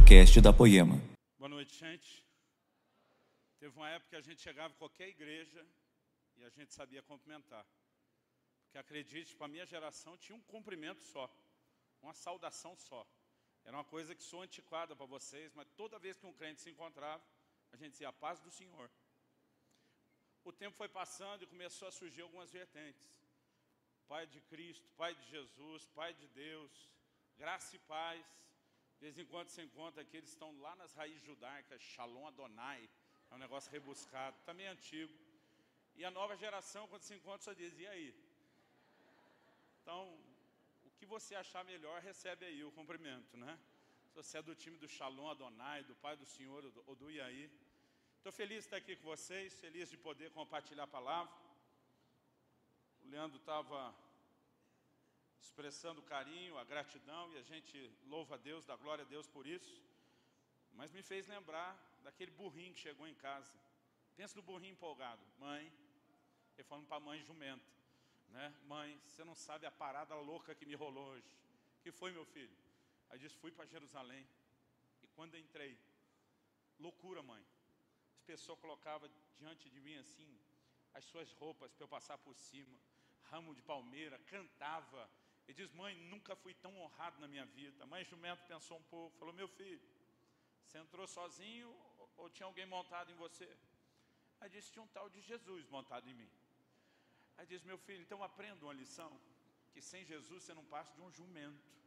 podcast da Poema. Boa noite, gente. Teve uma época que a gente chegava em qualquer igreja e a gente sabia cumprimentar. Porque acredite, para a minha geração tinha um cumprimento só, uma saudação só. Era uma coisa que soa antiquada para vocês, mas toda vez que um crente se encontrava, a gente dizia a paz do Senhor. O tempo foi passando e começou a surgir algumas vertentes. Pai de Cristo, Pai de Jesus, Pai de Deus, graça e paz. De vez em quando você encontra aqui, eles estão lá nas raízes judaicas, Shalom Adonai, é um negócio rebuscado, também antigo. E a nova geração, quando se encontra, só diz, e aí? Então, o que você achar melhor, recebe aí o cumprimento, né? Se você é do time do Shalom Adonai, do Pai do Senhor ou do Iaí. Estou feliz de estar aqui com vocês, feliz de poder compartilhar a palavra. O Leandro estava expressando o carinho, a gratidão, e a gente louva a Deus, dá glória a Deus por isso. Mas me fez lembrar daquele burrinho que chegou em casa. Pensa no burrinho empolgado. Mãe, ele falando para a mãe jumenta, né? Mãe, você não sabe a parada louca que me rolou hoje. Que foi, meu filho? Aí disse, fui para Jerusalém. E quando entrei, loucura, mãe. As pessoas colocavam diante de mim assim, as suas roupas para eu passar por cima, ramo de palmeira, cantava. Ele diz, mãe, nunca fui tão honrado na minha vida. A mãe jumento pensou um pouco, falou, meu filho, você entrou sozinho ou tinha alguém montado em você? Aí disse, tinha um tal de Jesus montado em mim. Aí disse, meu filho, então aprenda uma lição, que sem Jesus você não passa de um jumento.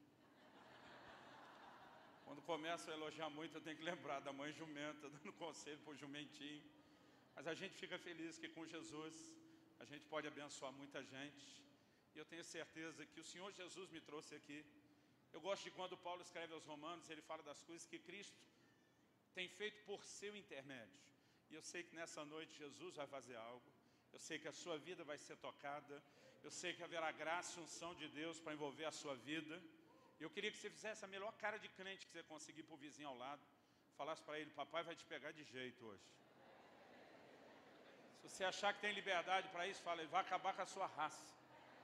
Quando começo a elogiar muito, eu tenho que lembrar da mãe jumenta, dando conselho para o jumentinho. Mas a gente fica feliz que com Jesus a gente pode abençoar muita gente. E eu tenho certeza que o Senhor Jesus me trouxe aqui. Eu gosto de quando Paulo escreve aos Romanos, ele fala das coisas que Cristo tem feito por seu intermédio. E eu sei que nessa noite Jesus vai fazer algo. Eu sei que a sua vida vai ser tocada. Eu sei que haverá graça e unção de Deus para envolver a sua vida. E eu queria que você fizesse a melhor cara de crente que você conseguir para o vizinho ao lado. Falasse para ele, papai vai te pegar de jeito hoje. Se você achar que tem liberdade para isso, fala, ele vai acabar com a sua raça.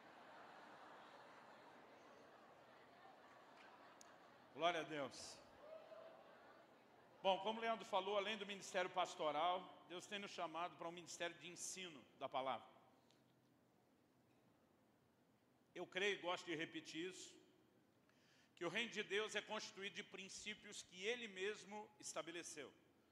Glória a Deus. Bom, como o Leandro falou, além do ministério pastoral, Deus tem nos chamado para um ministério de ensino da palavra. Eu creio e gosto de repetir isso, que o reino de Deus é constituído de princípios que Ele mesmo estabeleceu.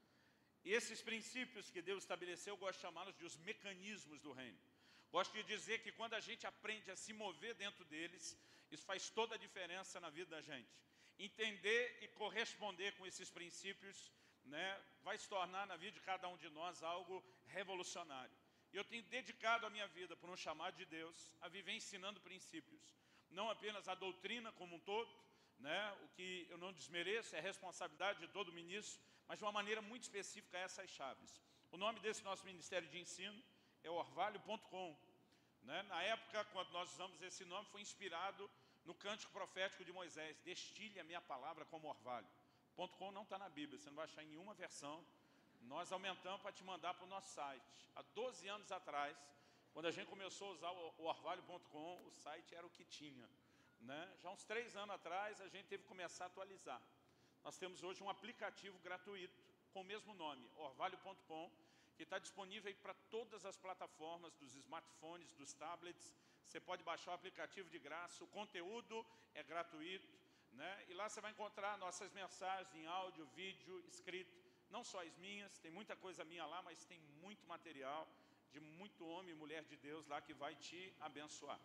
E esses princípios que Deus estabeleceu, eu gosto de chamá-los de os mecanismos do reino. Gosto de dizer que quando a gente aprende a se mover dentro deles, isso faz toda a diferença na vida da gente. Entender e corresponder com esses princípios, né, vai se tornar na vida de cada um de nós algo revolucionário. E eu tenho dedicado a minha vida, por um chamado de Deus, a viver ensinando princípios. Não apenas a doutrina como um todo, né, o que eu não desmereço, é responsabilidade de todo ministro, mas de uma maneira muito específica essas chaves. O nome desse nosso ministério de ensino é orvalho.com. Né? Na época, quando nós usamos esse nome, foi inspirado no cântico profético de Moisés, destile a minha palavra como orvalho. .com não está na Bíblia, você não vai achar em nenhuma versão. Nós aumentamos para te mandar para o nosso site. Há 12 anos atrás, quando a gente começou a usar o orvalho.com, o site era o que tinha. Né? Já uns 3 anos atrás, a gente teve que começar a atualizar. Nós temos hoje um aplicativo gratuito, com o mesmo nome, orvalho.com, que está disponível para todas as plataformas dos smartphones, dos tablets. Você pode baixar o aplicativo de graça, o conteúdo é gratuito, né? E lá você vai encontrar nossas mensagens em áudio, vídeo, escrito, não só as minhas, tem muita coisa minha lá, mas tem muito material de muito homem e mulher de Deus lá que vai te abençoar.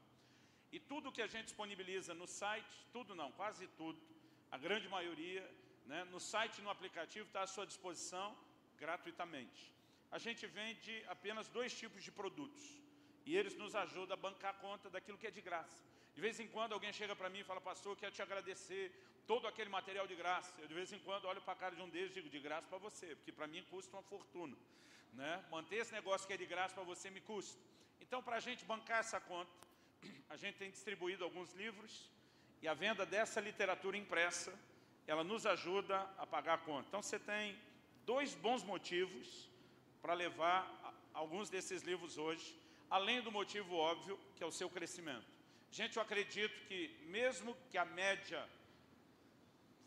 E tudo que a gente disponibiliza no site, tudo não, quase tudo, a grande maioria, né, no site e no aplicativo está à sua disposição gratuitamente. A gente vende apenas 2 tipos de produtos e eles nos ajudam a bancar a conta daquilo que é de graça. De vez em quando alguém chega para mim e fala, pastor, eu quero te agradecer todo aquele material de graça. Eu de vez em quando olho para a cara de um deles e digo, de graça para você, porque para mim custa uma fortuna. Né? Manter esse negócio que é de graça para você me custa. Então, para a gente bancar essa conta, a gente tem distribuído alguns livros e a venda dessa literatura impressa, ela nos ajuda a pagar a conta. Então, você tem 2 bons motivos para levar alguns desses livros hoje, além do motivo óbvio, que é o seu crescimento. Gente, eu acredito que mesmo que a média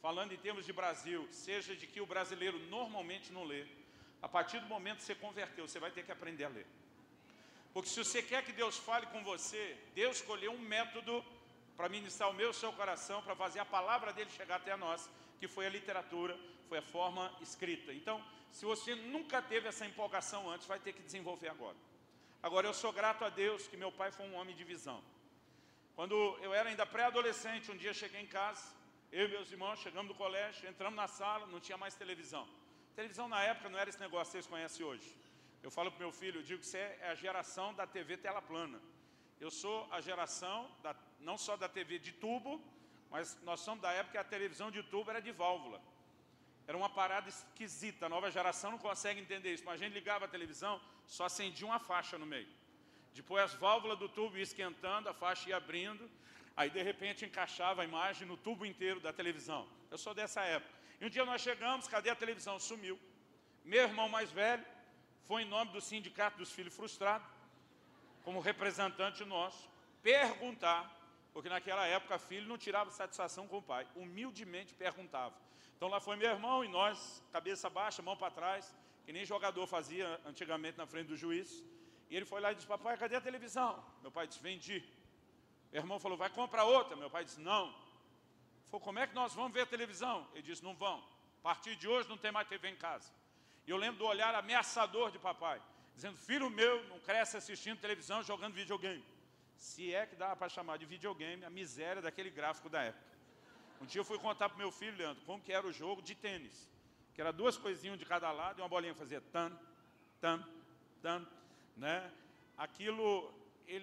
falando em termos de Brasil, seja de que o brasileiro normalmente não lê. A partir do momento que você converteu, você vai ter que aprender a ler. Porque se você quer que Deus fale com você, Deus escolheu um método para ministrar o meu e o seu coração, para fazer a palavra dele chegar até nós, que foi a literatura, foi a forma escrita. Então, se você nunca teve essa empolgação antes, vai ter que desenvolver agora. Agora, eu sou grato a Deus que meu pai foi um homem de visão. Quando eu era ainda pré-adolescente, um dia cheguei em casa, eu e meus irmãos chegamos do colégio, entramos na sala, não tinha mais televisão. Televisão na época não era esse negócio que vocês conhecem hoje. Eu falo para o meu filho, eu digo que você é a geração da TV tela plana. Eu sou a geração, não só da TV de tubo, mas nós somos da época que a televisão de tubo era de válvula. Era uma parada esquisita, a nova geração não consegue entender isso. Mas a gente ligava a televisão, só acendia uma faixa no meio. Depois as válvulas do tubo iam esquentando, a faixa ia abrindo, aí de repente encaixava a imagem no tubo inteiro da televisão. Eu sou dessa época. E um dia nós chegamos, cadê a televisão? Sumiu. Meu irmão mais velho foi em nome do Sindicato dos Filhos Frustrados, como representante nosso, perguntar, porque naquela época filho não tirava satisfação com o pai, humildemente perguntava. Então lá foi meu irmão e nós, cabeça baixa, mão para trás, que nem jogador fazia antigamente na frente do juiz. E ele foi lá e disse, papai, cadê a televisão? Meu pai disse, vendi. Meu irmão falou, vai comprar outra. Meu pai disse, não. Ele falou, como é que nós vamos ver a televisão? Ele disse, não vão. A partir de hoje não tem mais TV em casa. E eu lembro do olhar ameaçador de papai, dizendo, filho meu não cresce assistindo televisão, jogando videogame. Se é que dá para chamar de videogame a miséria daquele gráfico da época. Um dia eu fui contar para o meu filho, Leandro, como que era o jogo de tênis. Que era duas coisinhas de cada lado e uma bolinha fazia tan, tan, tan, né? Aquilo,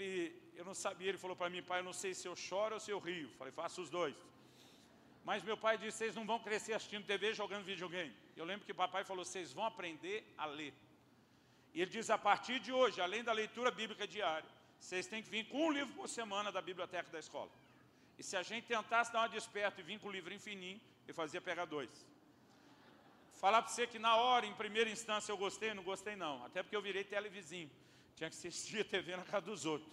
eu não sabia, ele falou para mim, pai, eu não sei se eu choro ou se eu rio. Falei, faça os dois. Mas meu pai disse, vocês não vão crescer assistindo TV jogando videogame. Eu lembro que papai falou, vocês vão aprender a ler. E ele diz, a partir de hoje, além da leitura bíblica diária, vocês têm que vir com um livro por semana da biblioteca da escola. E se a gente tentasse dar uma desperta e vir com o livro infinito, ele fazia pegar 2. Falar para você que na hora, em primeira instância, eu gostei, não gostei não. Até porque eu virei televizinho. Tinha que assistir a TV na casa dos outros.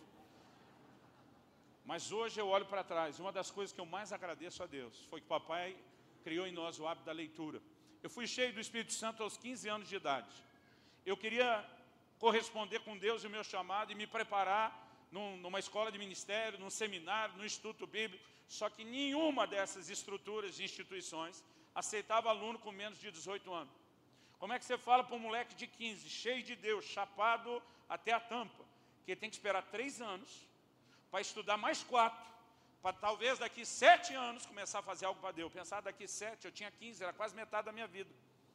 Mas hoje eu olho para trás, uma das coisas que eu mais agradeço a Deus foi que papai criou em nós o hábito da leitura. Eu fui cheio do Espírito Santo aos 15 anos de idade. Eu queria corresponder com Deus e o meu chamado e me preparar numa escola de ministério, num seminário, num instituto bíblico. Só que nenhuma dessas estruturas e instituições aceitava aluno com menos de 18 anos. Como é que você fala para um moleque de 15, cheio de Deus, chapado até a tampa, que ele tem que esperar 3 anos para estudar mais 4, para talvez daqui 7 anos começar a fazer algo para Deus. Eu pensava, daqui 7, eu tinha 15, era quase metade da minha vida.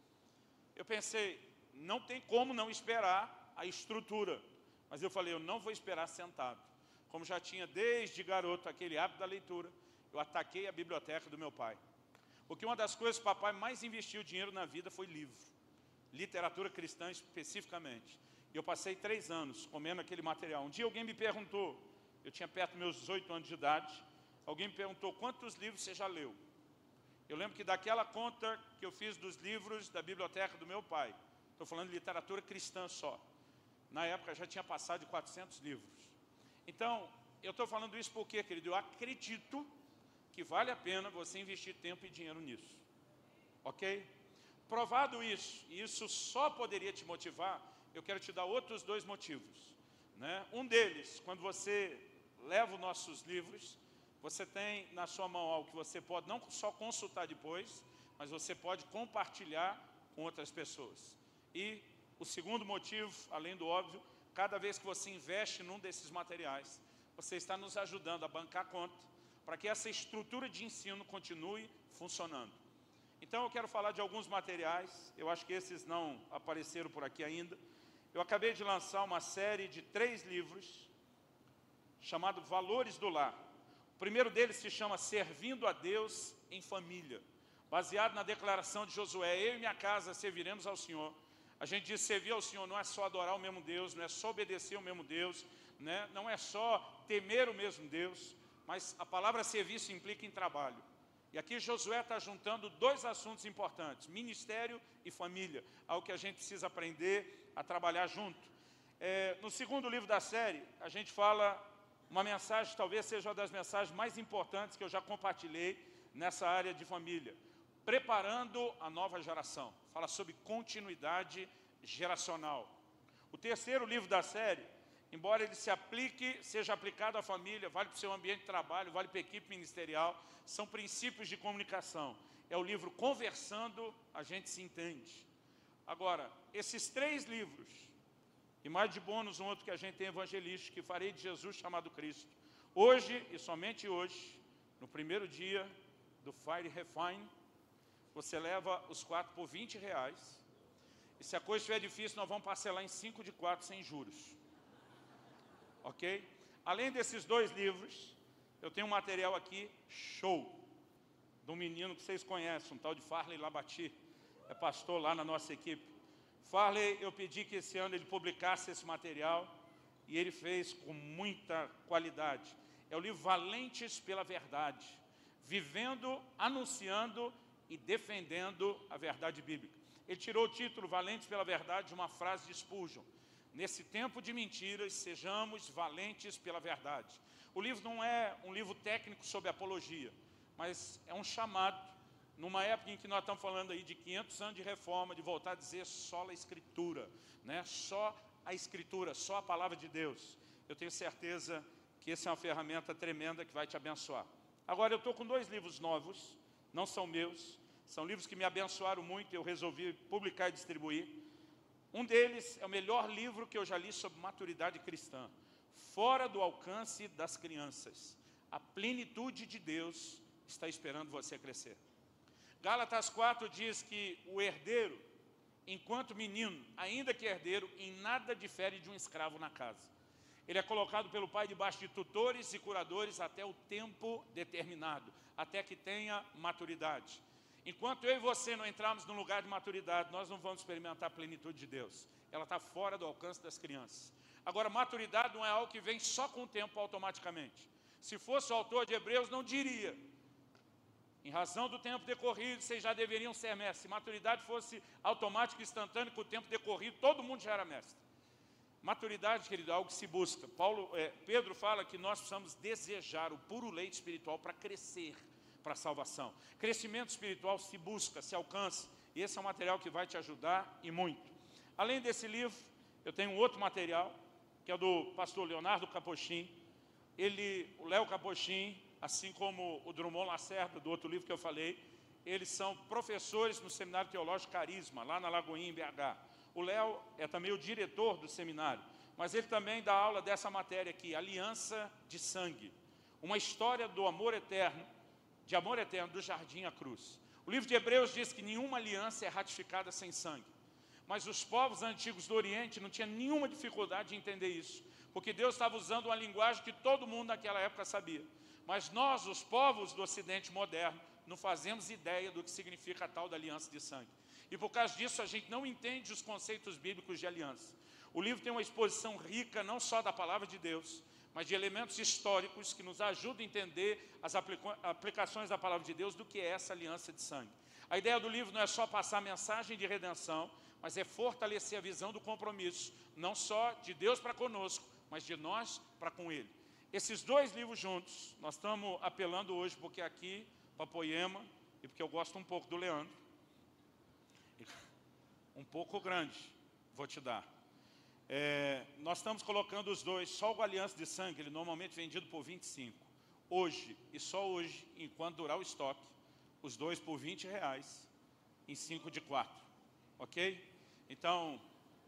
Eu pensei, não tem como não esperar a estrutura. Mas eu falei, eu não vou esperar sentado. Como já tinha desde garoto aquele hábito da leitura, eu ataquei a biblioteca do meu pai. Porque uma das coisas que o papai mais investiu dinheiro na vida foi livro. Literatura cristã especificamente. E eu passei 3 anos comendo aquele material. Um dia alguém me perguntou, eu tinha perto dos meus 18 anos de idade, alguém me perguntou, quantos livros você já leu? Eu lembro que daquela conta que eu fiz dos livros da biblioteca do meu pai, estou falando de literatura cristã só, na época já tinha passado de 400 livros. Então, eu estou falando isso porque, querido, eu acredito que vale a pena você investir tempo e dinheiro nisso. Ok? Provado isso, e isso só poderia te motivar, eu quero te dar outros 2 motivos. Né? Um deles, quando você leva os nossos livros, você tem na sua mão algo que você pode não só consultar depois, mas você pode compartilhar com outras pessoas. E o segundo motivo, além do óbvio, cada vez que você investe num desses materiais, você está nos ajudando a bancar a conta, para que essa estrutura de ensino continue funcionando. Então eu quero falar de alguns materiais, eu acho que esses não apareceram por aqui ainda. Eu acabei de lançar uma série de 3 livros, chamado Valores do Lar. O primeiro deles se chama Servindo a Deus em Família, baseado na declaração de Josué, eu e minha casa serviremos ao Senhor. A gente diz servir ao Senhor não é só adorar o mesmo Deus, não é só obedecer o mesmo Deus, né? Não é só temer o mesmo Deus, mas a palavra serviço implica em trabalho. E aqui Josué está juntando 2 assuntos importantes, ministério e família, algo que a gente precisa aprender a trabalhar junto. No segundo livro da série, a gente fala uma mensagem, talvez seja uma das mensagens mais importantes que eu já compartilhei nessa área de família. Preparando a Nova Geração. Fala sobre continuidade geracional. O terceiro livro da série, embora ele seja aplicado à família, vale para o seu ambiente de trabalho, vale para a equipe ministerial, são princípios de comunicação. É o livro Conversando, a gente se entende. Agora, esses 3 livros, e mais de bônus um outro que a gente tem evangelístico, que farei de Jesus chamado Cristo. Hoje, e somente hoje, no primeiro dia do Fire Refine, você leva os 4 por R$20. E se a coisa estiver difícil, nós vamos parcelar em 5 de 4 sem juros. Ok? Além desses 2 livros, eu tenho um material aqui, show, de um menino que vocês conhecem, um tal de Farley Labati, é pastor lá na nossa equipe. Farley, eu pedi que esse ano ele publicasse esse material, e ele fez com muita qualidade. É o livro Valentes pela Verdade, vivendo, anunciando e defendendo a verdade bíblica. Ele tirou o título Valentes pela Verdade de uma frase de Spurgeon. Nesse tempo de mentiras, sejamos valentes pela verdade. O livro não é um livro técnico sobre apologia, mas é um chamado, numa época em que nós estamos falando aí de 500 anos de reforma, de voltar a dizer só a Escritura, né? Só a Escritura, só a Palavra de Deus. Eu tenho certeza que essa é uma ferramenta tremenda que vai te abençoar. Agora, eu estou com 2 livros novos, não são meus, são livros que me abençoaram muito e eu resolvi publicar e distribuir. Um deles é o melhor livro que eu já li sobre maturidade cristã. Fora do alcance das crianças. A plenitude de Deus está esperando você crescer. Gálatas 4 diz que o herdeiro, enquanto menino, ainda que herdeiro, em nada difere de um escravo na casa. Ele é colocado pelo pai debaixo de tutores e curadores até o tempo determinado, até que tenha maturidade. Enquanto eu e você não entrarmos num lugar de maturidade, nós não vamos experimentar a plenitude de Deus. Ela está fora do alcance das crianças. Agora, maturidade não é algo que vem só com o tempo automaticamente. Se fosse o autor de Hebreus, não diria: em razão do tempo decorrido, vocês já deveriam ser mestres. Se maturidade fosse automática e instantânea, com o tempo decorrido, todo mundo já era mestre. Maturidade, querido, é algo que se busca. Pedro fala que nós precisamos desejar o puro leite espiritual para crescer para a salvação. Crescimento espiritual se busca, se alcança, e esse é um material que vai te ajudar e muito. Além desse livro, eu tenho um outro material, que é do pastor Leonardo Capochin. O Léo Capochin, assim como o Drummond Lacerda, do outro livro que eu falei, eles são professores no Seminário Teológico Carisma, lá na Lagoinha, em BH. O Léo é também o diretor do seminário, mas ele também dá aula dessa matéria aqui, Aliança de Sangue. Uma história do amor eterno, de amor eterno, do jardim à cruz. O livro de Hebreus diz que nenhuma aliança é ratificada sem sangue. Mas os povos antigos do Oriente não tinham nenhuma dificuldade de entender isso, porque Deus estava usando uma linguagem que todo mundo naquela época sabia. Mas nós, os povos do Ocidente moderno, não fazemos ideia do que significa a tal da aliança de sangue. E por causa disso a gente não entende os conceitos bíblicos de aliança. O livro tem uma exposição rica não só da palavra de Deus, mas de elementos históricos que nos ajudam a entender as aplicações da palavra de Deus do que é essa aliança de sangue. A ideia do livro não é só passar a mensagem de redenção, mas é fortalecer a visão do compromisso, não só de Deus para conosco, mas de nós para com Ele. Esses 2 livros juntos, nós estamos apelando hoje, porque aqui, para Poema, e porque eu gosto um pouco do Leandro, um pouco grande, vou te dar. Nós estamos colocando os 2, só o Aliança de Sangue, ele normalmente vendido por 25. Hoje, e só hoje, enquanto durar o estoque, os 2 por R$20, em 5 de 4. Ok? Então,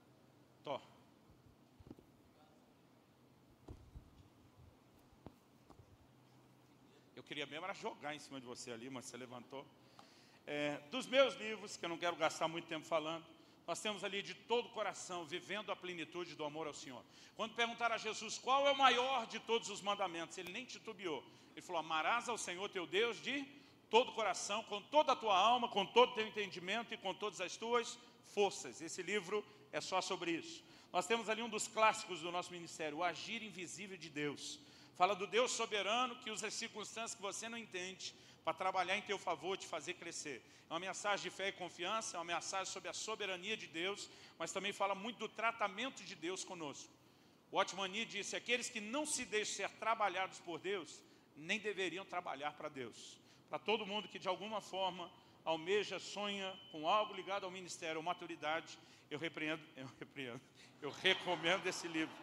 eu queria mesmo era jogar em cima de você ali, mas você levantou. Dos meus livros, que eu não quero gastar muito tempo falando, nós temos ali de todo o coração, vivendo a plenitude do amor ao Senhor. Quando perguntaram a Jesus qual é o maior de todos os mandamentos, ele nem titubeou. Ele falou: amarás ao Senhor teu Deus de todo o coração, com toda a tua alma, com todo o teu entendimento e com todas as tuas forças. Esse livro é só sobre isso. Nós temos ali um dos clássicos do nosso ministério, o Agir Invisível de Deus. Fala do Deus soberano que usa as circunstâncias que você não entende para trabalhar em teu favor, te fazer crescer. É uma mensagem de fé e confiança, é uma mensagem sobre a soberania de Deus, mas também fala muito do tratamento de Deus conosco. O Watchman Nee disse: aqueles que não se deixam ser trabalhados por Deus, nem deveriam trabalhar para Deus. Para todo mundo que de alguma forma almeja, sonha com algo ligado ao ministério ou maturidade, eu recomendo esse livro.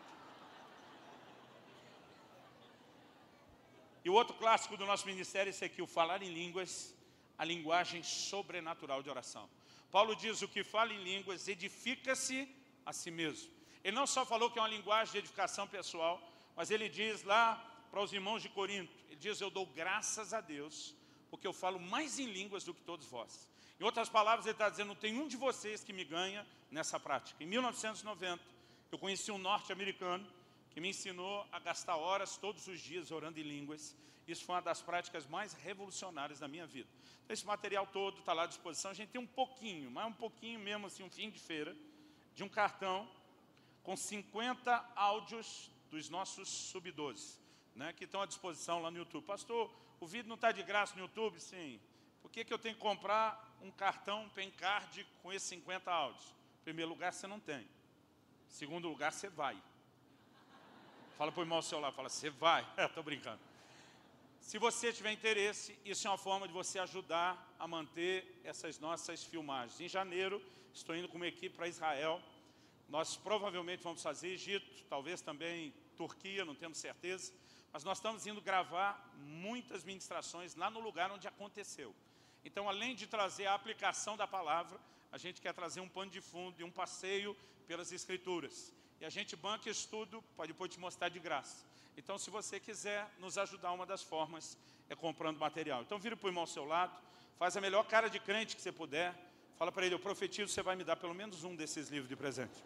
E o outro clássico do nosso ministério é esse aqui, o Falar em Línguas, a linguagem sobrenatural de oração. Paulo diz: o que fala em línguas edifica-se a si mesmo. Ele não só falou que é uma linguagem de edificação pessoal, mas ele diz lá para os irmãos de Corinto, ele diz: eu dou graças a Deus, porque eu falo mais em línguas do que todos vós. Em outras palavras, ele está dizendo: não tem um de vocês que me ganha nessa prática. Em 1990, eu conheci um norte-americano que me ensinou a gastar horas todos os dias orando em línguas. Isso foi uma das práticas mais revolucionárias da minha vida. Então, esse material todo está lá à disposição. A gente tem um pouquinho, mas um pouquinho mesmo, assim, um fim de feira, de um cartão com 50 áudios dos nossos sub-12, né, que estão à disposição lá no YouTube. Pastor, o vídeo não está de graça no YouTube? Sim. Por que eu tenho que comprar um cartão, um pen card com esses 50 áudios? Em primeiro lugar, você não tem. Em segundo lugar, você vai. Fala para o irmão ao seu lado, fala: você vai. Estou brincando. Se você tiver interesse, isso é uma forma de você ajudar a manter essas nossas filmagens. Em janeiro, estou indo com uma equipe para Israel. Nós provavelmente vamos fazer Egito, talvez também Turquia, não temos certeza. Mas nós estamos indo gravar muitas ministrações lá no lugar onde aconteceu. Então, além de trazer a aplicação da palavra, a gente quer trazer um pano de fundo e um passeio pelas Escrituras. E a gente banca isso tudo para depois te mostrar de graça. Então, se você quiser nos ajudar, uma das formas é comprando material. Então, vira para o irmão ao seu lado, faz a melhor cara de crente que você puder. Fala para ele: eu profetizo, você vai me dar pelo menos um desses livros de presente.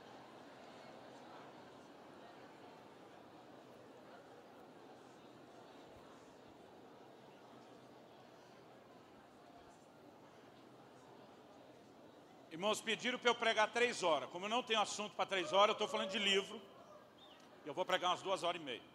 Irmãos, pediram para eu pregar 3 horas. Como eu não tenho assunto para 3 horas, eu estou falando de livro. Eu vou pregar umas 2 horas e meia.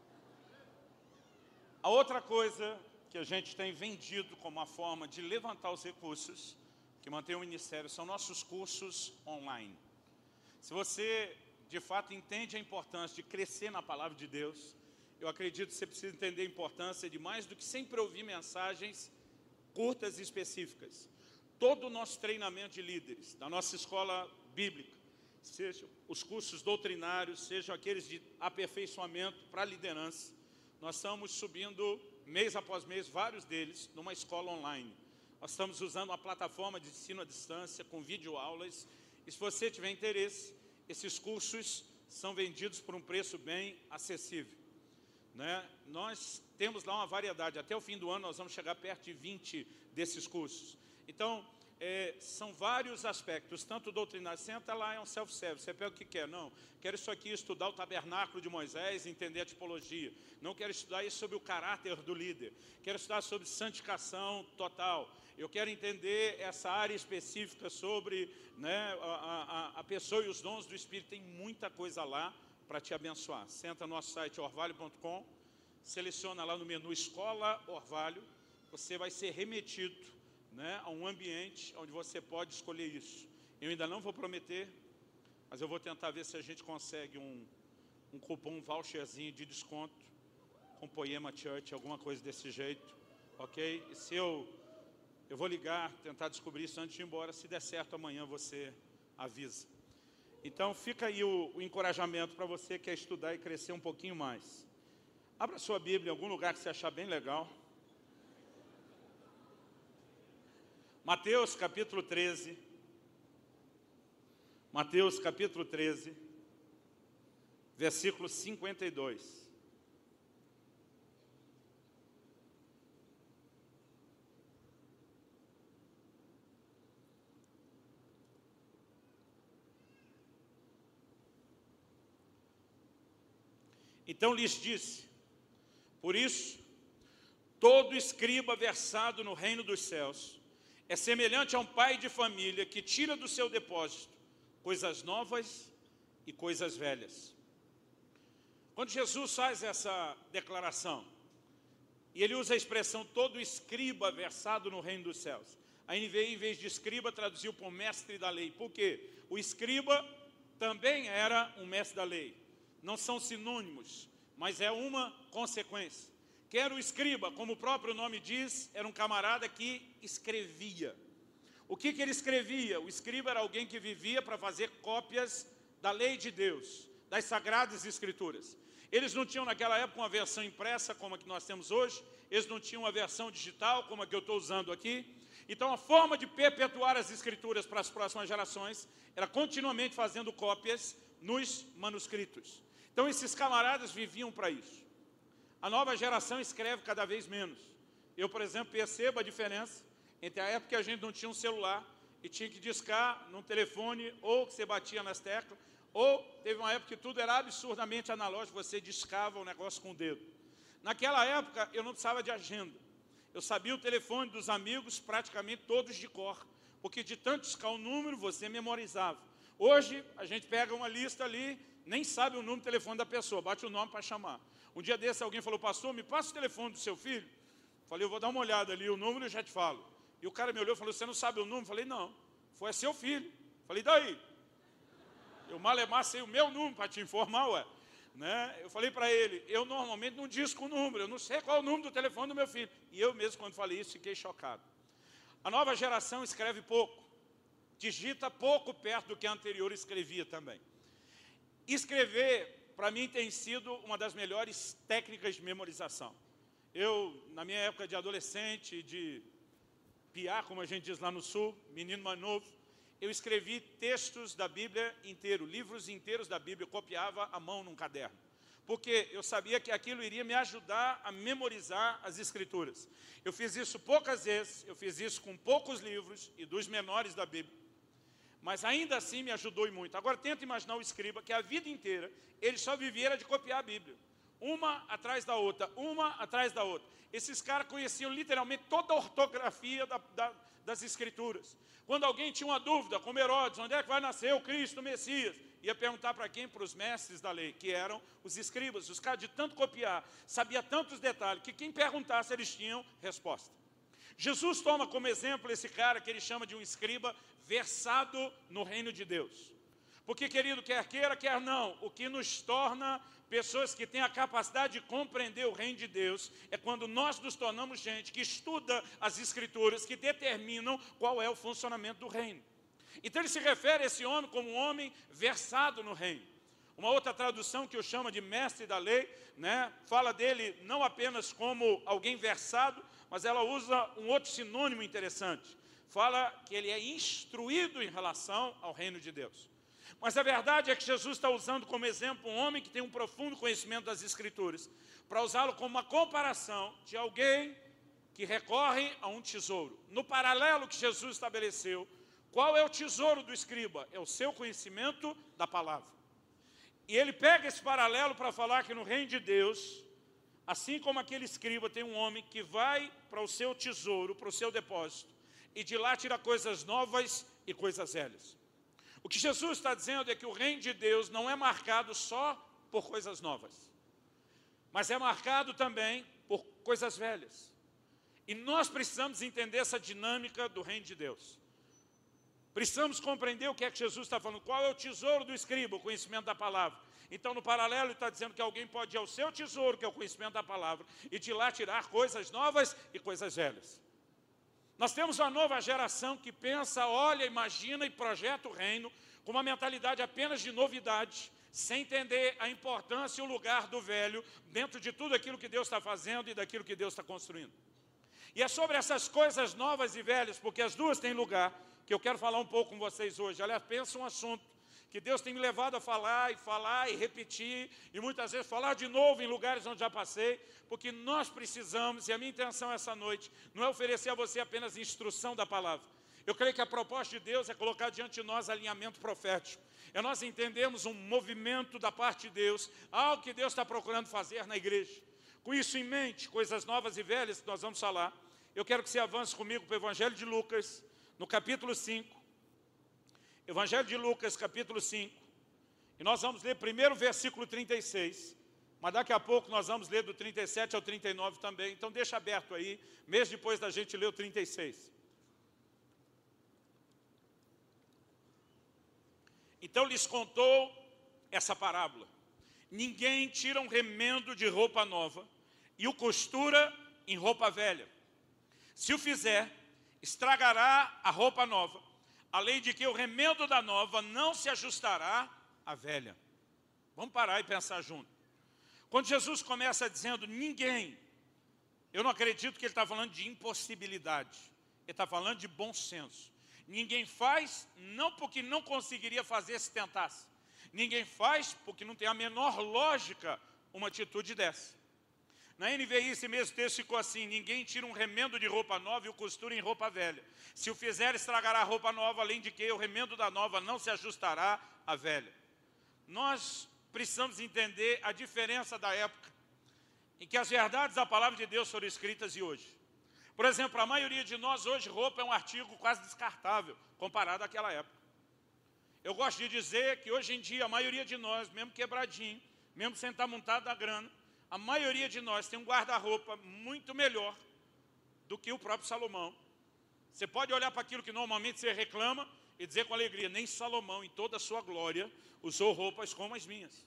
A outra coisa que a gente tem vendido como uma forma de levantar os recursos que mantém o ministério são nossos cursos online. Se você, de fato, entende a importância de crescer na palavra de Deus, eu acredito que você precisa entender a importância de mais do que sempre ouvir mensagens curtas e específicas. Todo o nosso treinamento de líderes, da nossa escola bíblica, sejam os cursos doutrinários, sejam aqueles de aperfeiçoamento para a liderança, nós estamos subindo, mês após mês, vários deles, numa escola online. Nós estamos usando uma plataforma de ensino à distância, com videoaulas, e se você tiver interesse, esses cursos são vendidos por um preço bem acessível, né? Nós temos lá uma variedade, até o fim do ano nós vamos chegar perto de 20 desses cursos. Então, são vários aspectos, tanto doutrinário. Senta lá, é um self-service, você pega o que quer. Não, quero isso aqui, estudar o tabernáculo de Moisés, entender a tipologia. Não quero estudar isso sobre o caráter do líder. Quero estudar sobre santificação total. Eu quero entender essa área específica sobre, né, a pessoa e os dons do Espírito. Tem muita coisa lá para te abençoar. Senta no nosso site orvalho.com, seleciona lá no menu Escola Orvalho, você vai ser remetido, né, a um ambiente onde você pode escolher isso. Eu ainda não vou prometer, mas eu vou tentar ver se a gente consegue um cupom, um voucherzinho de desconto com Poema Church, alguma coisa desse jeito, ok? E se eu vou ligar, tentar descobrir isso antes de ir embora. Se der certo amanhã, você avisa. Então fica aí o encorajamento para você que quer estudar e crescer um pouquinho mais. Abra sua Bíblia em algum lugar que você achar bem legal. Mateus capítulo 13, Mateus capítulo 13, versículo 52. Então lhes disse: por isso, todo escriba versado no reino dos céus é semelhante a um pai de família que tira do seu depósito coisas novas e coisas velhas. Quando Jesus faz essa declaração, e ele usa a expressão todo escriba versado no reino dos céus, a NVI, em vez de escriba, traduziu por mestre da lei. Por quê? O escriba também era um mestre da lei. Não são sinônimos, mas é uma consequência. que era o escriba, como o próprio nome diz, era um camarada que escrevia. O que ele escrevia? O escriba era alguém que vivia para fazer cópias da lei de Deus, das Sagradas Escrituras. Eles não tinham naquela época uma versão impressa como a que nós temos hoje, eles não tinham uma versão digital como a que eu estou usando aqui. Então a forma de perpetuar as Escrituras para as próximas gerações era continuamente fazendo cópias nos manuscritos. Então esses camaradas viviam para isso. A nova geração escreve cada vez menos. Eu, por exemplo, percebo a diferença entre a época que a gente não tinha um celular e tinha que discar num telefone, ou que você batia nas teclas, ou teve uma época que tudo era absurdamente analógico, você discava o negócio com o dedo. Naquela época, eu não precisava de agenda. Eu sabia o telefone dos amigos praticamente todos de cor, porque de tanto discar o número, você memorizava. Hoje, a gente pega uma lista ali, nem sabe o número do telefone da pessoa, bate o nome para chamar. Um dia desse, alguém falou, pastor, me passa o telefone do seu filho. Falei, eu vou dar uma olhada ali, o número eu já te falo. E o cara me olhou e falou, você não sabe o número? Falei, não, foi seu filho. Falei, daí? Eu malemar sei o meu número para te informar, ué. Né? Eu falei para ele, eu normalmente não disco o número, eu não sei qual é o número do telefone do meu filho. E eu mesmo, quando falei isso, fiquei chocado. A nova geração escreve pouco, digita pouco perto do que a anterior escrevia também. Escrever, para mim, tem sido uma das melhores técnicas de memorização. Eu, na minha época de adolescente, de piá, como a gente diz lá no sul, menino mais novo, eu escrevi textos da Bíblia inteiro, livros inteiros da Bíblia, eu copiava à mão num caderno. Porque eu sabia que aquilo iria me ajudar a memorizar as Escrituras. Eu fiz isso poucas vezes, eu fiz isso com poucos livros e dos menores da Bíblia. Mas ainda assim me ajudou e muito. Agora tenta imaginar o escriba que a vida inteira ele só vivia de copiar a Bíblia. Uma atrás da outra, uma atrás da outra. Esses caras conheciam literalmente toda a ortografia das Escrituras. Quando alguém tinha uma dúvida, como Herodes, onde é que vai nascer o Cristo, o Messias? Ia perguntar para quem? Para os mestres da lei, que eram os escribas. Os caras de tanto copiar, sabia tantos detalhes, que quem perguntasse eles tinham resposta. Jesus toma como exemplo esse cara que ele chama de um escriba versado no reino de Deus. Porque, querido, quer queira, quer não, o que nos torna pessoas que têm a capacidade de compreender o reino de Deus é quando nós nos tornamos gente que estuda as Escrituras, que determinam qual é o funcionamento do reino. Então ele se refere a esse homem como um homem versado no reino. Uma outra tradução que eu chamo de mestre da lei, né, fala dele não apenas como alguém versado, mas ela usa um outro sinônimo interessante. Fala que ele é instruído em relação ao reino de Deus. Mas a verdade é que Jesus está usando como exemplo um homem que tem um profundo conhecimento das Escrituras, para usá-lo como uma comparação de alguém que recorre a um tesouro. No paralelo que Jesus estabeleceu, qual é o tesouro do escriba? É o seu conhecimento da palavra. E ele pega esse paralelo para falar que no reino de Deus, assim como aquele escriba tem um homem que vai para o seu tesouro, para o seu depósito, e de lá tira coisas novas e coisas velhas. O que Jesus está dizendo é que o reino de Deus não é marcado só por coisas novas, mas é marcado também por coisas velhas. E nós precisamos entender essa dinâmica do reino de Deus. Precisamos compreender o que é que Jesus está falando. Qual é o tesouro do escriba? O conhecimento da palavra. Então, no paralelo, ele está dizendo que alguém pode ir ao seu tesouro, que é o conhecimento da palavra, e de lá tirar coisas novas e coisas velhas. Nós temos uma nova geração que pensa, olha, imagina e projeta o reino com uma mentalidade apenas de novidade, sem entender a importância e o lugar do velho dentro de tudo aquilo que Deus está fazendo e daquilo que Deus está construindo. E é sobre essas coisas novas e velhas, porque as duas têm lugar, que eu quero falar um pouco com vocês hoje. Aliás, pensa um assunto que Deus tem me levado a falar e repetir, e muitas vezes falar de novo em lugares onde já passei, porque nós precisamos, e a minha intenção essa noite, não é oferecer a você apenas instrução da palavra. Eu creio que a proposta de Deus é colocar diante de nós alinhamento profético. É nós entendemos um movimento da parte de Deus, algo que Deus está procurando fazer na igreja. Com isso em mente, coisas novas e velhas que nós vamos falar, eu quero que você avance comigo para o Evangelho de Lucas, no capítulo 5. Evangelho de Lucas, capítulo 5, e nós vamos ler primeiro o versículo 36, mas daqui a pouco nós vamos ler do 37 ao 39 também, então deixa aberto aí, mesmo depois da gente ler o 36. Então lhes contou essa parábola: ninguém tira um remendo de roupa nova e o costura em roupa velha. Se o fizer, estragará a roupa nova, além de que o remendo da nova não se ajustará à velha. Vamos parar e pensar junto. Quando Jesus começa dizendo ninguém, eu não acredito que ele está falando de impossibilidade. Ele está falando de bom senso. Ninguém faz, não porque não conseguiria fazer se tentasse. Ninguém faz porque não tem a menor lógica uma atitude dessa. Na NVI, esse mesmo texto ficou assim: ninguém tira um remendo de roupa nova e o costura em roupa velha. Se o fizer, estragará a roupa nova, além de que o remendo da nova não se ajustará à velha. Nós precisamos entender a diferença da época em que as verdades da palavra de Deus foram escritas e hoje. Por exemplo, a maioria de nós hoje, roupa é um artigo quase descartável, comparado àquela época. Eu gosto de dizer que hoje em dia, a maioria de nós, mesmo quebradinho, mesmo sem estar montado na grana, a maioria de nós tem um guarda-roupa muito melhor do que o próprio Salomão. Você pode olhar para aquilo que normalmente você reclama e dizer com alegria: nem Salomão, em toda a sua glória, usou roupas como as minhas.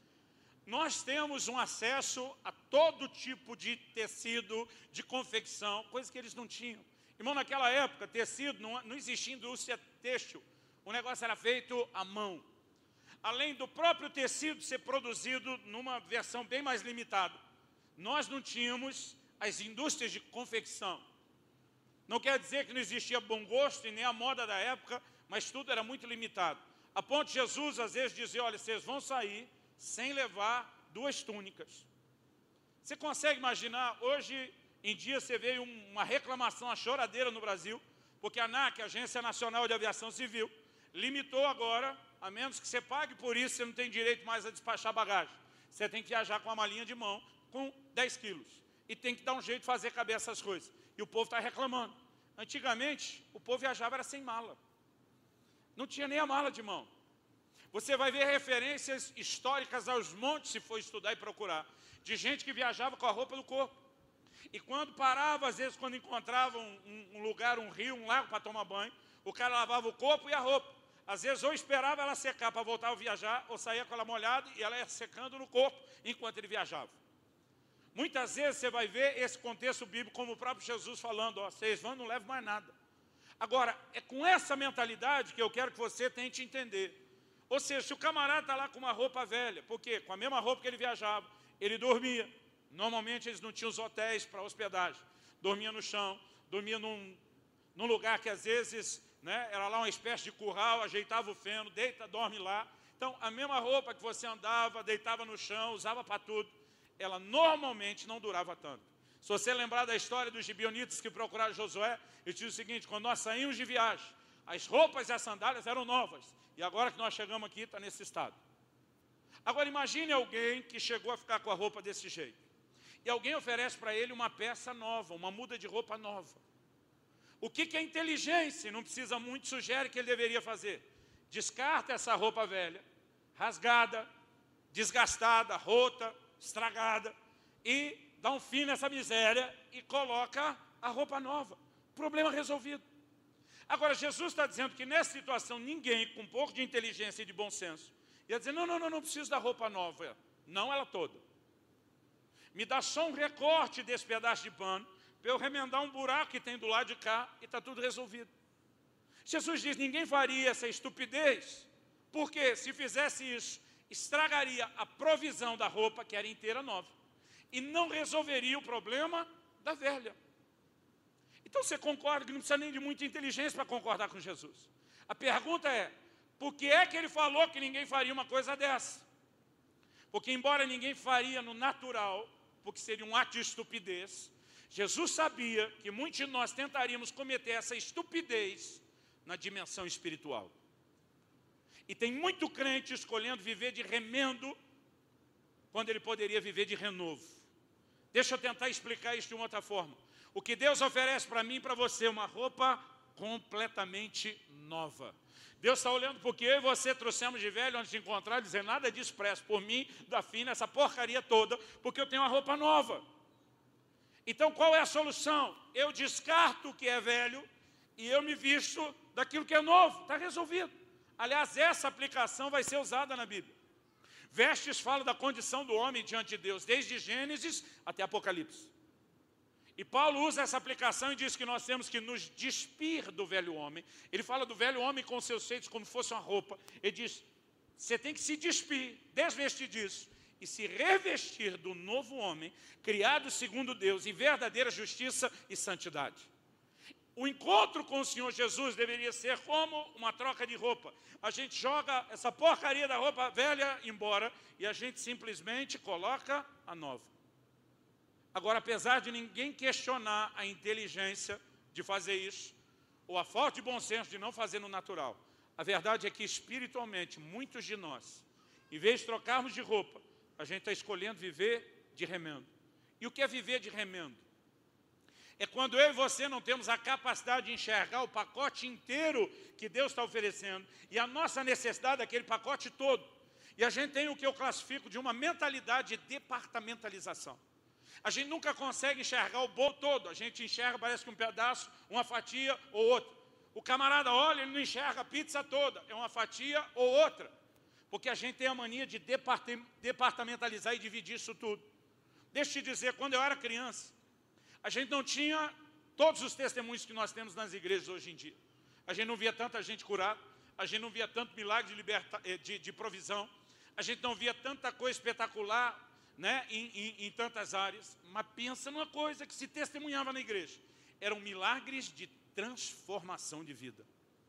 Nós temos um acesso a todo tipo de tecido, de confecção, coisas que eles não tinham. Irmão, naquela época, tecido, não existia indústria têxtil. O negócio era feito à mão. Além do próprio tecido ser produzido numa versão bem mais limitada, nós não tínhamos as indústrias de confecção. Não quer dizer que não existia bom gosto e nem a moda da época, mas tudo era muito limitado. A ponto de Jesus, às vezes, dizer: olha, vocês vão sair sem levar 2 túnicas. Você consegue imaginar, hoje em dia você vê uma reclamação, uma choradeira no Brasil, porque a ANAC, a Agência Nacional de Aviação Civil, limitou agora, a menos que você pague por isso, você não tem direito mais a despachar bagagem. Você tem que viajar com uma malinha de mão com 10 quilos. E tem que dar um jeito de fazer caber essas coisas. E o povo está reclamando. Antigamente, o povo viajava era sem mala. Não tinha nem a mala de mão. Você vai ver referências históricas aos montes, se for estudar e procurar, de gente que viajava com a roupa do corpo. E quando parava, às vezes, quando encontrava um lugar, um rio, um lago para tomar banho, o cara lavava o corpo e a roupa. Às vezes, ou esperava ela secar para voltar a viajar, ou saía com ela molhada e ela ia secando no corpo enquanto ele viajava. Muitas vezes você vai ver esse contexto bíblico, como o próprio Jesus falando: ó, vocês vão, não levam mais nada. Agora, é com essa mentalidade que eu quero que você tente entender. Ou seja, se o camarada está lá com uma roupa velha, por quê? Com a mesma roupa que ele viajava, ele dormia. Normalmente eles não tinham os hotéis para hospedagem. Dormia no chão, dormia num lugar que às vezes, né, era lá uma espécie de curral, ajeitava o feno, deita, dorme lá. Então, a mesma roupa que você andava, deitava no chão, usava para tudo, ela normalmente não durava tanto. Se você lembrar da história dos gibeonitas que procuraram Josué, ele diz o seguinte: quando nós saímos de viagem, as roupas e as sandálias eram novas. E agora que nós chegamos aqui, está nesse estado. Agora imagine alguém que chegou a ficar com a roupa desse jeito. E alguém oferece para ele uma peça nova, uma muda de roupa nova. O que é inteligência? Não precisa muito, sugere que ele deveria fazer. Descarta essa roupa velha, rasgada, desgastada, rota, estragada, e dá um fim nessa miséria e coloca a roupa nova. Problema resolvido. Agora, Jesus está dizendo que nessa situação, ninguém com um pouco de inteligência e de bom senso ia dizer: não preciso da roupa nova. Não ela toda. Me dá só um recorte desse pedaço de pano, para eu remendar um buraco que tem do lado de cá, e está tudo resolvido. Jesus diz: ninguém faria essa estupidez, porque se fizesse isso, estragaria a provisão da roupa, que era inteira nova, e não resolveria o problema da velha. Então você concorda que não precisa nem de muita inteligência para concordar com Jesus. A pergunta é: por que é que ele falou que ninguém faria uma coisa dessa? Porque embora ninguém faria no natural, porque seria um ato de estupidez, Jesus sabia que muitos de nós tentaríamos cometer essa estupidez na dimensão espiritual. E tem muito crente escolhendo viver de remendo, quando ele poderia viver de renovo. Deixa eu tentar explicar isso de uma outra forma. O que Deus oferece para mim e para você é uma roupa completamente nova. Deus está olhando porque eu e você trouxemos de velho antes de encontrar, dizendo: nada disso presta por mim, da fina, essa porcaria toda, porque eu tenho uma roupa nova. Então qual é a solução? Eu descarto o que é velho e eu me visto daquilo que é novo. Está resolvido. Aliás, essa aplicação vai ser usada na Bíblia. Vestes fala da condição do homem diante de Deus, desde Gênesis até Apocalipse. E Paulo usa essa aplicação e diz que nós temos que nos despir do velho homem. Ele fala do velho homem com seus feitos como se fosse uma roupa. Ele diz, você tem que se despir, desvestir disso, e se revestir do novo homem, criado segundo Deus, em verdadeira justiça e santidade. O encontro com o Senhor Jesus deveria ser como uma troca de roupa. A gente joga essa porcaria da roupa velha embora e a gente simplesmente coloca a nova. Agora, apesar de ninguém questionar a inteligência de fazer isso, ou a falta de bom senso de não fazer no natural, a verdade é que espiritualmente, muitos de nós, em vez de trocarmos de roupa, a gente está escolhendo viver de remendo. E o que é viver de remendo? É quando eu e você não temos a capacidade de enxergar o pacote inteiro que Deus está oferecendo e a nossa necessidade daquele pacote todo. E a gente tem o que eu classifico de uma mentalidade de departamentalização. A gente nunca consegue enxergar o bolo todo, a gente enxerga, parece que um pedaço, uma fatia ou outra. O camarada olha, ele não enxerga a pizza toda, é uma fatia ou outra. Porque a gente tem a mania de departamentalizar e dividir isso tudo. Deixa eu te dizer, quando eu era criança, a gente não tinha todos os testemunhos que nós temos nas igrejas hoje em dia. A gente não via tanta gente curada, a gente não via tanto milagre de provisão, a gente não via tanta coisa espetacular, né, em tantas áreas. Mas pensa numa coisa que se testemunhava na igreja. Eram milagres de transformação de vida.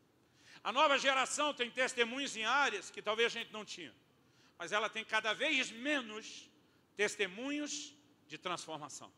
A nova geração tem testemunhos em áreas que talvez a gente não tinha. Mas ela tem cada vez menos testemunhos de transformação.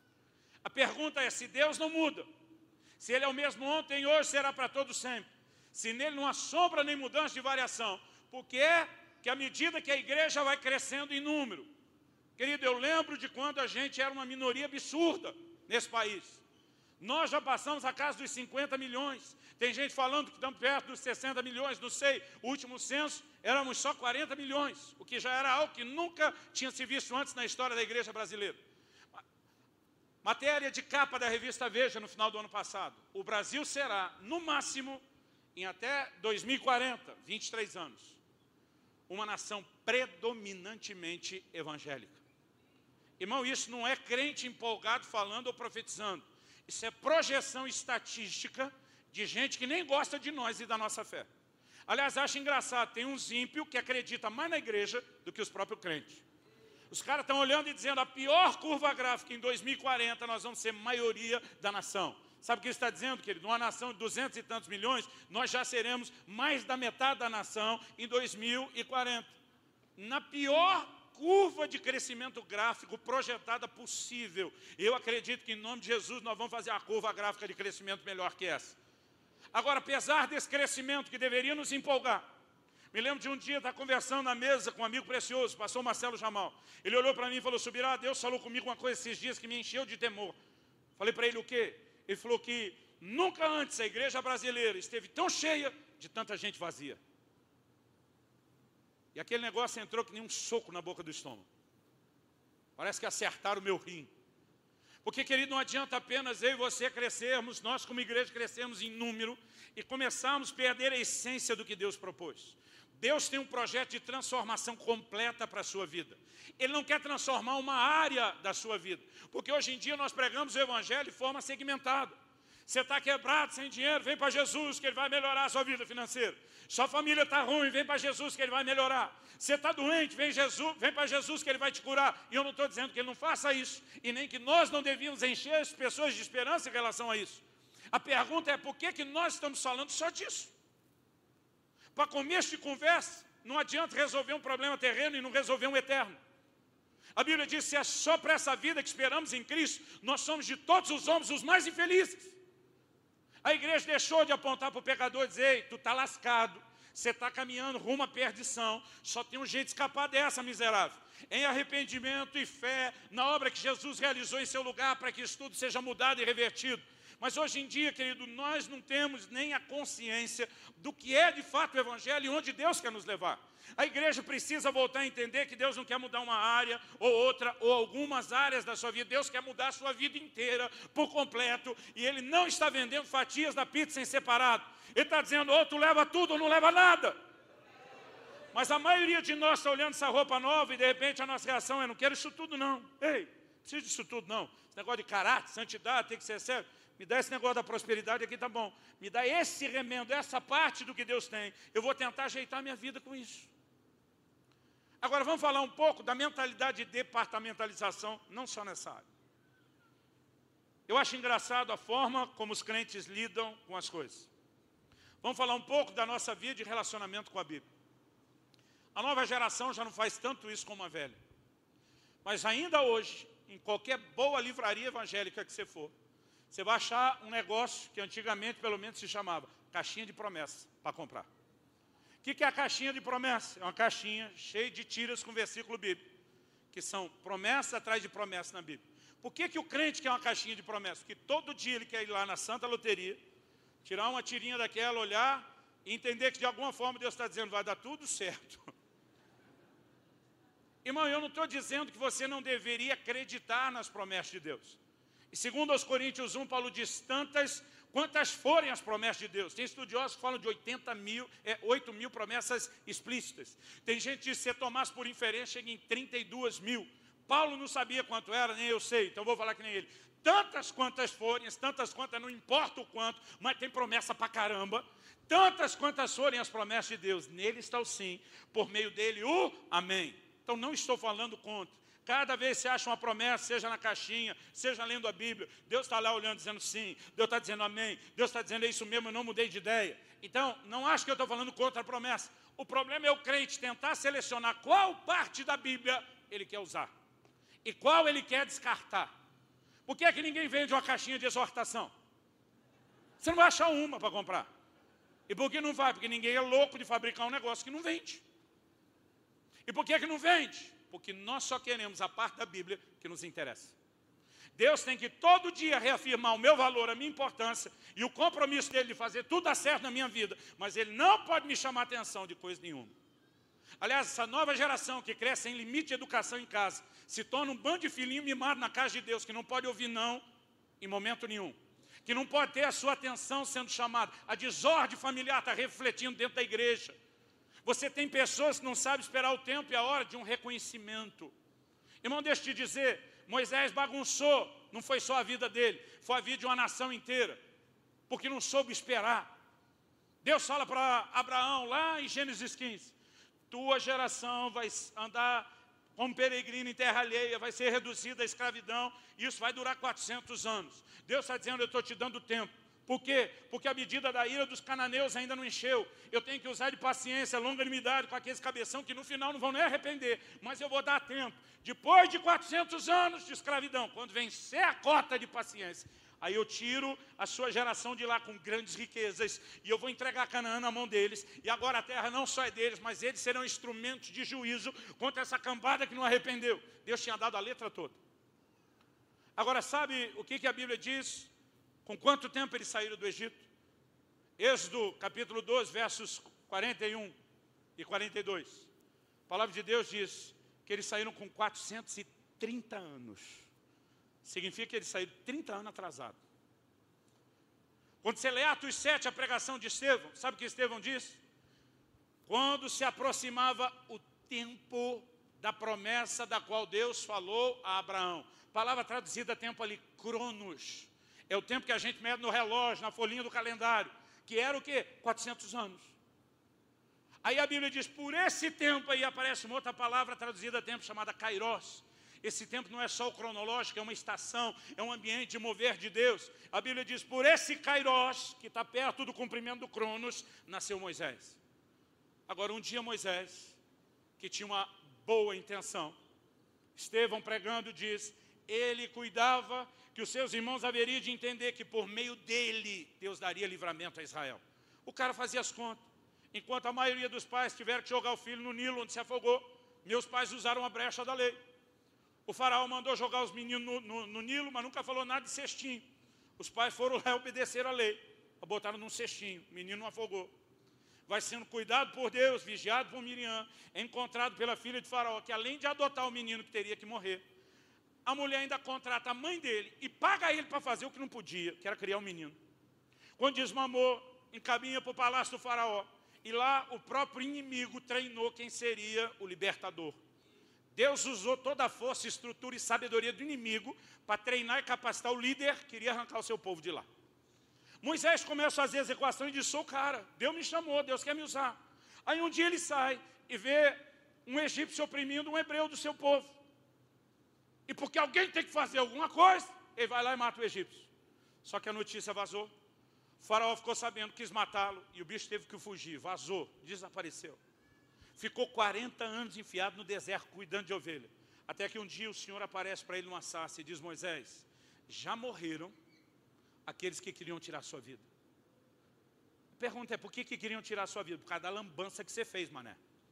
A pergunta é, se Deus não muda, se Ele é o mesmo ontem e hoje, será para todo sempre, se nele não há sombra nem mudança de variação, porque é que à medida que a igreja vai crescendo em número, querido, eu lembro de quando a gente era uma minoria absurda nesse país. Nós já passamos a casa dos 50 milhões, tem gente falando que estamos perto dos 60 milhões, não sei, o último censo éramos só 40 milhões, o que já era algo que nunca tinha se visto antes na história da igreja brasileira. Matéria de capa da revista Veja no final do ano passado. O Brasil será, no máximo, em até 2040, 23 anos, uma nação predominantemente evangélica. Irmão, isso não é crente empolgado falando ou profetizando. Isso é projeção estatística de gente que nem gosta de nós e da nossa fé. Aliás, acho engraçado, tem uns ímpios que acreditam mais na igreja do que os próprios crentes. Os caras estão olhando e dizendo, a pior curva gráfica em 2040, nós vamos ser maioria da nação. Sabe o que ele está dizendo, querido? Uma nação de 200 e tantos milhões, nós já seremos mais da metade da nação em 2040. Na pior curva de crescimento gráfico projetada possível, eu acredito que em nome de Jesus nós vamos fazer a curva gráfica de crescimento melhor que essa. Agora, apesar desse crescimento que deveria nos empolgar, me lembro de um dia estar conversando na mesa com um amigo precioso, pastor Marcelo Jamal. Ele olhou para mim e falou, Subirá, Deus falou comigo uma coisa esses dias que me encheu de temor. Falei para ele o quê? Ele falou que nunca antes a igreja brasileira esteve tão cheia de tanta gente vazia. E aquele negócio entrou que nem um soco na boca do estômago. Parece que acertaram o meu rim. Porque, querido, não adianta apenas eu e você crescermos, nós como igreja crescermos em número e começarmos a perder a essência do que Deus propôs. Deus tem um projeto de transformação completa para a sua vida. Ele não quer transformar uma área da sua vida. Porque hoje em dia nós pregamos o evangelho de forma segmentada. Você está quebrado, sem dinheiro, vem para Jesus que Ele vai melhorar a sua vida financeira. Sua família está ruim, vem para Jesus que Ele vai melhorar. Você está doente, vem para Jesus que Ele vai te curar. E eu não estou dizendo que Ele não faça isso. E nem que nós não devíamos encher as pessoas de esperança em relação a isso. A pergunta é por que nós estamos falando só disso? Para começo de conversa, não adianta resolver um problema terreno e não resolver um eterno. A Bíblia diz que se é só para essa vida que esperamos em Cristo, nós somos de todos os homens os mais infelizes. A igreja deixou de apontar para o pecador e dizer, ei, tu está lascado, você está caminhando rumo à perdição, só tem um jeito de escapar dessa, miserável. Em arrependimento e fé na obra que Jesus realizou em seu lugar para que isso tudo seja mudado e revertido. Mas hoje em dia, querido, nós não temos nem a consciência do que é de fato o evangelho e onde Deus quer nos levar. A igreja precisa voltar a entender que Deus não quer mudar uma área ou outra, ou algumas áreas da sua vida. Deus quer mudar a sua vida inteira, por completo, e Ele não está vendendo fatias da pizza em separado. Ele está dizendo, ou tu leva tudo ou não leva nada. Mas a maioria de nós está olhando essa roupa nova e de repente a nossa reação é: não quero isso tudo não. Ei, não preciso disso tudo não. Esse negócio de caráter, santidade, tem que ser sério. Me dá esse negócio da prosperidade aqui, tá bom. Me dá esse remendo, essa parte do que Deus tem. Eu vou tentar ajeitar minha vida com isso. Agora vamos falar um pouco da mentalidade de departamentalização, não só nessa área. Eu acho engraçado a forma como os crentes lidam com as coisas. Vamos falar um pouco da nossa vida de relacionamento com a Bíblia. A nova geração já não faz tanto isso como a velha. Mas ainda hoje, em qualquer boa livraria evangélica que você for, você vai achar um negócio que antigamente pelo menos se chamava caixinha de promessa para comprar. O que é a caixinha de promessa? É uma caixinha cheia de tiras com versículo bíblico, que são promessa atrás de promessa na Bíblia. Por que o crente quer uma caixinha de promessa? Porque todo dia ele quer ir lá na Santa Loteria, tirar uma tirinha daquela, olhar e entender que de alguma forma Deus está dizendo: vai dar tudo certo. Irmão, eu não estou dizendo que você não deveria acreditar nas promessas de Deus. E segundo aos Coríntios 1, Paulo diz: quantas forem as promessas de Deus. Tem estudiosos que falam de 8 mil promessas explícitas. Tem gente que diz que se tomasse por inferência, chega em 32 mil. Paulo não sabia quanto era, nem eu sei, então vou falar que nem ele. Tantas quantas forem, tantas quantas, não importa o quanto, mas tem promessa pra caramba. Tantas quantas forem as promessas de Deus, nele está o sim, por meio dele o amém. Então não estou falando contra. Cada vez que você acha uma promessa, seja na caixinha, seja lendo a Bíblia, Deus está lá olhando, dizendo sim, Deus está dizendo amém, Deus está dizendo é isso mesmo, eu não mudei de ideia. Então, não acho que eu estou falando contra a promessa. O problema é o crente tentar selecionar qual parte da Bíblia ele quer usar e qual ele quer descartar. Por que é que ninguém vende uma caixinha de exortação? Você não vai achar uma para comprar. E por que não vai? Porque ninguém é louco de fabricar um negócio que não vende. E por que não vende? Porque nós só queremos a parte da Bíblia que nos interessa. Deus tem que todo dia reafirmar o meu valor, a minha importância e o compromisso dele de fazer tudo dar certo na minha vida, mas ele não pode me chamar a atenção de coisa nenhuma. Aliás, essa nova geração que cresce sem limite de educação em casa, se torna um bando de filhinho mimado na casa de Deus, que não pode ouvir não em momento nenhum, que não pode ter a sua atenção sendo chamada. A desordem familiar está refletindo dentro da igreja. Você tem pessoas que não sabem esperar o tempo e a hora de um reconhecimento. Irmão, deixa eu te dizer, Moisés bagunçou, não foi só a vida dele, foi a vida de uma nação inteira, porque não soube esperar. Deus fala para Abraão lá em Gênesis 15, tua geração vai andar como peregrino em terra alheia, vai ser reduzida à escravidão, e isso vai durar 400 anos. Deus está dizendo, eu estou te dando tempo. Por quê? Porque a medida da ira dos cananeus ainda não encheu. Eu tenho que usar de paciência, longanimidade com aqueles cabeção que no final não vão nem arrepender. Mas eu vou dar tempo. Depois de 400 anos de escravidão, quando vencer a cota de paciência, aí eu tiro a sua geração de lá com grandes riquezas e eu vou entregar Canaã na mão deles. E agora a terra não só é deles, mas eles serão instrumentos de juízo contra essa cambada que não arrependeu. Deus tinha dado a letra toda. Agora sabe o que a Bíblia diz? Com quanto tempo eles saíram do Egito? Êxodo capítulo 12, versos 41 e 42. A palavra de Deus diz que eles saíram com 430 anos. Significa que eles saíram 30 anos atrasados. Quando você lê Atos 7, a pregação de Estevão, sabe o que Estevão diz? Quando se aproximava o tempo da promessa da qual Deus falou a Abraão. Palavra traduzida tempo ali, cronos. É o tempo que a gente mede no relógio, na folhinha do calendário, que era o quê? 400 anos. Aí a Bíblia diz, por esse tempo aí aparece uma outra palavra traduzida a tempo chamada kairos. Esse tempo não é só o cronológico, é uma estação, é um ambiente de mover de Deus. A Bíblia diz, por esse kairos, que está perto do cumprimento do cronos, nasceu Moisés. Agora, um dia Moisés, que tinha uma boa intenção, Estevão pregando diz, ele cuidava que os seus irmãos haveriam de entender que por meio dele, Deus daria livramento a Israel. O cara fazia as contas. Enquanto a maioria dos pais tiveram que jogar o filho no Nilo, onde se afogou, meus pais usaram a brecha da lei. O faraó mandou jogar os meninos no Nilo, mas nunca falou nada de cestinho. Os pais foram lá e obedeceram a lei. Botaram num cestinho, o menino não afogou. Vai sendo cuidado por Deus, vigiado por Miriam, encontrado pela filha de faraó, que além de adotar o menino que teria que morrer, a mulher ainda contrata a mãe dele e paga ele para fazer o que não podia, que era criar um menino. Quando desmamou, encaminha para o palácio do faraó. e lá o próprio inimigo treinou quem seria o libertador. Deus usou toda a força, estrutura e sabedoria do inimigo para treinar e capacitar o líder que queria arrancar o seu povo de lá. Moisés começa a fazer as equações e diz, sou o cara, Deus me chamou, Deus quer me usar. Aí um dia ele sai e vê um egípcio oprimindo um hebreu do seu povo. E porque alguém tem que fazer alguma coisa, ele vai lá e mata o egípcio. Só que a notícia vazou. O faraó ficou sabendo, quis matá-lo, e o bicho teve que fugir, vazou, desapareceu. Ficou 40 anos enfiado no deserto, cuidando de ovelha. Até que um dia o Senhor aparece para ele numa sarça e diz, Moisés, já morreram aqueles que queriam tirar a sua vida. A pergunta é, por que queriam tirar a sua vida? Por causa da lambança que você fez, mané.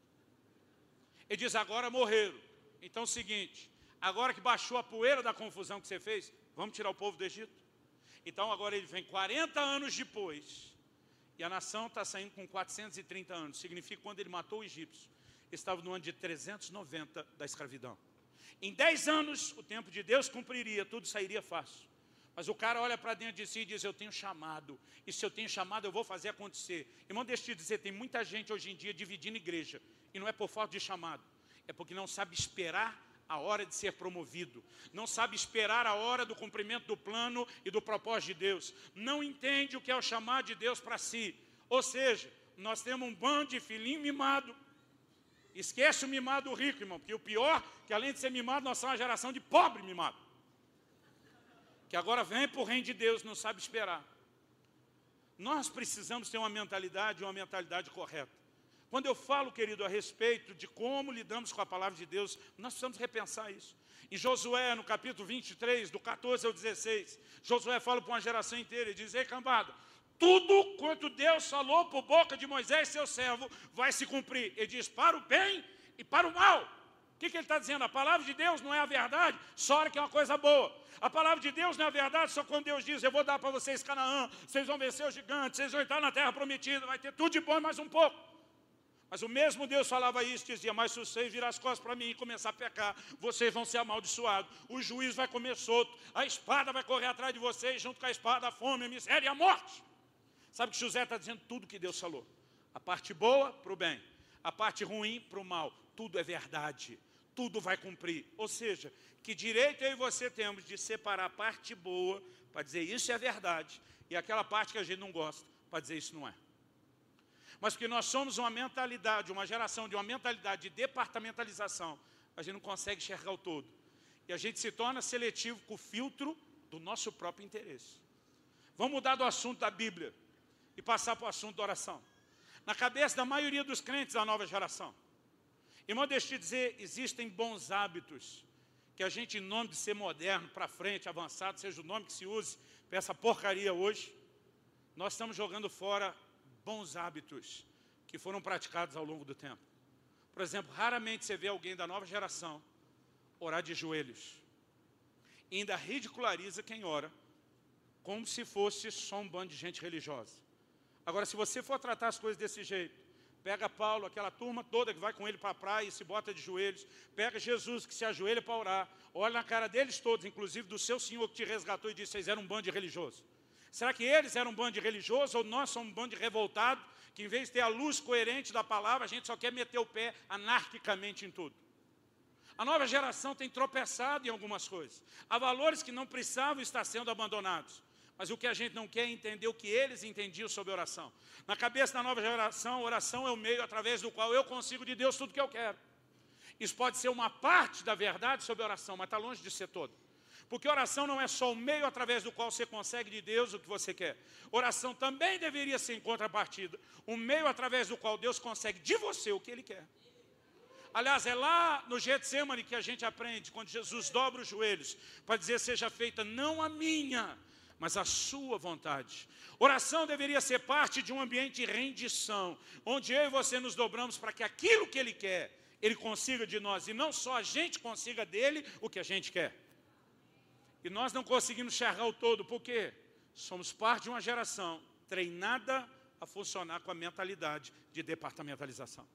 Ele diz, agora morreram. Então é o seguinte, agora que baixou a poeira da confusão que você fez, vamos tirar o povo do Egito? Então agora ele vem 40 anos depois, e a nação está saindo com 430 anos. Significa que quando ele matou o egípcio, estava no ano de 390 da escravidão. Em 10 anos, o tempo de Deus cumpriria, tudo sairia fácil. Mas o cara olha para dentro de si e diz, eu tenho chamado. E se eu tenho chamado, eu vou fazer acontecer. Irmão, deixa eu te dizer, tem muita gente hoje em dia dividindo igreja. E não é por falta de chamado. É porque não sabe esperar a hora de ser promovido. Não sabe esperar a hora do cumprimento do plano e do propósito de Deus. Não entende o que é o chamado de Deus para si. Ou seja, nós temos um bando de filhinho mimado. Esquece o mimado rico, irmão. Porque o pior, que além de ser mimado, nós somos uma geração de pobre mimado. Que agora vem para o reino de Deus, não sabe esperar. Nós precisamos ter uma mentalidade correta. Quando eu falo, querido, a respeito de como lidamos com a palavra de Deus, nós precisamos repensar isso. Em Josué, no capítulo 23, do 14 ao 16, Josué fala para uma geração inteira e diz, ei, cambada, tudo quanto Deus falou por boca de Moisés, seu servo, vai se cumprir. Ele diz, para o bem e para o mal. O que ele está dizendo? A palavra de Deus não é a verdade, só hora que é uma coisa boa. A palavra de Deus não é a verdade, só quando Deus diz, eu vou dar para vocês Canaã, vocês vão vencer os gigantes, vocês vão entrar na terra prometida, vai ter tudo de bom e mais um pouco. Mas o mesmo Deus falava isso, dizia, mas se vocês virar as costas para mim e começar a pecar, vocês vão ser amaldiçoados, o juiz vai comer solto, a espada vai correr atrás de vocês, junto com a espada, a fome, a miséria e a morte. Sabe que José está dizendo tudo que Deus falou. A parte boa para o bem, a parte ruim para o mal, tudo é verdade. Tudo vai cumprir. Ou seja, que direito eu e você temos de separar a parte boa para dizer isso é verdade e aquela parte que a gente não gosta para dizer isso não é. Mas porque nós somos uma mentalidade, uma geração de uma mentalidade de departamentalização, a gente não consegue enxergar o todo. E a gente se torna seletivo com o filtro do nosso próprio interesse. Vamos mudar do assunto da Bíblia e passar para o assunto da oração. Na cabeça da maioria dos crentes da nova geração, irmão, deixa eu te dizer, existem bons hábitos que a gente, em nome de ser moderno, para frente, avançado, seja o nome que se use para essa porcaria hoje, nós estamos jogando fora bons hábitos que foram praticados ao longo do tempo. Por exemplo, raramente você vê alguém da nova geração orar de joelhos. E ainda ridiculariza quem ora, como se fosse só um bando de gente religiosa. Agora, se você for tratar as coisas desse jeito, pega Paulo, aquela turma toda que vai com ele para a praia e se bota de joelhos. Pega Jesus que se ajoelha para orar. Olha na cara deles todos, inclusive do seu Senhor que te resgatou e disse, vocês eram um bando de religiosos. Será que eles eram um bando de religiosos ou nós somos um bando de revoltados que em vez de ter a luz coerente da palavra, a gente só quer meter o pé anarquicamente em tudo? A nova geração tem tropeçado em algumas coisas. Há valores que não precisavam estar sendo abandonados. Mas o que a gente não quer é entender o que eles entendiam sobre oração. Na cabeça da nova geração, oração é o meio através do qual eu consigo de Deus tudo o que eu quero. Isso pode ser uma parte da verdade sobre oração, mas está longe de ser toda. Porque oração não é só o meio através do qual você consegue de Deus o que você quer. Oração também deveria ser em contrapartida, um meio através do qual Deus consegue de você o que Ele quer. Aliás, é lá no Getsemane que a gente aprende, quando Jesus dobra os joelhos, para dizer, seja feita não a minha, mas a sua vontade. Oração deveria ser parte de um ambiente de rendição, onde eu e você nos dobramos para que aquilo que Ele quer, Ele consiga de nós, e não só a gente consiga dEle o que a gente quer. E nós não conseguimos enxergar o todo, por quê? Somos parte de uma geração treinada a funcionar com a mentalidade de departamentalização.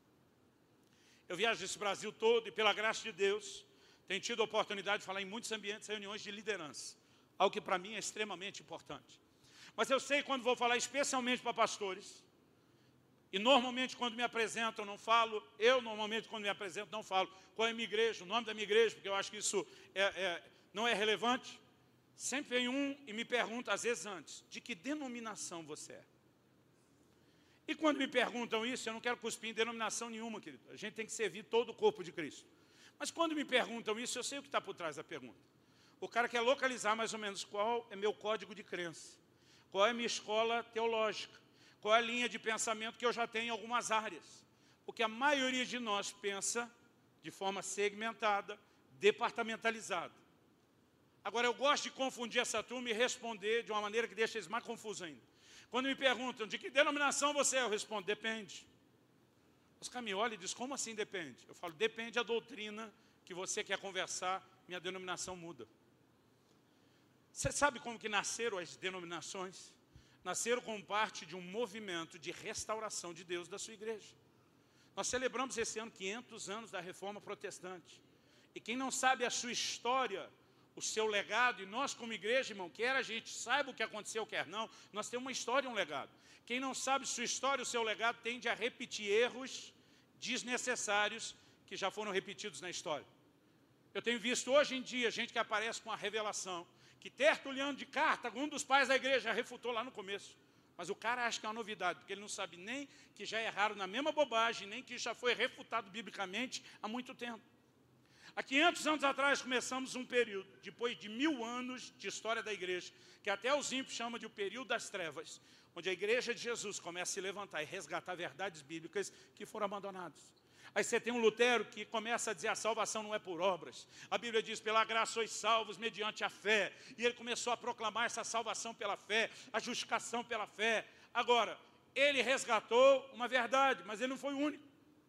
Eu viajo esse Brasil todo e, pela graça de Deus, tenho tido a oportunidade de falar em muitos ambientes, reuniões de liderança. Algo que para mim é extremamente importante. Mas eu sei, quando vou falar especialmente para pastores, E normalmente quando me apresentam não falo, eu normalmente quando me apresento não falo qual é a minha igreja, o nome da minha igreja, porque eu acho que isso não é relevante. Sempre vem um e me pergunta, às vezes antes, de que denominação você é? E quando me perguntam isso, eu não quero cuspir em denominação nenhuma, querido. A gente tem que servir todo o corpo de Cristo. Mas quando me perguntam isso, eu sei o que está por trás da pergunta. O cara quer localizar mais ou menos qual é meu código de crença, qual é a minha escola teológica, qual é a linha de pensamento que eu já tenho em algumas áreas. Porque a maioria de nós pensa de forma segmentada, departamentalizada. Agora, eu gosto de confundir essa turma e responder de uma maneira que deixa eles mais confusos ainda. Quando me perguntam de que denominação você é, eu respondo, depende. Os caras me olham e dizem, como assim depende? Eu falo, depende da doutrina que você quer conversar, minha denominação muda. Você sabe como que nasceram as denominações? Nasceram como parte de um movimento de restauração de Deus da sua igreja. Nós celebramos esse ano 500 anos da Reforma Protestante. E quem não sabe a sua história, o seu legado, e nós como igreja, irmão, quer a gente saiba o que aconteceu, quer não, nós temos uma história e um legado. Quem não sabe sua história, o seu legado, tende a repetir erros desnecessários que já foram repetidos na história. Eu tenho visto hoje em dia gente que aparece com a revelação, que Tertuliano de Cartago, um dos pais da igreja, refutou lá no começo. Mas o cara acha que é uma novidade, porque ele não sabe nem que já erraram na mesma bobagem, nem que já foi refutado biblicamente há muito tempo. Há 500 anos atrás começamos um período, depois de 1000 anos de história da igreja, que até os ímpios chamam de o período das trevas, onde a igreja de Jesus começa a se levantar e resgatar verdades bíblicas que foram abandonadas. Aí você tem um Lutero que começa a dizer a salvação não é por obras. A Bíblia diz, pela graça sois salvos mediante a fé. E ele começou a proclamar essa salvação pela fé, a justificação pela fé. Agora, ele resgatou uma verdade, mas ele não foi o único.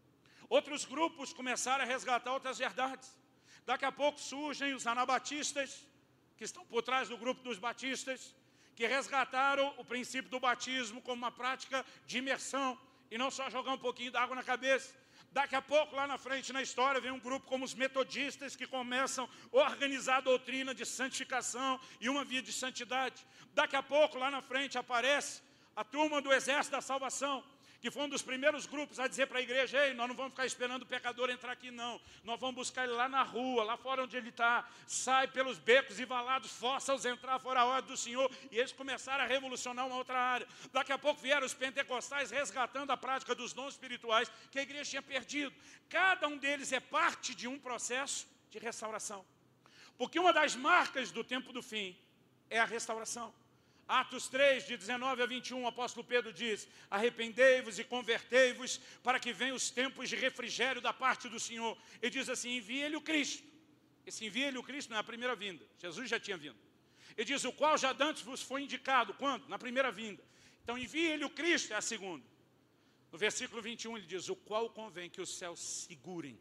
Outros grupos começaram a resgatar outras verdades. Daqui a pouco surgem os anabatistas, que estão por trás do grupo dos batistas, que resgataram o princípio do batismo como uma prática de imersão, e não só jogar um pouquinho d'água na cabeça. Daqui a pouco, lá na frente na história, vem um grupo como os metodistas que começam a organizar a doutrina de santificação e uma vida de santidade. Daqui a pouco, lá na frente, aparece a turma do Exército da Salvação, que foi um dos primeiros grupos a dizer para a igreja, ei, nós não vamos ficar esperando o pecador entrar aqui não, nós vamos buscar ele lá na rua, lá fora onde ele está, sai pelos becos e valados, força-os entrar fora a ordem do Senhor, e eles começaram a revolucionar uma outra área. Daqui a pouco vieram os pentecostais resgatando a prática dos dons espirituais que a igreja tinha perdido. Cada um deles é parte de um processo de restauração, porque uma das marcas do tempo do fim é a restauração. Atos 3, de 19 a 21, o apóstolo Pedro diz, arrependei-vos e convertei-vos para que venham os tempos de refrigério da parte do Senhor. Ele diz assim, envie-lhe o Cristo. Esse envie-lhe o Cristo não é a primeira vinda, Jesus já tinha vindo. Ele diz, o qual já dantes vos foi indicado, quando? Na primeira vinda. Então envie-lhe o Cristo, é a segunda. No versículo 21 ele diz, o qual convém que os céus segurem,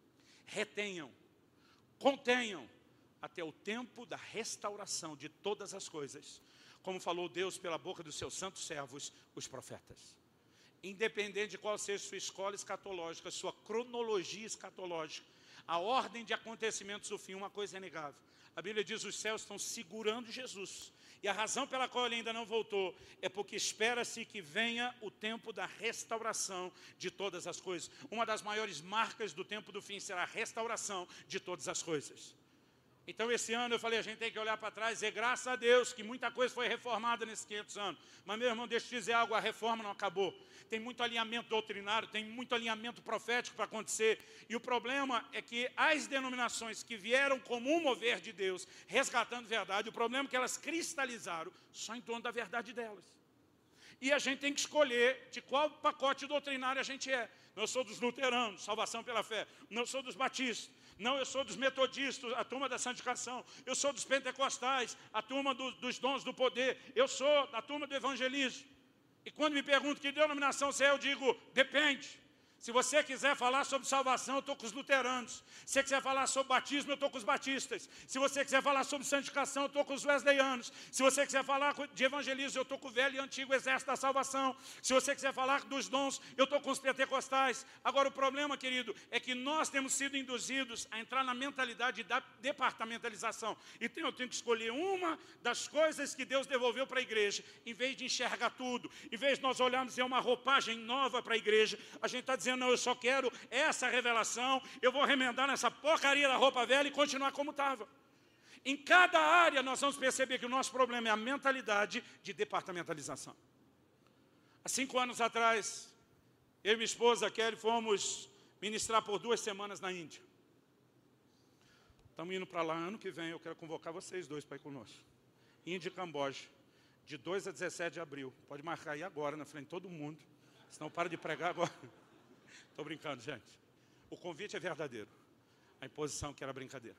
retenham, contenham, até o tempo da restauração de todas as coisas, como falou Deus pela boca dos seus santos servos, os profetas. Independente de qual seja sua escola escatológica, sua cronologia escatológica, a ordem de acontecimentos do fim, uma coisa é inegável. A Bíblia diz que os céus estão segurando Jesus. E a razão pela qual ele ainda não voltou é porque espera-se que venha o tempo da restauração de todas as coisas. Uma das maiores marcas do tempo do fim será a restauração de todas as coisas. Então esse ano eu falei, a gente tem que olhar para trás e dizer, graças a Deus que muita coisa foi reformada nesses 500 anos. Mas meu irmão, deixa eu te dizer algo, a reforma não acabou. Tem muito alinhamento doutrinário, tem muito alinhamento profético para acontecer. E o problema é que as denominações que vieram como um mover de Deus, resgatando verdade, o problema é que elas cristalizaram só em torno da verdade delas. E a gente tem que escolher de qual pacote doutrinário a gente é. Não, eu sou dos luteranos, salvação pela fé. Não, eu sou dos batistas. Não, eu sou dos metodistas, a turma da santificação. Eu sou dos pentecostais, a turma dos dons do poder. Eu sou da turma do evangelismo. E quando me perguntam que denominação você é, eu digo, depende. Se você quiser falar sobre salvação, eu estou com os luteranos. Se você quiser falar sobre batismo, eu estou com os batistas. Se você quiser falar sobre santificação, eu estou com os wesleyanos. Se você quiser falar de evangelismo, eu estou com o velho e antigo exército da salvação. Se você quiser falar dos dons, eu estou com os pentecostais. Agora, o problema, querido, é que nós temos sido induzidos a entrar na mentalidade da departamentalização. Então, eu tenho que escolher uma das coisas que Deus devolveu para a igreja, em vez de enxergar tudo. Em vez de nós olharmos e uma roupagem nova para a igreja, a gente está dizendo, não, eu só quero essa revelação, eu vou remendar nessa porcaria da roupa velha e continuar como estava. Em cada área nós vamos perceber que o nosso problema é a mentalidade de departamentalização. Há 5 anos atrás, eu e minha esposa Kelly fomos ministrar por 2 semanas na Índia. Estamos indo para lá ano que vem, eu quero convocar vocês 2 para ir conosco. Índia e Camboja, de 2 a 17 de abril. Pode marcar aí agora, na frente de todo mundo, senão para de pregar agora. Estou brincando, gente. O convite é verdadeiro. A imposição que era brincadeira.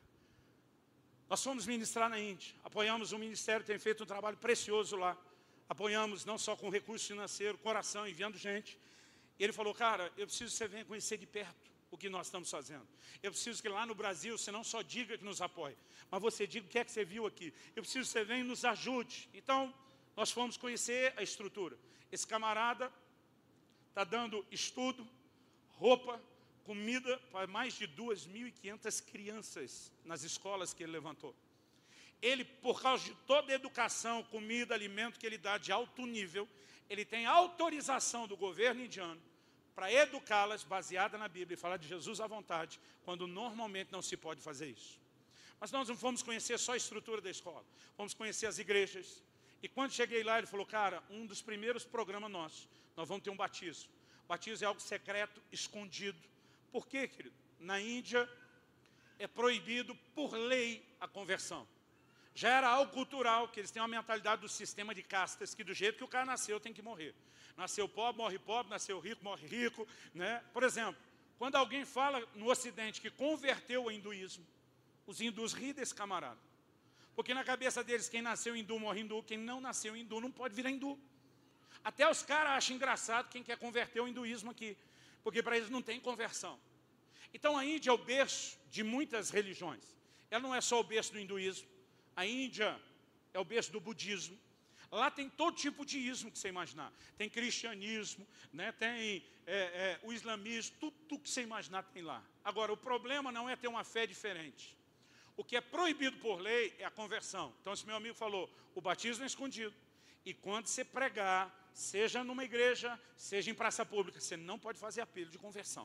Nós fomos ministrar na Índia. Apoiamos o ministério, tem feito um trabalho precioso lá. Apoiamos não só com recurso financeiro, coração, enviando gente. E ele falou, cara, eu preciso que você venha conhecer de perto o que nós estamos fazendo. Eu preciso que lá no Brasil você não só diga que nos apoie, mas você diga o que é que você viu aqui. Eu preciso que você venha e nos ajude. Então, nós fomos conhecer a estrutura. Esse camarada está dando estudo, roupa, comida para mais de 2.500 crianças nas escolas que ele levantou. Ele, por causa de toda a educação, comida, alimento que ele dá de alto nível, ele tem autorização do governo indiano para educá-las baseada na Bíblia e falar de Jesus à vontade, quando normalmente não se pode fazer isso. Mas nós não fomos conhecer só a estrutura da escola, fomos conhecer as igrejas. E quando cheguei lá, ele falou, cara, um dos primeiros programas nossos, nós vamos ter um batismo. Batismo é algo secreto, escondido. Por quê, querido? Na Índia é proibido por lei a conversão. Já era algo cultural, que eles têm uma mentalidade do sistema de castas, que do jeito que o cara nasceu tem que morrer. Nasceu pobre, morre pobre, nasceu rico, morre rico. Né? Por exemplo, quando alguém fala no Ocidente que converteu ao hinduísmo, os hindus riem desse camarada. Porque na cabeça deles, quem nasceu hindu morre hindu, quem não nasceu hindu não pode virar hindu. Até os caras acham engraçado quem quer converter o hinduísmo aqui, porque para eles não tem conversão. Então a Índia é o berço de muitas religiões. Ela não é só o berço do hinduísmo, a Índia é o berço do budismo. Lá tem todo tipo de ismo que você imaginar. Tem cristianismo, né? Tem o islamismo, tudo que você imaginar tem lá. Agora, o problema não é ter uma fé diferente. O que é proibido por lei é a conversão. Então, esse meu amigo falou, o batismo é escondido. E quando você pregar, seja numa igreja, seja em praça pública, você não pode fazer apelo de conversão.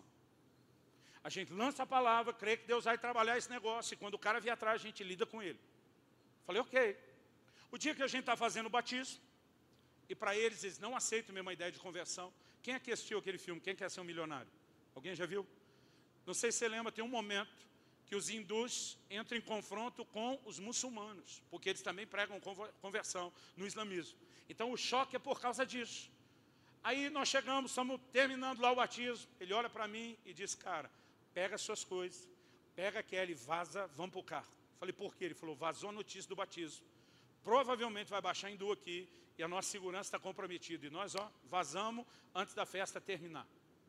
A gente lança a palavra, crê que Deus vai trabalhar esse negócio, e quando o cara vier atrás, a gente lida com ele. Falei, ok. O dia que a gente está fazendo o batismo, e para eles não aceitam a mesma ideia de conversão. Quem é que assistiu aquele filme? Quem quer ser um milionário? Alguém já viu? Não sei se você lembra, tem um momento que os hindus entram em confronto com os muçulmanos, porque eles também pregam conversão no islamismo. Então o choque é por causa disso. Aí nós chegamos, estamos terminando lá o batismo, ele olha para mim e diz, cara, pega as suas coisas, pega a Kelly, vaza, vamos para o carro. Falei, por quê? Ele falou, vazou a notícia do batismo. Provavelmente vai baixar hindu aqui e a nossa segurança está comprometida. E nós, vazamos antes da festa terminar.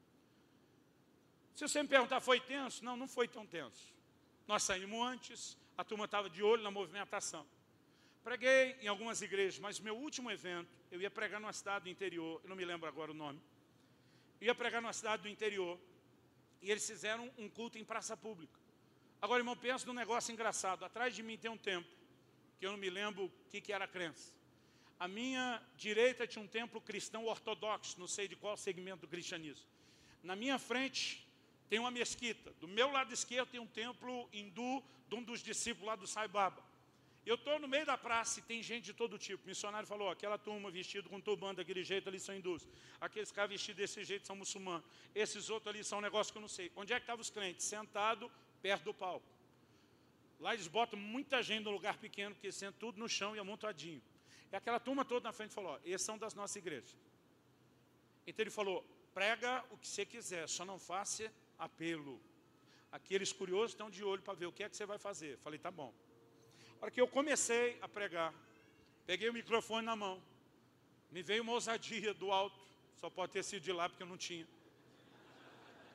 Se você me perguntar, foi tenso? Não, não foi tão tenso. Nós saímos antes, a turma estava de olho na movimentação. Preguei em algumas igrejas, mas meu último evento, eu ia pregar numa cidade do interior, eu não me lembro agora o nome. Eu ia pregar numa cidade do interior e eles fizeram um culto em praça pública. Agora, irmão, pensa num negócio engraçado. Atrás de mim tem um templo, que eu não me lembro o que era a crença. A minha direita tinha um templo cristão ortodoxo, não sei de qual segmento do cristianismo. Na minha frente tem uma mesquita. Do meu lado esquerdo tem um templo hindu de um dos discípulos lá do Sai Baba. Eu estou no meio da praça e tem gente de todo tipo. O missionário falou, aquela turma vestida com turbante daquele jeito ali são hindus. Aqueles caras vestidos desse jeito são muçulmanos. Esses outros ali são um negócio que eu não sei. Onde é que estavam os crentes? Sentados perto do palco. Lá eles botam muita gente no lugar pequeno, porque sentam tudo no chão e amontoadinho. E aquela turma toda na frente falou, esses são das nossas igrejas. Então ele falou, prega o que você quiser, só não faça apelo. Aqueles curiosos estão de olho para ver o que é que você vai fazer. Falei, tá bom. A hora que eu comecei a pregar, peguei o microfone na mão, me veio uma ousadia do alto, só pode ter sido de lá porque eu não tinha.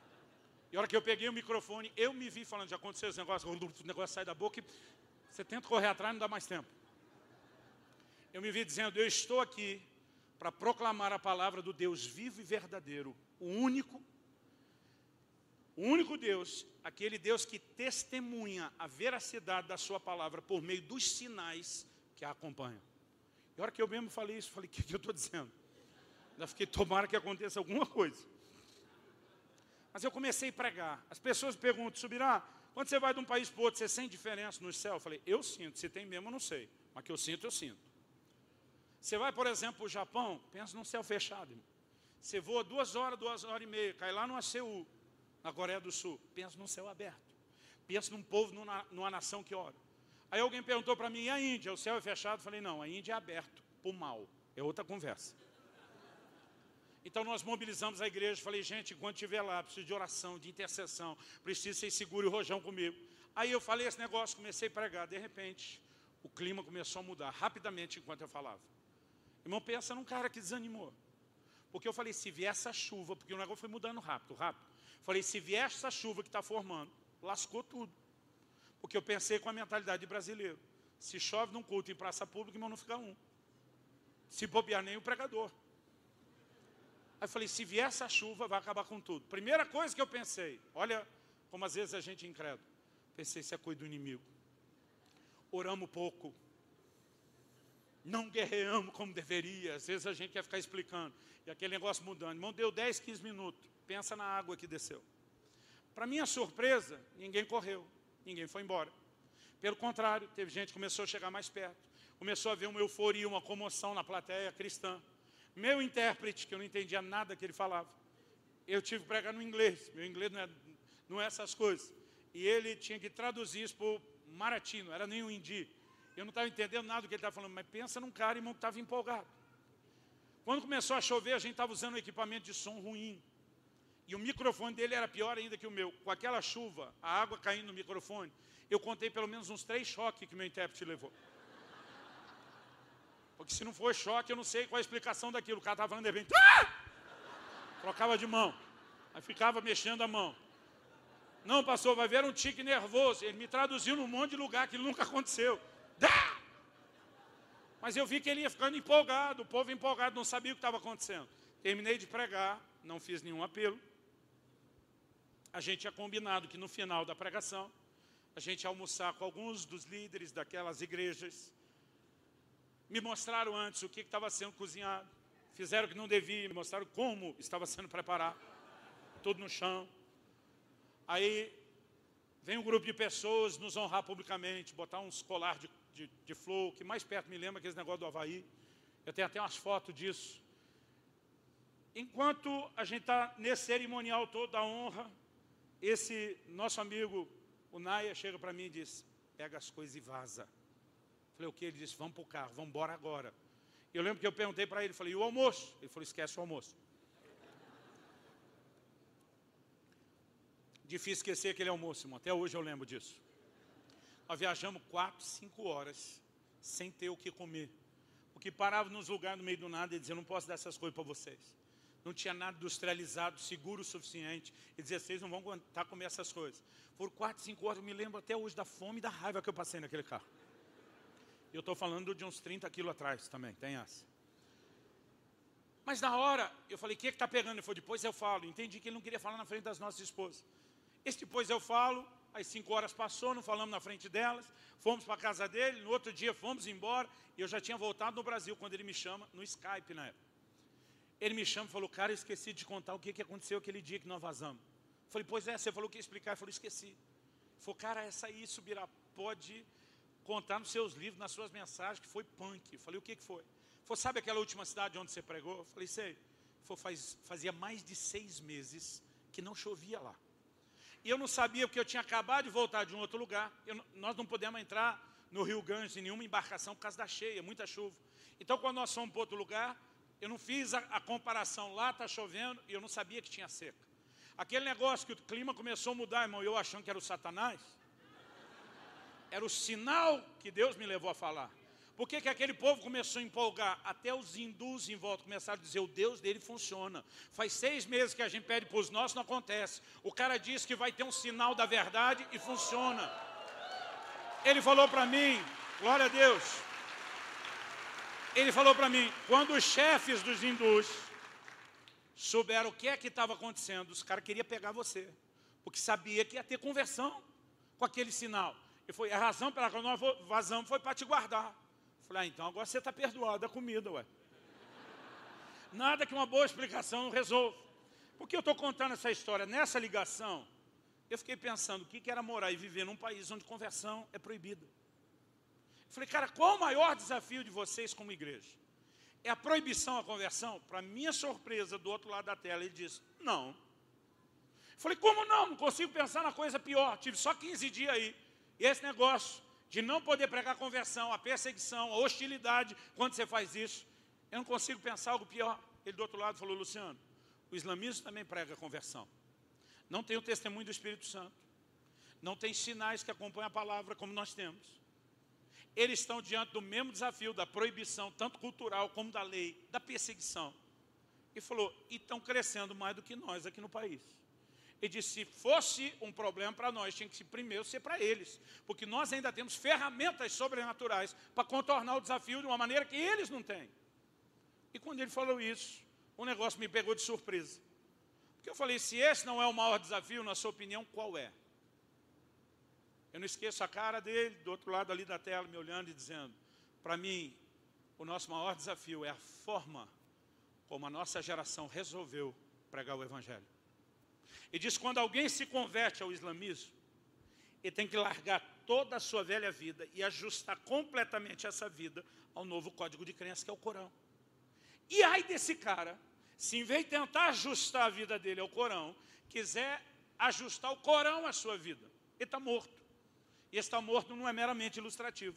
E a hora que eu peguei o microfone, eu me vi falando, já aconteceu esse negócio, o negócio sai da boca e você tenta correr atrás, não dá mais tempo. Eu me vi dizendo, eu estou aqui para proclamar a palavra do Deus vivo e verdadeiro, o único Deus, aquele Deus que testemunha a veracidade da sua palavra por meio dos sinais que a acompanham. E a hora que eu mesmo falei isso, falei, o que eu estou dizendo? Ainda fiquei, tomara que aconteça alguma coisa. Mas eu comecei a pregar. As pessoas perguntam, Subirá, quando você vai de um país para o outro, você sente diferença no céu? Eu falei, eu sinto, se tem mesmo eu não sei, mas que eu sinto, eu sinto. Você vai, por exemplo, para o Japão, pensa num céu fechado, irmão. Você voa 2 horas, 2 horas e meia, cai lá no Seul, na Coreia do Sul, pensa num céu aberto. Pensa num povo, numa nação que ora. Aí alguém perguntou para mim, e a Índia, o céu é fechado? Eu falei, não, a Índia é aberto, para o mal, é outra conversa. Então nós mobilizamos a igreja, falei, gente, enquanto estiver lá, preciso de oração, de intercessão, preciso que vocês segurem o rojão comigo. Aí eu falei esse negócio, comecei a pregar, de repente, o clima começou a mudar rapidamente enquanto eu falava. Irmão, pensa num cara que desanimou. Porque eu falei, se vier essa chuva, porque o negócio foi mudando rápido. Falei, se vier essa chuva que está formando, lascou tudo. Porque eu pensei com a mentalidade de brasileiro. Se chove num culto em praça pública, irmão, não fica um. Se bobear nem o pregador. Aí eu falei, se vier essa chuva, vai acabar com tudo. Primeira coisa que eu pensei, olha como às vezes a gente é incrédulo. Pensei, isso é coisa do inimigo. Oramos pouco. Não guerreamos como deveria. Às vezes a gente quer ficar explicando. E aquele negócio mudando. Irmão, deu 10, 15 minutos. Pensa na água que desceu. Para minha surpresa, ninguém correu. Ninguém foi embora. Pelo contrário, teve gente que começou a chegar mais perto. Começou a haver uma euforia, uma comoção na plateia cristã. Meu intérprete, que eu não entendia nada que ele falava. Eu tive que pregar no inglês. Meu inglês não é essas coisas. E ele tinha que traduzir isso para o Marathi, não era nem o hindi. Eu não estava entendendo nada do que ele estava falando, mas pensa num cara, irmão, que estava empolgado. Quando começou a chover, a gente estava usando um equipamento de som ruim. E o microfone dele era pior ainda que o meu. Com aquela chuva, a água caindo no microfone, eu contei pelo menos uns 3 choques que meu intérprete levou. Porque se não for choque, eu não sei qual a explicação daquilo. O cara estava falando de repente, trocava de mão. Aí ficava mexendo a mão. Não, pastor, vai ver um tique nervoso. Ele me traduziu num monte de lugar que nunca aconteceu. Mas eu vi que ele ia ficando empolgado, o povo empolgado, não sabia o que estava acontecendo. Terminei de pregar, não fiz nenhum apelo. A gente tinha combinado que no final da pregação, a gente ia almoçar com alguns dos líderes daquelas igrejas. Me mostraram antes o que estava sendo cozinhado. Fizeram o que não devia, me mostraram como estava sendo preparado. Tudo no chão. Aí vem um grupo de pessoas nos honrar publicamente, botar uns colar de flor, o que mais perto me lembra aquele negócio do Havaí. Eu tenho até umas fotos disso. Enquanto a gente está nesse cerimonial todo da honra, esse nosso amigo, o Naya, chega para mim e diz, pega as coisas e vaza. Falei, o que? Ele disse, vamos para o carro, vamos embora agora. Eu lembro que eu perguntei para ele, falei, e o almoço? Ele falou, esquece o almoço. Difícil esquecer aquele almoço, irmão. Até hoje eu lembro disso. Nós viajamos 4, 5 horas sem ter o que comer. Porque parava nos lugares no meio do nada e dizia, não posso dar essas coisas para vocês. Não tinha nada industrializado, seguro o suficiente. E dizia, vocês não vão aguentar comer essas coisas. Foram 4, 5 horas, eu me lembro até hoje da fome e da raiva que eu passei naquele carro. E eu estou falando de uns 30 quilos atrás também, tem essa. Mas na hora, eu falei, o que está pegando? Ele falou, depois eu falo. Entendi que ele não queria falar na frente das nossas esposas. Esse depois eu falo, as 5 horas passou, não falamos na frente delas, fomos para a casa dele, no outro dia fomos embora, e eu já tinha voltado no Brasil, quando ele me chama, no Skype na época. Ele me chama e falou, cara, eu esqueci de contar o que aconteceu aquele dia que nós vazamos. Eu falei, pois é, você falou que ia explicar. Ele falou, esqueci. Ele falou, cara, essa aí, Subirá, pode contar nos seus livros, nas suas mensagens, que foi punk. Eu falei, o que foi? Ele falou, sabe aquela última cidade onde você pregou? Eu falei, sei. Ele falou, fazia mais de 6 meses que não chovia lá. E eu não sabia, porque eu tinha acabado de voltar de um outro lugar. Nós não podemos entrar no Rio Ganges em nenhuma embarcação por causa da cheia, muita chuva. Então, quando nós fomos para outro lugar, eu não fiz a comparação. Lá está chovendo e eu não sabia que tinha seca. Aquele negócio que o clima começou a mudar, irmão, eu achando que era o Satanás. Era o sinal que Deus me levou a falar. Por que aquele povo começou a empolgar? Até os hindus em volta começaram a dizer, o Deus dele funciona. Faz 6 meses que a gente pede para os nossos, não acontece. O cara disse que vai ter um sinal da verdade e funciona. Ele falou para mim, glória a Deus. Ele falou para mim, quando os chefes dos hindus souberam o que é que estava acontecendo, os caras queriam pegar você. Porque sabia que ia ter conversão com aquele sinal. E foi a razão pela qual nós vazamos foi para te guardar. Falei, então agora você está perdoado da comida, ué. Nada que uma boa explicação não resolva. Por que eu estou contando essa história? Nessa ligação, eu fiquei pensando o que era morar e viver num país onde conversão é proibida. Falei, cara, qual o maior desafio de vocês como igreja? É a proibição à conversão? Para minha surpresa, do outro lado da tela, ele disse, não. Falei, como não? Não consigo pensar na coisa pior. Tive só 15 dias aí. E esse negócio de não poder pregar a conversão, a perseguição, a hostilidade, quando você faz isso, eu não consigo pensar algo pior. Ele do outro lado falou, Luciano, o islamismo também prega a conversão. Não tem o testemunho do Espírito Santo. Não tem sinais que acompanham a palavra como nós temos. Eles estão diante do mesmo desafio da proibição, tanto cultural como da lei, da perseguição. E falou, e estão crescendo mais do que nós aqui no país. Ele disse, se fosse um problema para nós, tinha que primeiro ser para eles. Porque nós ainda temos ferramentas sobrenaturais para contornar o desafio de uma maneira que eles não têm. E quando ele falou isso, o negócio me pegou de surpresa. Porque eu falei, se esse não é o maior desafio, na sua opinião, qual é? Eu não esqueço a cara dele, do outro lado ali da tela, me olhando e dizendo, para mim, o nosso maior desafio é a forma como a nossa geração resolveu pregar o Evangelho. E diz, quando alguém se converte ao islamismo, ele tem que largar toda a sua velha vida e ajustar completamente essa vida ao novo código de crença, que é o Corão. E ai desse cara, se em vez de tentar ajustar a vida dele ao Corão, quiser ajustar o Corão à sua vida, ele está morto. E esse está morto não é meramente ilustrativo.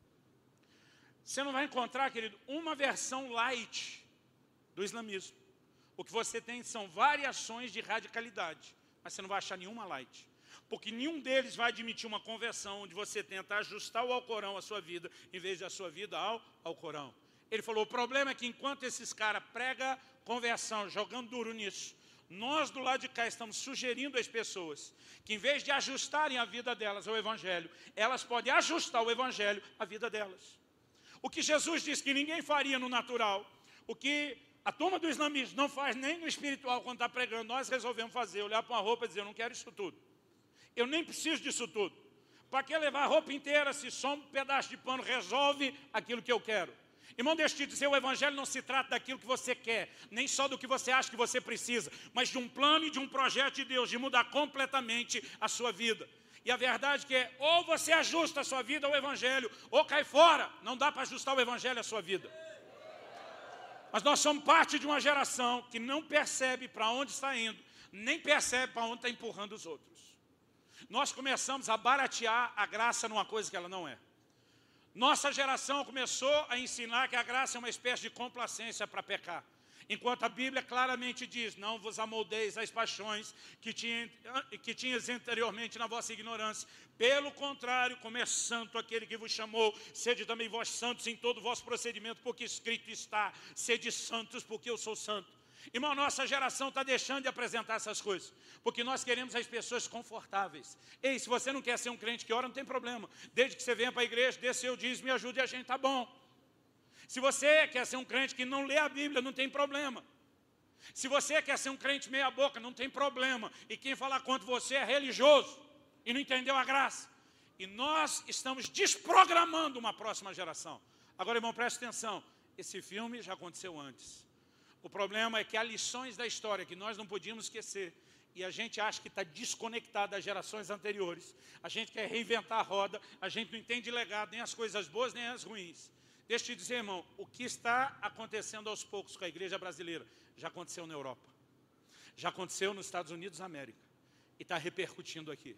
Você não vai encontrar, querido, uma versão light do islamismo. O que você tem são variações de radicalidade, mas você não vai achar nenhuma light. Porque nenhum deles vai admitir uma conversão onde você tenta ajustar o Alcorão à sua vida, em vez de a sua vida ao Alcorão. Ele falou, o problema é que enquanto esses caras pregam conversão, jogando duro nisso, nós do lado de cá estamos sugerindo às pessoas que em vez de ajustarem a vida delas ao Evangelho, elas podem ajustar o Evangelho à vida delas. O que Jesus disse que ninguém faria no natural, o que a turma do islamismo não faz nem no espiritual quando está pregando, nós resolvemos fazer, olhar para uma roupa e dizer, eu não quero isso tudo. Eu nem preciso disso tudo. Para que levar a roupa inteira se só um pedaço de pano resolve aquilo que eu quero? Irmão, deixa eu te dizer, o Evangelho não se trata daquilo que você quer, nem só do que você acha que você precisa, mas de um plano e de um projeto de Deus, de mudar completamente a sua vida. E a verdade que é, ou você ajusta a sua vida ao Evangelho, ou cai fora. Não dá para ajustar o Evangelho à sua vida. Mas nós somos parte de uma geração que não percebe para onde está indo, nem percebe para onde está empurrando os outros. Nós começamos a baratear a graça numa coisa que ela não é. Nossa geração começou a ensinar que a graça é uma espécie de complacência para pecar. Enquanto a Bíblia claramente diz, não vos amoldeis às paixões que tinhas anteriormente na vossa ignorância. Pelo contrário, como é santo aquele que vos chamou, sede também vós santos em todo o vosso procedimento, porque escrito está, sede santos porque eu sou santo. Irmão, nossa geração está deixando de apresentar essas coisas, porque nós queremos as pessoas confortáveis. Ei, se você não quer ser um crente que ora, não tem problema. Desde que você venha para a igreja, dê seu dízimo e ajude a gente, tá bom. Se você quer ser um crente que não lê a Bíblia, não tem problema. Se você quer ser um crente meia boca, não tem problema. E quem falar contra você é religioso e não entendeu a graça. E nós estamos desprogramando uma próxima geração. Agora, irmão, preste atenção. Esse filme já aconteceu antes. O problema é que há lições da história que nós não podíamos esquecer. E a gente acha que está desconectado das gerações anteriores. A gente quer reinventar a roda. A gente não entende legado, nem as coisas boas, nem as ruins. Deixa eu te dizer, irmão, o que está acontecendo aos poucos com a igreja brasileira, já aconteceu na Europa. Já aconteceu nos Estados Unidos da América. E está repercutindo aqui.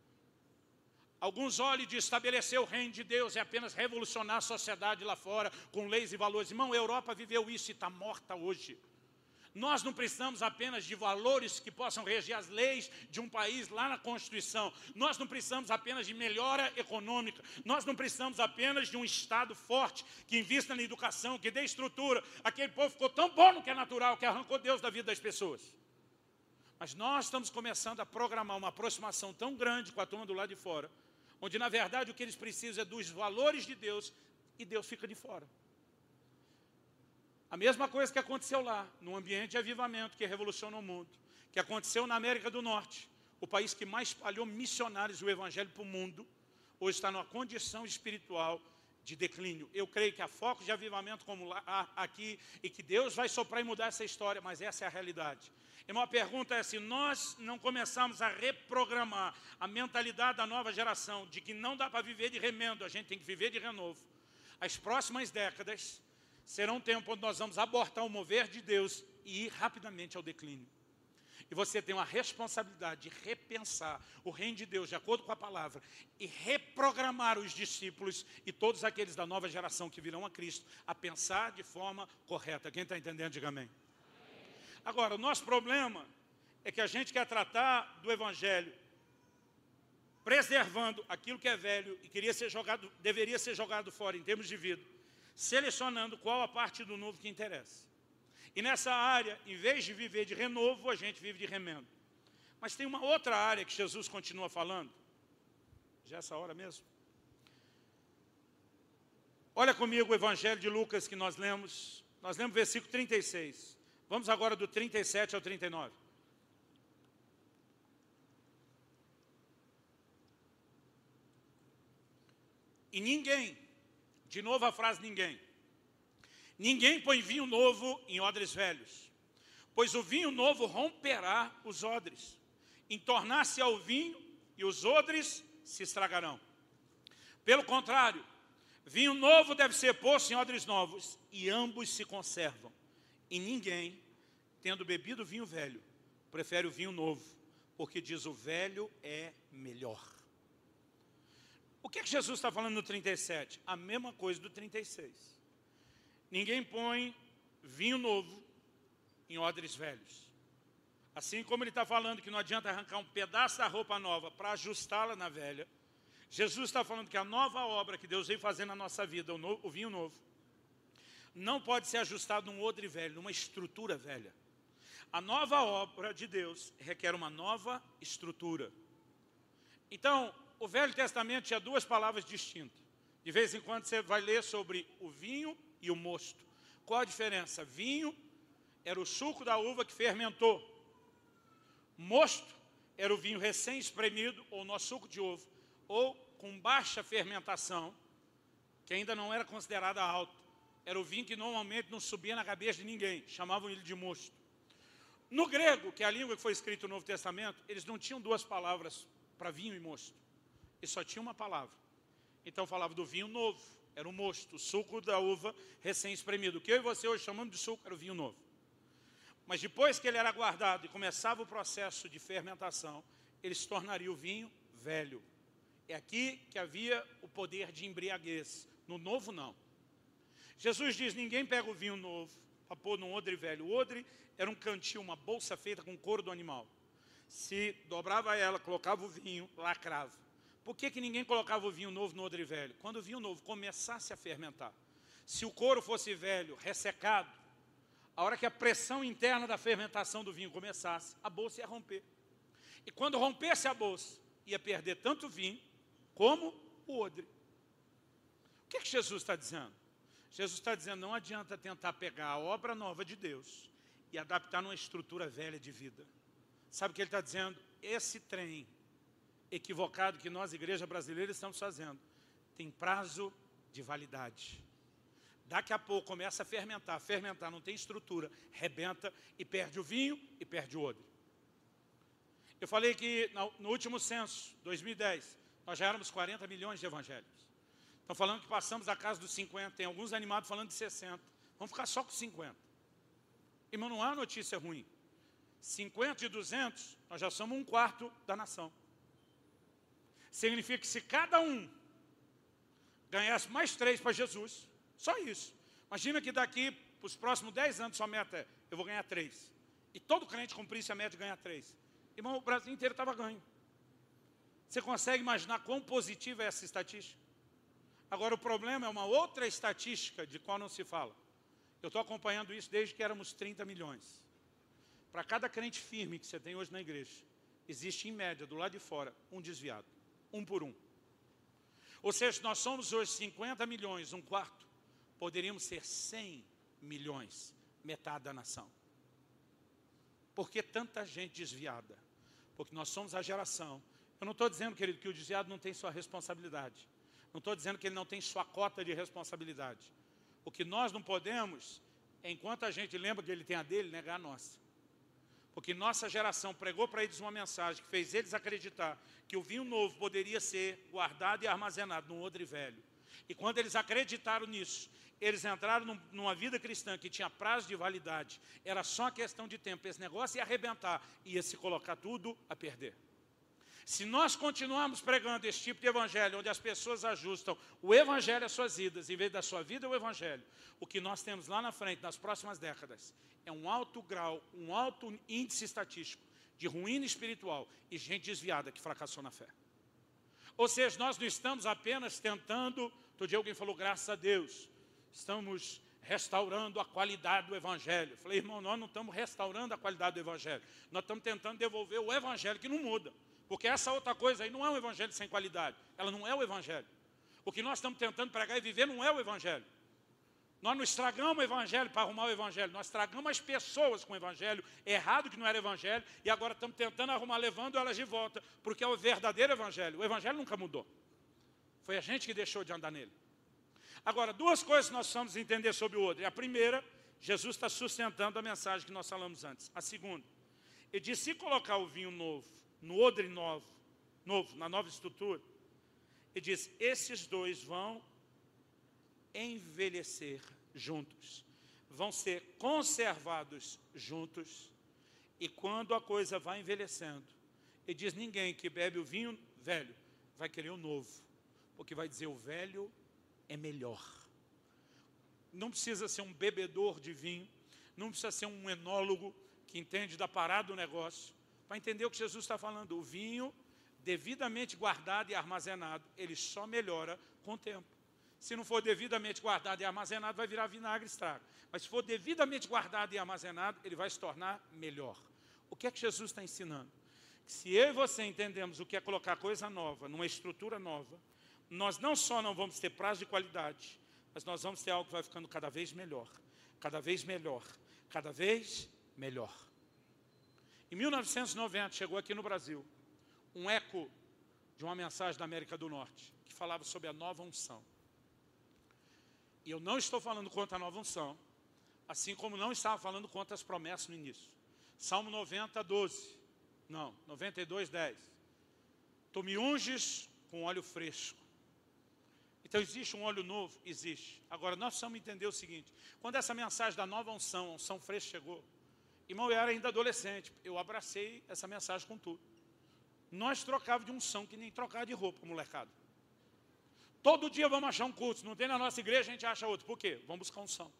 Alguns olham de estabelecer o reino de Deus é apenas revolucionar a sociedade lá fora, com leis e valores. Irmão, a Europa viveu isso e está morta hoje. Nós não precisamos apenas de valores que possam reger as leis de um país lá na Constituição. Nós não precisamos apenas de melhora econômica. Nós não precisamos apenas de um Estado forte que invista na educação, que dê estrutura. Aquele povo ficou tão bom no que é natural, que arrancou Deus da vida das pessoas. Mas nós estamos começando a programar uma aproximação tão grande com a turma do lado de fora, onde na verdade o que eles precisam é dos valores de Deus e Deus fica de fora. A mesma coisa que aconteceu lá, no ambiente de avivamento que revolucionou o mundo, que aconteceu na América do Norte, o país que mais espalhou missionários do Evangelho para o mundo, hoje está numa condição espiritual de declínio. Eu creio que há focos de avivamento como lá, aqui, e que Deus vai soprar e mudar essa história, mas essa é a realidade. E uma pergunta é: se nós não começarmos a reprogramar a mentalidade da nova geração, de que não dá para viver de remendo, a gente tem que viver de renovo, as próximas décadas será um tempo onde nós vamos abortar o mover de Deus e ir rapidamente ao declínio. E você tem uma responsabilidade de repensar o reino de Deus de acordo com a palavra e reprogramar os discípulos e todos aqueles da nova geração que virão a Cristo a pensar de forma correta. Quem está entendendo, diga amém. Agora, o nosso problema é que a gente quer tratar do Evangelho preservando aquilo que é velho e deveria ser jogado fora em termos de vida, selecionando qual a parte do novo que interessa. E nessa área, em vez de viver de renovo, a gente vive de remendo. Mas tem uma outra área que Jesus continua falando. Já é essa hora mesmo? Olha comigo o Evangelho de Lucas que nós lemos. Nós lemos o versículo 36. Vamos agora do 37 ao 39. E ninguém, de novo a frase ninguém põe vinho novo em odres velhos, pois o vinho novo romperá os odres, entornar-se ao vinho e os odres se estragarão. Pelo contrário, vinho novo deve ser posto em odres novos e ambos se conservam. E ninguém, tendo bebido vinho velho, prefere o vinho novo, porque diz: o velho é melhor. O que Jesus está falando no 37? A mesma coisa do 36. Ninguém põe vinho novo em odres velhos. Assim como ele está falando que não adianta arrancar um pedaço da roupa nova para ajustá-la na velha, Jesus está falando que a nova obra que Deus veio fazer na nossa vida, o vinho novo, não pode ser ajustado num odre velho, numa estrutura velha. A nova obra de Deus requer uma nova estrutura. Então, o Velho Testamento tinha duas palavras distintas. De vez em quando você vai ler sobre o vinho e o mosto. Qual a diferença? Vinho era o suco da uva que fermentou. Mosto era o vinho recém-espremido, ou nosso suco de ovo, ou com baixa fermentação, que ainda não era considerada alta. Era o vinho que normalmente não subia na cabeça de ninguém, chamavam ele de mosto. No grego, que é a língua que foi escrita no Novo Testamento, eles não tinham duas palavras para vinho e mosto. Eles só tinham uma palavra. Então falava do vinho novo, era o mosto, o suco da uva recém-espremido. O que eu e você hoje chamamos de suco era o vinho novo. Mas depois que ele era guardado e começava o processo de fermentação, ele se tornaria o vinho velho. É aqui que havia o poder de embriaguez. No novo, não. Jesus diz: ninguém pega o vinho novo para pôr num odre velho. O odre era um cantil, uma bolsa feita com couro do animal. Se dobrava ela, colocava o vinho, lacrava. Por que ninguém colocava o vinho novo no odre velho? Quando o vinho novo começasse a fermentar, se o couro fosse velho, ressecado, a hora que a pressão interna da fermentação do vinho começasse, a bolsa ia romper. E quando rompesse a bolsa, ia perder tanto o vinho como o odre. O que Jesus está dizendo? Jesus está dizendo: não adianta tentar pegar a obra nova de Deus e adaptar numa estrutura velha de vida. Sabe o que ele está dizendo? Esse trem equivocado que nós, igreja brasileira, estamos fazendo, tem prazo de validade. Daqui a pouco começa a fermentar não tem estrutura, rebenta e perde o vinho e perde o odre. Eu falei que no último censo, 2010, nós já éramos 40 milhões de evangélicos. Estão falando que passamos a casa dos 50, tem alguns animados falando de 60. Vamos ficar só com 50. Irmão, não há notícia ruim. 50 de 200, nós já somos 1/4 da nação. Significa que se cada um ganhasse mais 3 para Jesus, só isso. Imagina que daqui para os próximos 10 anos, sua meta é, eu vou ganhar 3. E todo crente cumprisse a meta de ganhar 3. Irmão, o Brasil inteiro estava ganho. Você consegue imaginar quão positiva é essa estatística? Agora, o problema é uma outra estatística de qual não se fala. Eu estou acompanhando isso desde que éramos 30 milhões. Para cada crente firme que você tem hoje na igreja, existe em média, do lado de fora, um desviado. Um por um. Ou seja, nós somos hoje 50 milhões, um quarto. Poderíamos ser 100 milhões, metade da nação. Por que tanta gente desviada? Porque nós somos a geração. Eu não estou dizendo, querido, que o desviado não tem sua responsabilidade. Não estou dizendo que ele não tem sua cota de responsabilidade. O que nós não podemos, enquanto a gente lembra que ele tem a dele, negar a nossa. Porque nossa geração pregou para eles uma mensagem que fez eles acreditar que o vinho novo poderia ser guardado e armazenado num odre velho. E quando eles acreditaram nisso, eles entraram numa vida cristã que tinha prazo de validade. Era só questão de tempo. Esse negócio ia arrebentar, ia se colocar tudo a perder. Se nós continuarmos pregando esse tipo de evangelho, onde as pessoas ajustam o evangelho às suas vidas, em vez da sua vida o evangelho, o que nós temos lá na frente, nas próximas décadas, é um alto grau, um alto índice estatístico de ruína espiritual e gente desviada que fracassou na fé. Ou seja, nós não estamos apenas tentando, outro dia alguém falou, graças a Deus, estamos restaurando a qualidade do evangelho. Eu falei, irmão, nós não estamos restaurando a qualidade do evangelho, nós estamos tentando devolver o evangelho que não muda. Porque essa outra coisa aí não é um evangelho sem qualidade. Ela não é o evangelho. O que nós estamos tentando pregar e viver não é o evangelho. Nós não estragamos o evangelho para arrumar o evangelho. Nós estragamos as pessoas com o evangelho errado, que não era evangelho, e agora estamos tentando arrumar, levando elas de volta, porque é o verdadeiro evangelho. O evangelho nunca mudou. Foi a gente que deixou de andar nele. Agora, duas coisas nós precisamos entender sobre o odre. A primeira, Jesus está sustentando a mensagem que nós falamos antes. A segunda, ele diz, se colocar o vinho novo no odre novo, na nova estrutura, ele diz, esses dois vão envelhecer juntos, vão ser conservados juntos, e quando a coisa vai envelhecendo, ele diz, ninguém que bebe o vinho velho vai querer o novo, porque vai dizer, o velho é melhor. Não precisa ser um bebedor de vinho, não precisa ser um enólogo que entende da parada do negócio, para entender o que Jesus está falando. O vinho, devidamente guardado e armazenado, ele só melhora com o tempo. Se não for devidamente guardado e armazenado, vai virar vinagre e estraga. Mas se for devidamente guardado e armazenado, ele vai se tornar melhor. O que é que Jesus está ensinando? Que se eu e você entendemos o que é colocar coisa nova, numa estrutura nova, nós não só não vamos ter prazo de qualidade, mas nós vamos ter algo que vai ficando cada vez melhor, cada vez melhor, cada vez melhor. Em 1990, chegou aqui no Brasil um eco de uma mensagem da América do Norte, que falava sobre a nova unção. E eu não estou falando contra a nova unção, assim como não estava falando contra as promessas no início. Salmo 90, 12. Não, 92, 10. Tu me unges com óleo fresco. Então existe um óleo novo? Existe. Agora nós precisamos entender o seguinte, quando essa mensagem da nova unção, a unção fresca chegou, irmão, eu era ainda adolescente, eu abracei essa mensagem com tudo. Nós trocávamos de unção que nem trocar de roupa, molecada. Todo dia vamos achar um culto, não tem na nossa igreja, a gente acha outro. Por quê? Vamos buscar unção.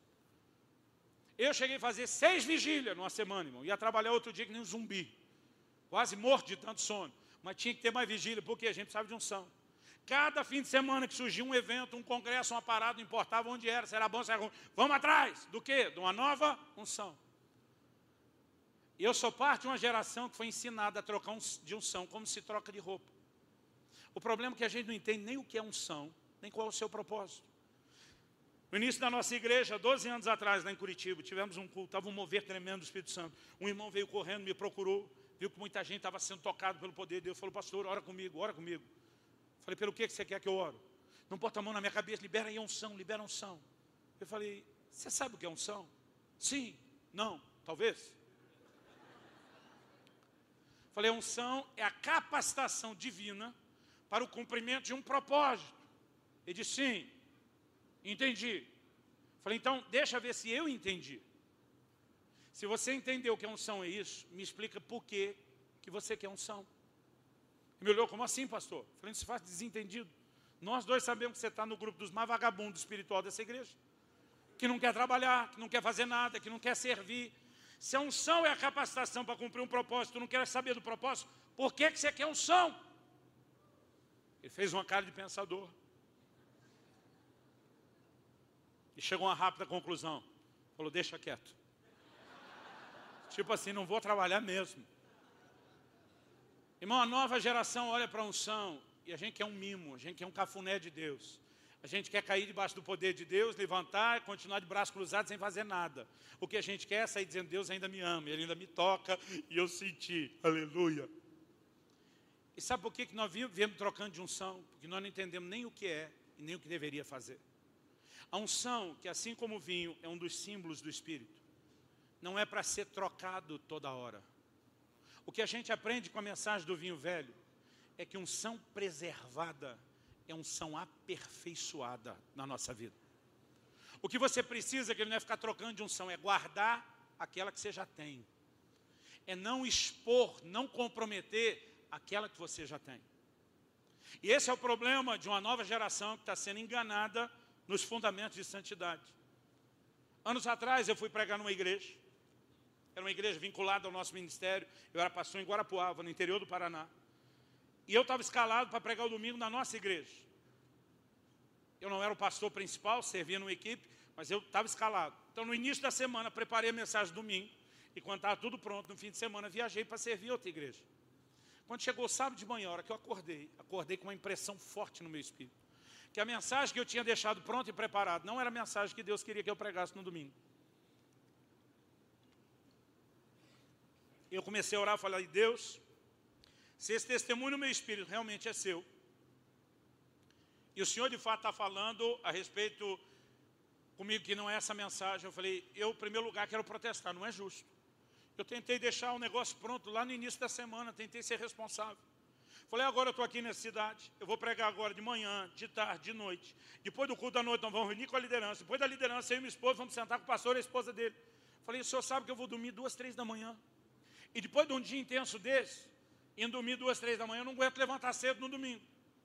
Eu cheguei a fazer 6 vigílias numa semana, irmão. Ia trabalhar outro dia que nem um zumbi. Quase morto de tanto sono. Mas tinha que ter mais vigília, porque a gente precisava de unção. Cada fim de semana que surgia um evento, um congresso, uma parada, não importava onde era, se era bom, se era ruim. Vamos atrás do quê? De uma nova unção. E eu sou parte de uma geração que foi ensinada a trocar de unção como se troca de roupa. O problema é que a gente não entende nem o que é unção, nem qual é o seu propósito. No início da nossa igreja, 12 anos atrás, lá em Curitiba, tivemos um culto, estava um mover tremendo do Espírito Santo. Um irmão veio correndo, me procurou, viu que muita gente estava sendo tocado pelo poder de Deus. Falou, pastor, ora comigo, ora comigo. Falei, pelo que você quer que eu ore? Não bota a mão na minha cabeça, libera aí a unção, libera a unção. Eu falei, você sabe o que é unção? Sim, não, talvez. Falei, a unção é a capacitação divina para o cumprimento de um propósito. Ele disse, sim, entendi. Falei, então, deixa ver se eu entendi. Se você entendeu que a unção é isso, me explica por que você quer unção. Ele me olhou, como assim, pastor? Falei, não se faz desentendido. Nós dois sabemos que você está no grupo dos mais vagabundos espiritual dessa igreja. que não quer trabalhar, que não quer fazer nada, que não quer servir. Se a unção é a capacitação para cumprir um propósito, tu não quer saber do propósito, por que você quer unção? Ele fez uma cara de pensador. E chegou a uma rápida conclusão. Falou, deixa quieto. Tipo assim, não vou trabalhar mesmo. Irmão, a nova geração olha para a unção e a gente quer um mimo, a gente quer um cafuné de Deus. A gente quer cair debaixo do poder de Deus, levantar e continuar de braços cruzados sem fazer nada. O que a gente quer é sair dizendo, Deus ainda me ama, Ele ainda me toca e eu senti. Aleluia. E sabe por que nós viemos trocando de unção? Porque nós não entendemos nem o que é e nem o que deveria fazer. A unção, que assim como o vinho, é um dos símbolos do Espírito, não é para ser trocado toda hora. O que a gente aprende com a mensagem do vinho velho é que unção preservada é unção aperfeiçoada na nossa vida. O que você precisa, que ele não é ficar trocando de unção, é guardar aquela que você já tem. É não expor, não comprometer aquela que você já tem. E esse é o problema de uma nova geração que está sendo enganada nos fundamentos de santidade. Anos atrás eu fui pregar numa igreja. Era uma igreja vinculada ao nosso ministério. Eu era pastor em Guarapuava, no interior do Paraná. E eu estava escalado para pregar o domingo na nossa igreja. Eu não era o pastor principal, servia numa equipe, mas eu estava escalado. Então no início da semana preparei a mensagem domingo. E quando estava tudo pronto, no fim de semana viajei para servir outra igreja. Quando chegou sábado de manhã, a hora que eu acordei com uma impressão forte no meu espírito. Que a mensagem que eu tinha deixado pronta e preparada não era a mensagem que Deus queria que eu pregasse no domingo. Eu comecei a orar e falei, Deus, se esse testemunho no meu espírito realmente é seu, e o Senhor de fato está falando a respeito comigo que não é essa mensagem, eu falei, eu em primeiro lugar quero protestar, não é justo. Eu tentei deixar o negócio pronto lá no início da semana, tentei ser responsável. Falei, agora eu estou aqui nessa cidade, eu vou pregar agora de manhã, de tarde, de noite. Depois do culto da noite nós vamos reunir com a liderança. Depois da liderança eu e minha esposa vamos sentar com o pastor e a esposa dele. Falei, o senhor sabe que eu vou dormir 2, 3 da manhã. E depois de um dia intenso desse, indo dormir 2, 3 da manhã, eu não aguento levantar cedo no domingo.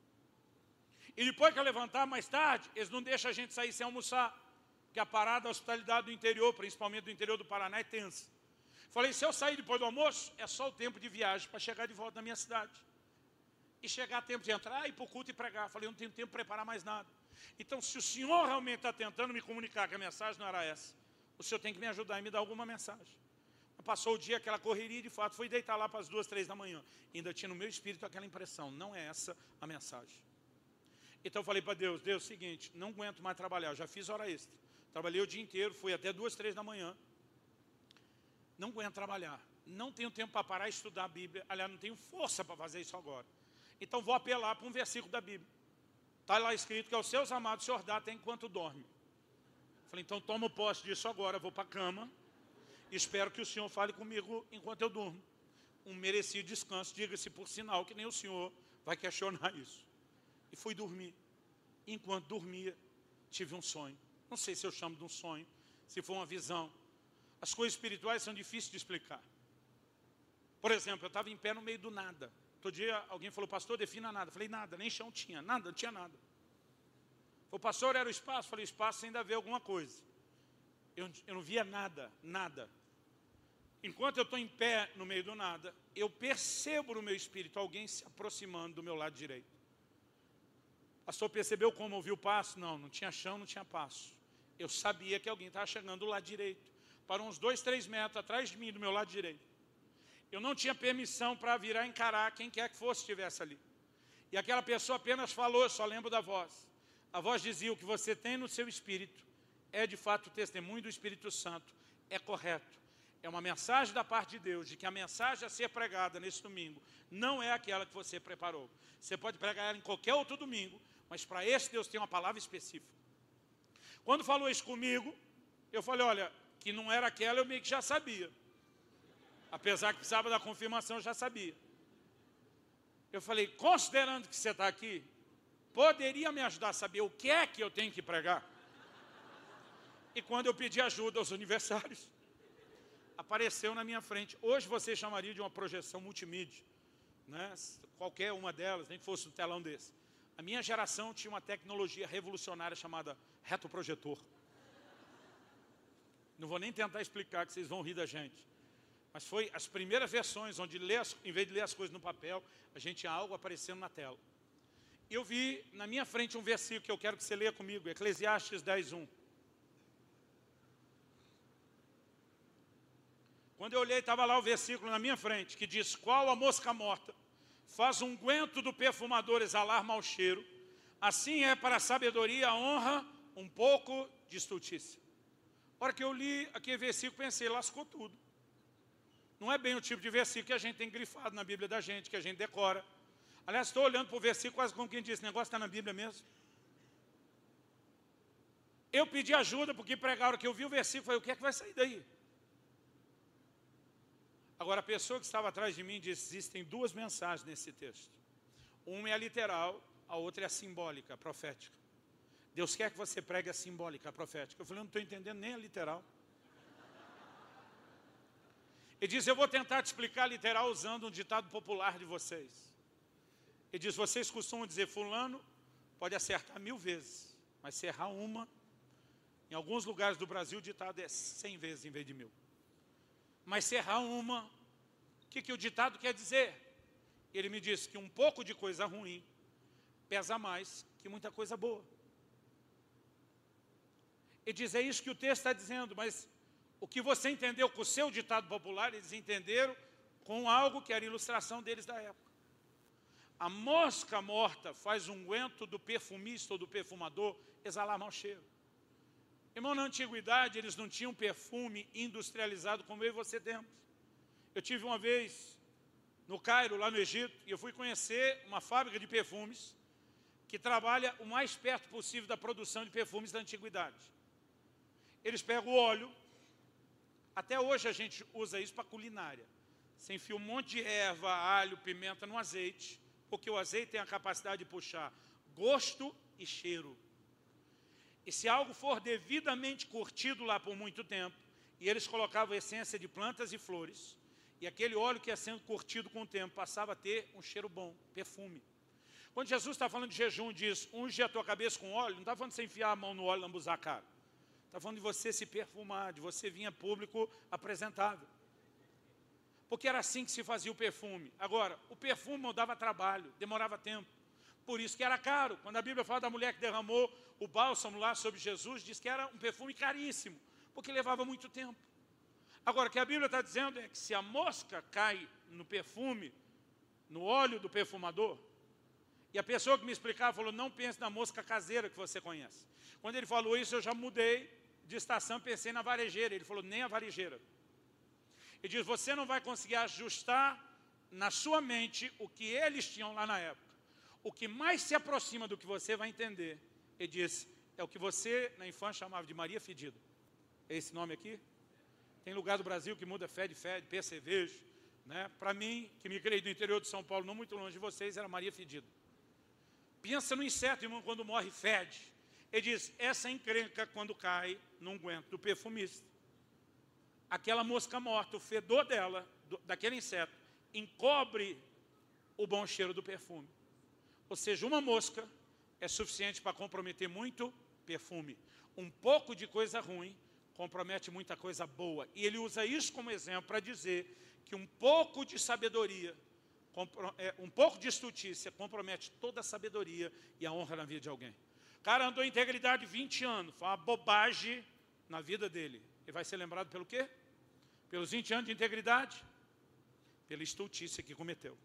E depois que eu levantar mais tarde, eles não deixam a gente sair sem almoçar. Porque a parada da hospitalidade do interior, principalmente do interior do Paraná, é tensa. Falei, se eu sair depois do almoço, é só o tempo de viagem para chegar de volta na minha cidade. E chegar a tempo de entrar, ir para o culto e pregar. Falei, eu não tenho tempo para preparar mais nada. Então, se o senhor realmente está tentando me comunicar que a mensagem não era essa, o senhor tem que me ajudar e me dar alguma mensagem. Passou o dia, aquela correria, de fato, fui deitar lá para as 2, 3 da manhã. Ainda tinha no meu espírito aquela impressão, não é essa a mensagem. Então eu falei para Deus, Deus, seguinte, não aguento mais trabalhar, eu já fiz hora extra. Trabalhei o dia inteiro, fui até 2, 3 da manhã. Não aguento trabalhar, não tenho tempo para parar e estudar a Bíblia. Aliás, não tenho força para fazer isso agora. Então vou apelar para um versículo da Bíblia. Está lá escrito que aos seus amados o Senhor dá até enquanto dorme. Falei, então tomo posse disso agora, vou para a cama. Espero que o Senhor fale comigo enquanto eu durmo. Um merecido descanso, diga-se por sinal, que nem o Senhor vai questionar isso. E fui dormir. Enquanto dormia, tive um sonho. Não sei se eu chamo de um sonho, se for uma visão. As coisas espirituais são difíceis de explicar. Por exemplo, eu estava em pé no meio do nada. Outro dia alguém falou, pastor, defina nada. Falei, nada, nem chão tinha, nada, não tinha nada. O pastor era o espaço. Falei, espaço sem ainda ver alguma coisa. Eu não via nada, nada. Enquanto eu estou em pé no meio do nada, eu percebo no meu espírito alguém se aproximando do meu lado direito. O pastor percebeu como ouviu o passo? Não, não tinha chão, não tinha passo. Eu sabia que alguém estava chegando do lado direito. Parou uns 2, 3 metros atrás de mim, do meu lado direito. Eu não tinha permissão para virar e encarar quem quer que fosse estivesse ali. E aquela pessoa apenas falou, eu só lembro da voz. A voz dizia, o que você tem no seu espírito é de fato o testemunho do Espírito Santo, é correto. É uma mensagem da parte de Deus, de que a mensagem a ser pregada nesse domingo não é aquela que você preparou. Você pode pregar ela em qualquer outro domingo, mas para esse Deus tem uma palavra específica. Quando falou isso comigo, eu falei, olha, que não era aquela, eu meio que já sabia. Apesar que precisava da confirmação, eu já sabia. Eu falei, considerando que você está aqui, poderia me ajudar a saber o que é que eu tenho que pregar? E quando eu pedi ajuda aos universitários, apareceu na minha frente. Hoje você chamaria de uma projeção multimídia, né? Qualquer uma delas, nem que fosse um telão desse. A minha geração tinha uma tecnologia revolucionária chamada retroprojetor. Não vou nem tentar explicar, que vocês vão rir da gente. Mas foi as primeiras versões, onde em vez de ler as coisas no papel, a gente tinha algo aparecendo na tela. E eu vi na minha frente um versículo que eu quero que você leia comigo, Eclesiastes 10:1. Quando eu olhei, estava lá o versículo na minha frente, que diz: qual a mosca morta faz um unguento do perfumador exalar mau cheiro, assim é para a sabedoria a honra um pouco de estultícia. A hora que eu li aquele versículo, pensei, lascou tudo. Não é bem o tipo de versículo que a gente tem grifado na Bíblia da gente, que a gente decora. Aliás, estou olhando para o versículo quase como quem diz, esse negócio está na Bíblia mesmo. Eu pedi ajuda, porque pregaram, a hora que eu vi o versículo, falei, o que é que vai sair daí? Agora, a pessoa que estava atrás de mim disse, existem duas mensagens nesse texto. Uma é a literal, a outra é a simbólica, a profética. Deus quer que você pregue a simbólica, a profética. Eu falei, eu não estou entendendo nem a literal. Ele diz, eu vou tentar te explicar a literal usando um ditado popular de vocês. Ele diz, vocês costumam dizer, fulano pode acertar 1000 vezes, mas se errar uma, em alguns lugares do Brasil o ditado é 100 vezes em vez de 1000. Mas se errar uma, o que o ditado quer dizer? Ele me disse que um pouco de coisa ruim pesa mais que muita coisa boa. Ele diz, é isso que o texto está dizendo, mas o que você entendeu com o seu ditado popular, eles entenderam com algo que era ilustração deles da época. A mosca morta faz um unguento do perfumista ou do perfumador exalar mau cheiro. Irmão, na antiguidade eles não tinham perfume industrializado como eu e você temos. Eu tive uma vez no Cairo, lá no Egito, e eu fui conhecer uma fábrica de perfumes que trabalha o mais perto possível da produção de perfumes da antiguidade. Eles pegam o óleo, até hoje a gente usa isso para culinária. Você enfia um monte de erva, alho, pimenta no azeite, porque o azeite tem a capacidade de puxar gosto e cheiro. E se algo for devidamente curtido lá por muito tempo, e eles colocavam essência de plantas e flores, e aquele óleo que ia sendo curtido com o tempo passava a ter um cheiro bom, perfume. Quando Jesus está falando de jejum, diz, unge a tua cabeça com óleo, não está falando de você enfiar a mão no óleo e lambuzar a cara. Está falando de você se perfumar, de você vir a público apresentável. Porque era assim que se fazia o perfume. Agora, o perfume não dava trabalho, demorava tempo. Por isso que era caro. Quando a Bíblia fala da mulher que derramou o bálsamo lá sobre Jesus, diz que era um perfume caríssimo, porque levava muito tempo. Agora, o que a Bíblia está dizendo é que se a mosca cai no perfume, no óleo do perfumador, e a pessoa que me explicava falou, não pense na mosca caseira que você conhece. Quando ele falou isso, eu já mudei de estação, pensei na varejeira. Ele falou, nem a varejeira. Ele diz, você não vai conseguir ajustar na sua mente o que eles tinham lá na época. O que mais se aproxima do que você vai entender, ele diz, é o que você na infância chamava de Maria Fedida. É esse nome aqui? Tem lugar do Brasil que muda fede, percevejo. Né? Para mim, que me criei do interior de São Paulo, não muito longe de vocês, era Maria Fedida. Pensa no inseto, irmão, quando morre, fede. Ele diz, essa encrenca quando cai no unguento do perfumista. Aquela mosca morta, o fedor dela, daquele inseto, encobre o bom cheiro do perfume. Ou seja, uma mosca é suficiente para comprometer muito perfume. Um pouco de coisa ruim compromete muita coisa boa. E ele usa isso como exemplo para dizer que um pouco de sabedoria, um pouco de estultícia compromete toda a sabedoria e a honra na vida de alguém. O cara andou em integridade 20 anos, foi uma bobagem na vida dele. Ele vai ser lembrado pelo quê? Pelos 20 anos de integridade? Pela estultícia que cometeu.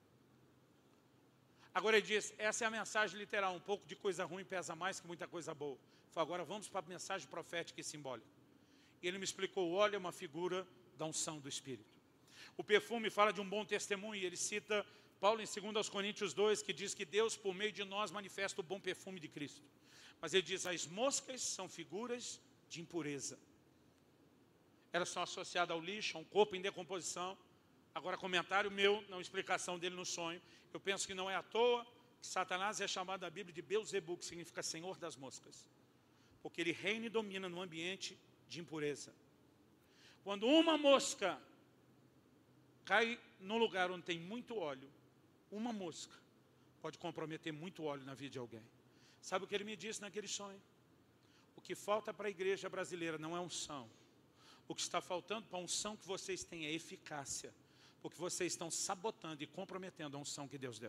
Agora ele diz, essa é a mensagem literal, um pouco de coisa ruim pesa mais que muita coisa boa. Falei, agora vamos para a mensagem profética e simbólica. E ele me explicou, o óleo é uma figura da unção do Espírito. O perfume fala de um bom testemunho, e ele cita Paulo em 2 Coríntios 2, que diz que Deus, por meio de nós, manifesta o bom perfume de Cristo. Mas ele diz, as moscas são figuras de impureza. Elas são associadas ao lixo, a um corpo em decomposição. Agora, comentário meu, não explicação dele no sonho, eu penso que não é à toa que Satanás é chamado na Bíblia de Beelzebub, que significa Senhor das moscas. Porque ele reina e domina no ambiente de impureza. Quando uma mosca cai num lugar onde tem muito óleo, uma mosca pode comprometer muito óleo na vida de alguém. Sabe o que ele me disse naquele sonho? O que falta para a igreja brasileira não é unção, O que está faltando para a unção que vocês têm é eficácia, porque vocês estão sabotando e comprometendo a unção que Deus deu.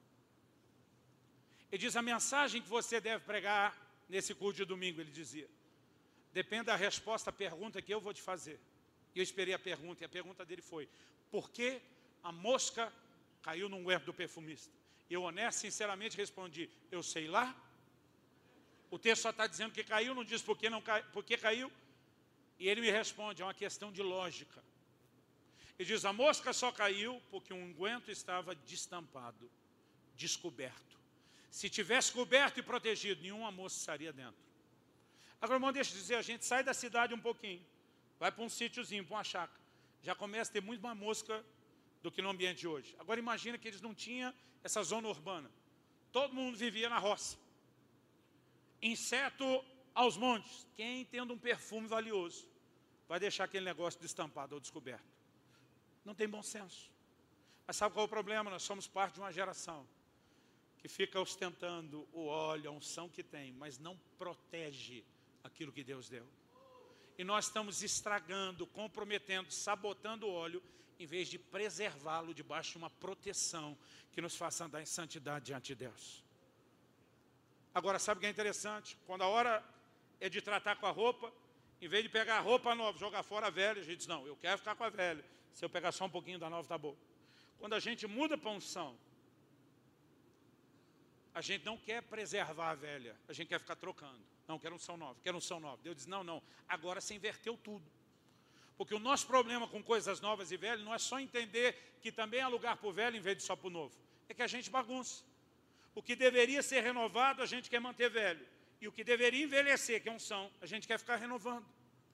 Ele diz, a mensagem que você deve pregar nesse culto de domingo, ele dizia, depende da resposta à pergunta que eu vou te fazer. E eu esperei a pergunta, e a pergunta dele foi, por que a mosca caiu no unguento do perfumista? Eu, honesto, sinceramente, respondi, eu sei lá. O texto só está dizendo que caiu, não diz por que caiu. E ele me responde, é uma questão de lógica. Ele diz, a mosca só caiu porque o unguento estava destampado, descoberto. Se tivesse coberto e protegido, nenhuma mosca estaria dentro. Agora, irmão, deixa eu dizer, a gente sai da cidade um pouquinho, vai para um sítiozinho, para uma chácara. Já começa a ter muito mais mosca do que no ambiente de hoje. Agora, imagina que eles não tinham essa zona urbana. Todo mundo vivia na roça. Inseto aos montes. Quem tendo um perfume valioso vai deixar aquele negócio destampado ou descoberto? Não tem bom senso. Mas sabe qual é o problema? Nós somos parte de uma geração que fica ostentando o óleo, a unção que tem, mas não protege aquilo que Deus deu. E nós estamos estragando, comprometendo, sabotando o óleo, em vez de preservá-lo debaixo de uma proteção que nos faça andar em santidade diante de Deus. Agora, sabe o que é interessante? Quando a hora é de tratar com a roupa, em vez de pegar a roupa nova, jogar fora a velha, a gente diz, não, eu quero ficar com a velha. Se eu pegar só um pouquinho da nova, tá bom. Quando a gente muda para a unção, a gente não quer preservar a velha, a gente quer ficar trocando. Não, quero unção nova, quero unção nova. Deus diz, não, não, agora você inverteu tudo. Porque o nosso problema com coisas novas e velhas não é só entender que também há lugar para o velho em vez de só para o novo. É que a gente bagunça. O que deveria ser renovado, a gente quer manter velho. E o que deveria envelhecer, que é unção, a gente quer ficar renovando.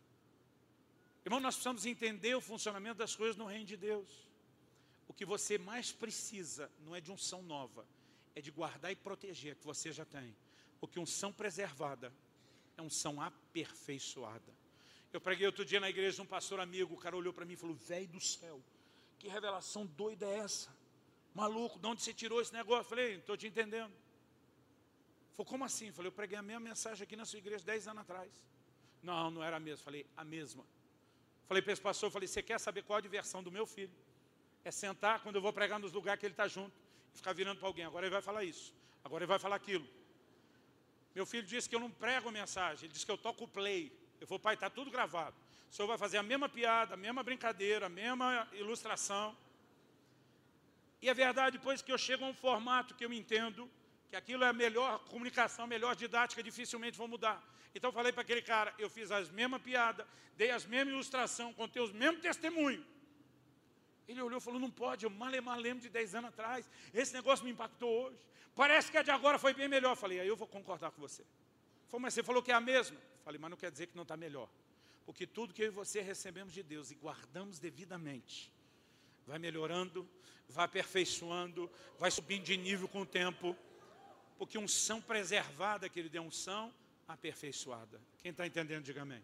Irmão, nós precisamos entender o funcionamento das coisas no reino de Deus. O que você mais precisa não é de unção nova, é de guardar e proteger a que você já tem. Porque unção preservada é unção aperfeiçoada. Eu preguei outro dia na igreja de um pastor amigo, o cara olhou para mim e falou, velho do céu, que revelação doida é essa? Maluco, de onde você tirou esse negócio? Eu falei, não estou te entendendo. Ele falou, como assim? Eu falei, eu preguei a mesma mensagem aqui na sua igreja 10 anos atrás. Não, não era a mesma. Eu falei, a mesma. Eu falei para esse pastor, você quer saber qual a diversão do meu filho? É sentar quando eu vou pregar nos lugares que ele está junto e ficar virando para alguém. Agora ele vai falar isso, agora ele vai falar aquilo. Meu filho disse que eu não prego mensagem, ele disse que eu toco play. Eu falei, pai, está tudo gravado. O senhor vai fazer a mesma piada, a mesma brincadeira, a mesma ilustração. E é verdade, depois que eu chego a um formato que eu entendo, que aquilo é a melhor comunicação, a melhor didática, dificilmente vou mudar. Então eu falei para aquele cara, eu fiz as mesmas piadas, dei as mesmas ilustrações, contei os mesmos testemunhos. Ele olhou e falou, não pode, eu mal lembro de 10 anos atrás, esse negócio me impactou hoje. Parece que a de agora foi bem melhor. Eu falei, aí eu vou concordar com você. Ele falou, mas você falou que é a mesma. Eu falei, mas não quer dizer que não está melhor. Porque tudo que eu e você recebemos de Deus e guardamos devidamente, vai melhorando, vai aperfeiçoando, vai subindo de nível com o tempo. Porque unção preservada, que ele deu unção aperfeiçoada. Quem está entendendo, diga amém.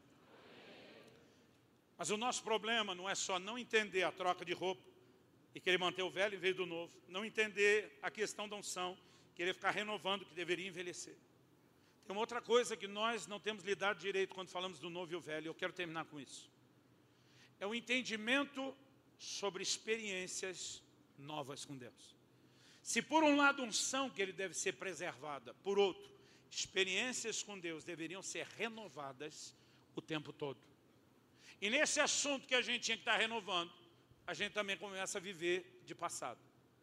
Mas o nosso problema não é só não entender a troca de roupa e querer manter o velho em vez do novo. Não entender a questão da unção, querer ficar renovando o que deveria envelhecer. Tem uma outra coisa que nós não temos lidado direito quando falamos do novo e o velho. Eu quero terminar com isso. É o entendimento sobre experiências novas com Deus. Se por um lado unção que ele deve ser preservada, por outro, experiências com Deus deveriam ser renovadas o tempo todo. E nesse assunto que a gente tinha que estar renovando, a gente também começa a viver de passado.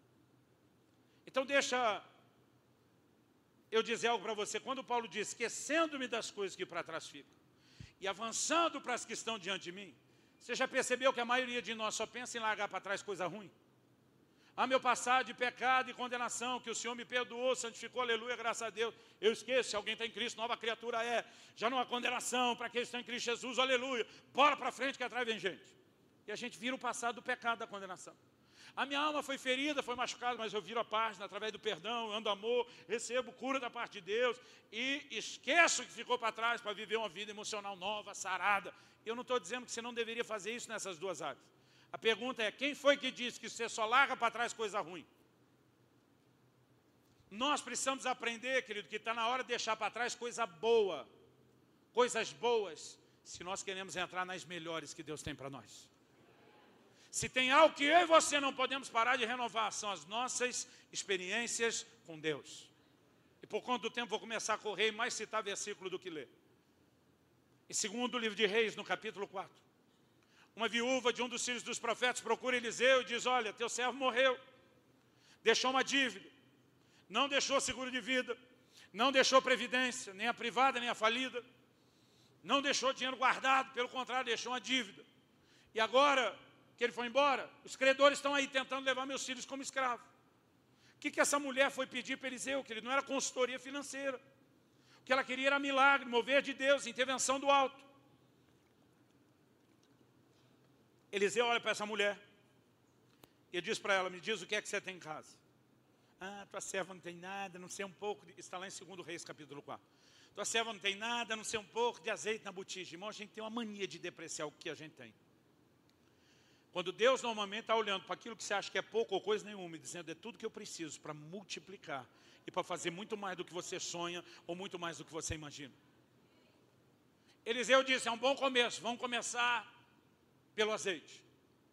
Então deixa eu dizer algo para você. Quando Paulo diz, esquecendo-me das coisas que para trás ficam e avançando para as que estão diante de mim, você já percebeu que a maioria de nós só pensa em largar para trás coisa ruim? Ah, meu passado de pecado e condenação, que o Senhor me perdoou, santificou, aleluia, graças a Deus. Eu esqueço, se alguém está em Cristo, nova criatura é. Já não há condenação para aqueles que estão em Cristo Jesus, aleluia. Bora para frente que atrás vem gente. E a gente vira o passado do pecado, da condenação. A minha alma foi ferida, foi machucada, mas eu viro a página através do perdão, ando amor, recebo cura da parte de Deus e esqueço o que ficou para trás para viver uma vida emocional nova, sarada. Eu não estou dizendo que você não deveria fazer isso nessas duas áreas. A pergunta é, quem foi que disse que você só larga para trás coisa ruim? Nós precisamos aprender, querido, que está na hora de deixar para trás coisa boa, coisas boas, se nós queremos entrar nas melhores que Deus tem para nós. Se tem algo que eu e você não podemos parar de renovar, são as nossas experiências com Deus. E por conta do tempo vou começar a correr e mais citar versículo do que ler. Em segundo livro de Reis, no capítulo 4. Uma viúva de um dos filhos dos profetas procura Eliseu e diz, olha, teu servo morreu, deixou uma dívida, não deixou seguro de vida, não deixou previdência, nem a privada, nem a falida, não deixou dinheiro guardado, pelo contrário, deixou uma dívida. E agora que ele foi embora, os credores estão aí tentando levar meus filhos como escravo. O que essa mulher foi pedir para Eliseu? Que ele não era consultoria financeira. O que ela queria era milagre, mover de Deus, intervenção do alto. Eliseu olha para essa mulher e diz para ela, me diz o que é que você tem em casa. Ah, tua serva não tem nada, não sei um pouco, está lá em 2 Reis, capítulo 4. Tua serva não tem nada, não sei um pouco de azeite na botija. Irmão, a gente tem uma mania de depreciar o que a gente tem. Quando Deus normalmente está olhando para aquilo que você acha que é pouco ou coisa nenhuma, e dizendo, é tudo que eu preciso para multiplicar e para fazer muito mais do que você sonha ou muito mais do que você imagina. Eliseu disse, é um bom começo, vamos começar pelo azeite.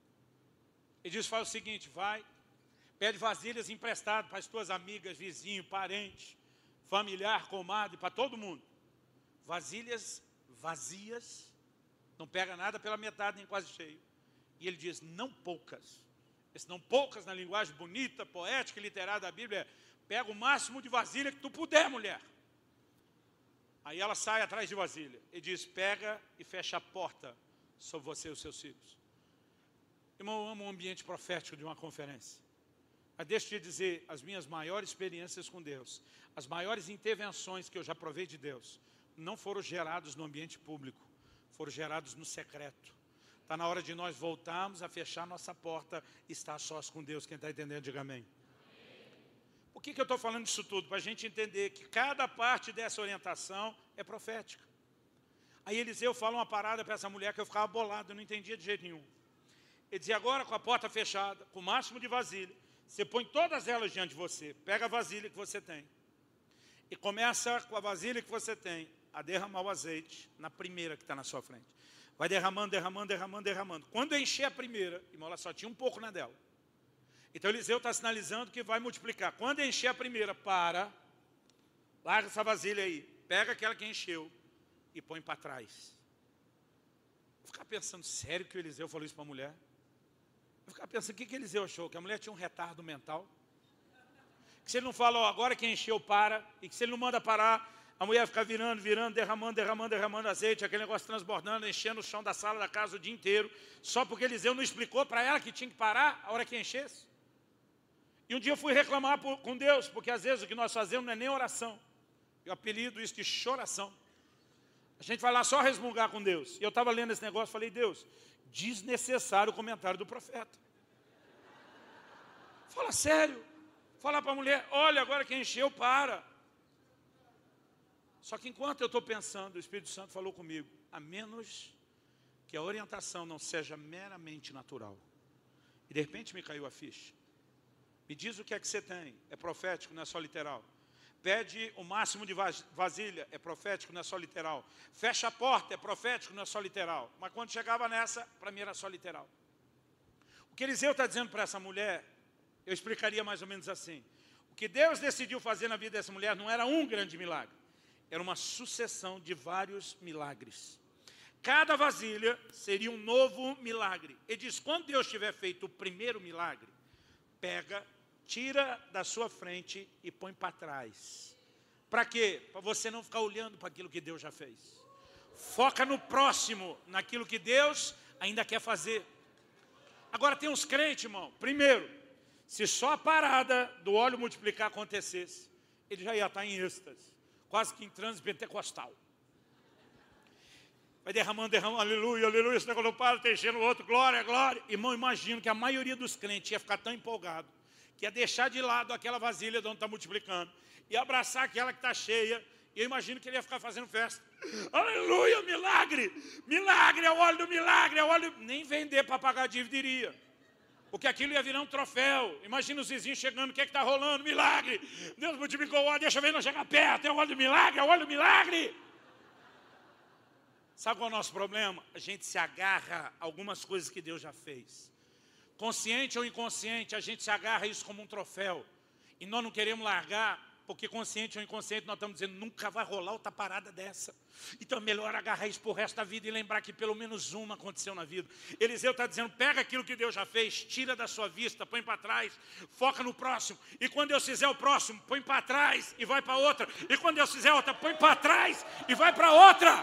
Ele diz, faz o seguinte, vai, pede vasilhas emprestadas para as tuas amigas, vizinho, parente, familiar, comadre, para todo mundo. Vasilhas vazias, não pega nada pela metade nem quase cheio. E ele diz, não poucas. Esse não poucas na linguagem bonita, poética e literária da Bíblia é, pega o máximo de vasilha que tu puder, mulher. Aí ela sai atrás de vasilha e diz, pega e fecha a porta sobre você e os seus filhos. Irmão, eu amo o ambiente profético de uma conferência. Mas deixa eu te dizer, as minhas maiores experiências com Deus, as maiores intervenções que eu já provei de Deus, não foram gerados no ambiente público, foram gerados no secreto. Está na hora de nós voltarmos a fechar nossa porta e estar a sós com Deus. Quem está entendendo, diga amém. Por que eu estou falando disso tudo? Para a gente entender que cada parte dessa orientação é profética. Aí Eliseu fala uma parada para essa mulher que eu ficava bolado, eu não entendia de jeito nenhum. Ele dizia, agora com a porta fechada, com o máximo de vasilha, você põe todas elas diante de você, pega a vasilha que você tem e começa com a vasilha que você tem a derramar o azeite na primeira que está na sua frente. Vai derramando, derramando, derramando, derramando. Quando encher a primeira, irmão, ela só tinha um pouco na dela. Então Eliseu está sinalizando que vai multiplicar. Quando encher a primeira, para, larga essa vasilha aí, pega aquela que encheu e põe para trás. Eu ficava pensando, sério que o Eliseu falou isso para a mulher? Eu ficava pensando, o que Eliseu achou? Que a mulher tinha um retardo mental? Que se ele não fala, ó, agora que encheu, para, e que se ele não manda parar, a mulher fica virando, virando, derramando, derramando, derramando azeite, aquele negócio transbordando, enchendo o chão da sala da casa o dia inteiro, só porque Eliseu não explicou para ela que tinha que parar a hora que enchesse. E um dia eu fui reclamar com Deus, porque às vezes o que nós fazemos não é nem oração. Eu apelido isso de choração. A gente vai lá só resmungar com Deus. E eu estava lendo esse negócio e falei, Deus, desnecessário o comentário do profeta. Fala sério. Falar para a mulher, olha, agora que encheu, para. Só que enquanto eu estou pensando, o Espírito Santo falou comigo, a menos que a orientação não seja meramente natural. E de repente me caiu a ficha. Me diz o que é que você tem, é profético, não é só literal. Pede o máximo de vasilha, é profético, não é só literal. Fecha a porta, é profético, não é só literal. Mas quando chegava nessa, para mim era só literal. O que Eliseu está dizendo para essa mulher, eu explicaria mais ou menos assim. O que Deus decidiu fazer na vida dessa mulher não era um grande milagre. Era uma sucessão de vários milagres. Cada vasilha seria um novo milagre. Ele diz, quando Deus tiver feito o primeiro milagre, pega, tira da sua frente e põe para trás. Para quê? Para você não ficar olhando para aquilo que Deus já fez. Foca no próximo, naquilo que Deus ainda quer fazer. Agora tem uns crentes, irmão. Primeiro, se só a parada do óleo multiplicar acontecesse, ele já ia estar em êxtase. Quase que em transe pentecostal. Vai derramando, derramando, aleluia, aleluia, esse negócio não para, está enchendo o outro, glória, glória. Irmão, imagino que a maioria dos crentes ia ficar tão empolgado, que ia deixar de lado aquela vasilha de onde está multiplicando, e abraçar aquela que está cheia, e eu imagino que ele ia ficar fazendo festa. Aleluia, milagre, milagre, é o óleo do milagre, é o óleo... Nem vender para pagar a dívida iria. Porque aquilo ia virar um troféu. Imagina os vizinhos chegando, o que é que está rolando? Milagre! Deus multiplicou o óleo, deixa eu ver não chegar perto, é o óleo do milagre, é o óleo do milagre! Sabe qual é o nosso problema? A gente se agarra a algumas coisas que Deus já fez. Consciente ou inconsciente, a gente se agarra a isso como um troféu. E nós não queremos largar, porque consciente ou inconsciente nós estamos dizendo, nunca vai rolar outra parada dessa. Então é melhor agarrar isso pro resto da vida e lembrar que pelo menos uma aconteceu na vida. Eliseu está dizendo, pega aquilo que Deus já fez, tira da sua vista, põe para trás, foca no próximo. E quando Deus fizer o próximo, põe para trás e vai para outra. E quando Deus fizer outra, põe para trás e vai para outra.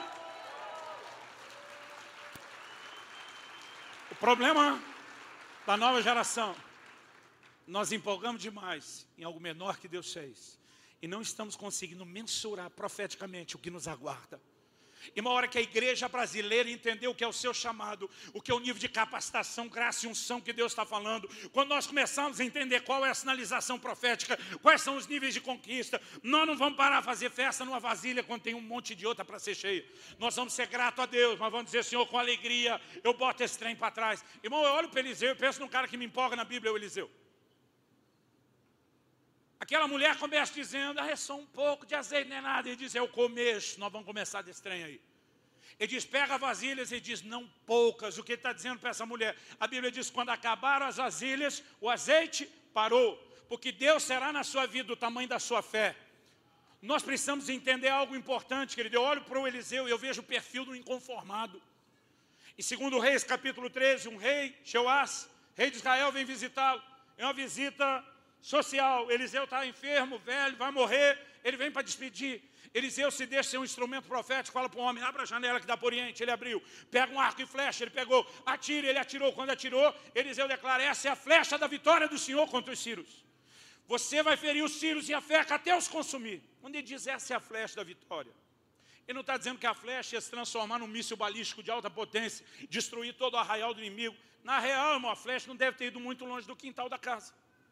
O problema da nova geração, nós empolgamos demais em algo menor que Deus fez. E não estamos conseguindo mensurar profeticamente o que nos aguarda. E uma hora que a igreja brasileira entendeu o que é o seu chamado, o que é o nível de capacitação, graça e unção que Deus está falando, quando nós começamos a entender qual é a sinalização profética, quais são os níveis de conquista, nós não vamos parar a fazer festa numa vasilha quando tem um monte de outra para ser cheia. Nós vamos ser gratos a Deus, mas vamos dizer, Senhor, com alegria, eu boto esse trem para trás. Irmão, eu olho para Eliseu e penso num cara que me empolga na Bíblia, é o Eliseu. Aquela mulher começa dizendo, é só um pouco de azeite, não é nada. Ele diz, é o começo, nós vamos começar desse trem aí. Ele diz, pega vasilhas, ele diz, não poucas. O que ele está dizendo para essa mulher? A Bíblia diz, quando acabaram as vasilhas, o azeite parou. Porque Deus será na sua vida o tamanho da sua fé. Nós precisamos entender algo importante, querido. Eu olho para o Eliseu e eu vejo o perfil do inconformado. Em 2 Reis, capítulo 13, um rei, Jeoás, rei de Israel, vem visitá-lo. É uma visita social. Eliseu está enfermo, velho, vai morrer. Ele vem para despedir. Eliseu se deixa ser um instrumento profético, fala para o homem, abre a janela que dá para o Oriente. Ele abriu, pega um arco e flecha, ele pegou, atira, ele atirou. Quando atirou, Eliseu declara, essa é a flecha da vitória do Senhor contra os sírios. Você vai ferir os sírios e a feca até os consumir. Quando ele diz, essa é a flecha da vitória, ele não está dizendo que a flecha ia se transformar num míssil balístico de alta potência, destruir todo o arraial do inimigo. Na real, irmão, a flecha não deve ter ido muito longe do quintal da casa.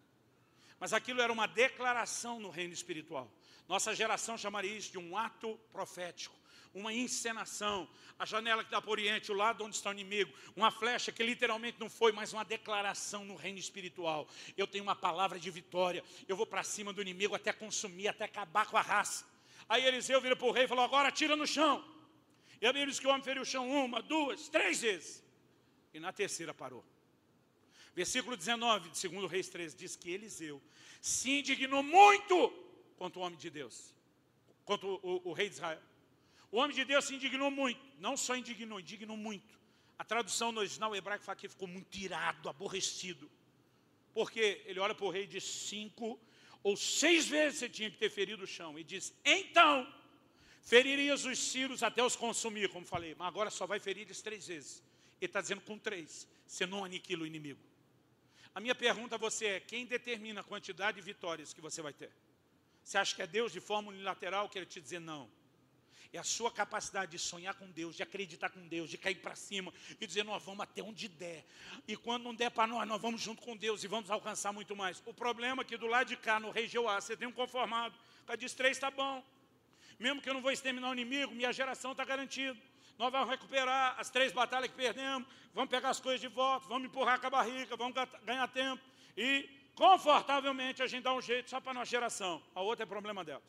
Mas aquilo era uma declaração no reino espiritual. Nossa geração chamaria isso de um ato profético, uma encenação. A janela que dá para o Oriente, o lado onde está o inimigo, uma flecha que literalmente não foi, mas uma declaração no reino espiritual. Eu tenho uma palavra de vitória, eu vou para cima do inimigo até consumir, até acabar com a raça. Aí Eliseu vira para o rei e falou, agora atira no chão. E a Bíblia diz que o homem feriu o chão 1, 2, 3 vezes. E na terceira parou. Versículo 19 de 2 Reis 13 diz que Eliseu se indignou muito contra o homem de Deus, contra o rei de Israel. O homem de Deus se indignou muito, não só indignou muito. A tradução no original hebraico fala que ficou muito irado, aborrecido. Porque ele olha para o rei e diz 5 ou 6 vezes você tinha que ter ferido o chão. E diz, então, feririas os sírios até os consumir, como falei, mas agora só vai ferir eles 3 vezes. Ele está dizendo com 3, você não aniquila o inimigo. A minha pergunta a você é, quem determina a quantidade de vitórias que você vai ter? Você acha que é Deus de forma unilateral? Quero te dizer não. É a sua capacidade de sonhar com Deus, de acreditar com Deus, de cair para cima e dizer, nós vamos até onde der. E quando não der para nós vamos junto com Deus e vamos alcançar muito mais. O problema é que do lado de cá, no rei Jeoás, você tem um conformado. O cara diz, 3 está bom. Mesmo que eu não vou exterminar o inimigo, minha geração está garantida. Nós vamos recuperar as 3 batalhas que perdemos, vamos pegar as coisas de volta, vamos empurrar com a barriga, vamos ganhar tempo. E confortavelmente a gente dá um jeito só para a nossa geração. A outra é problema delas.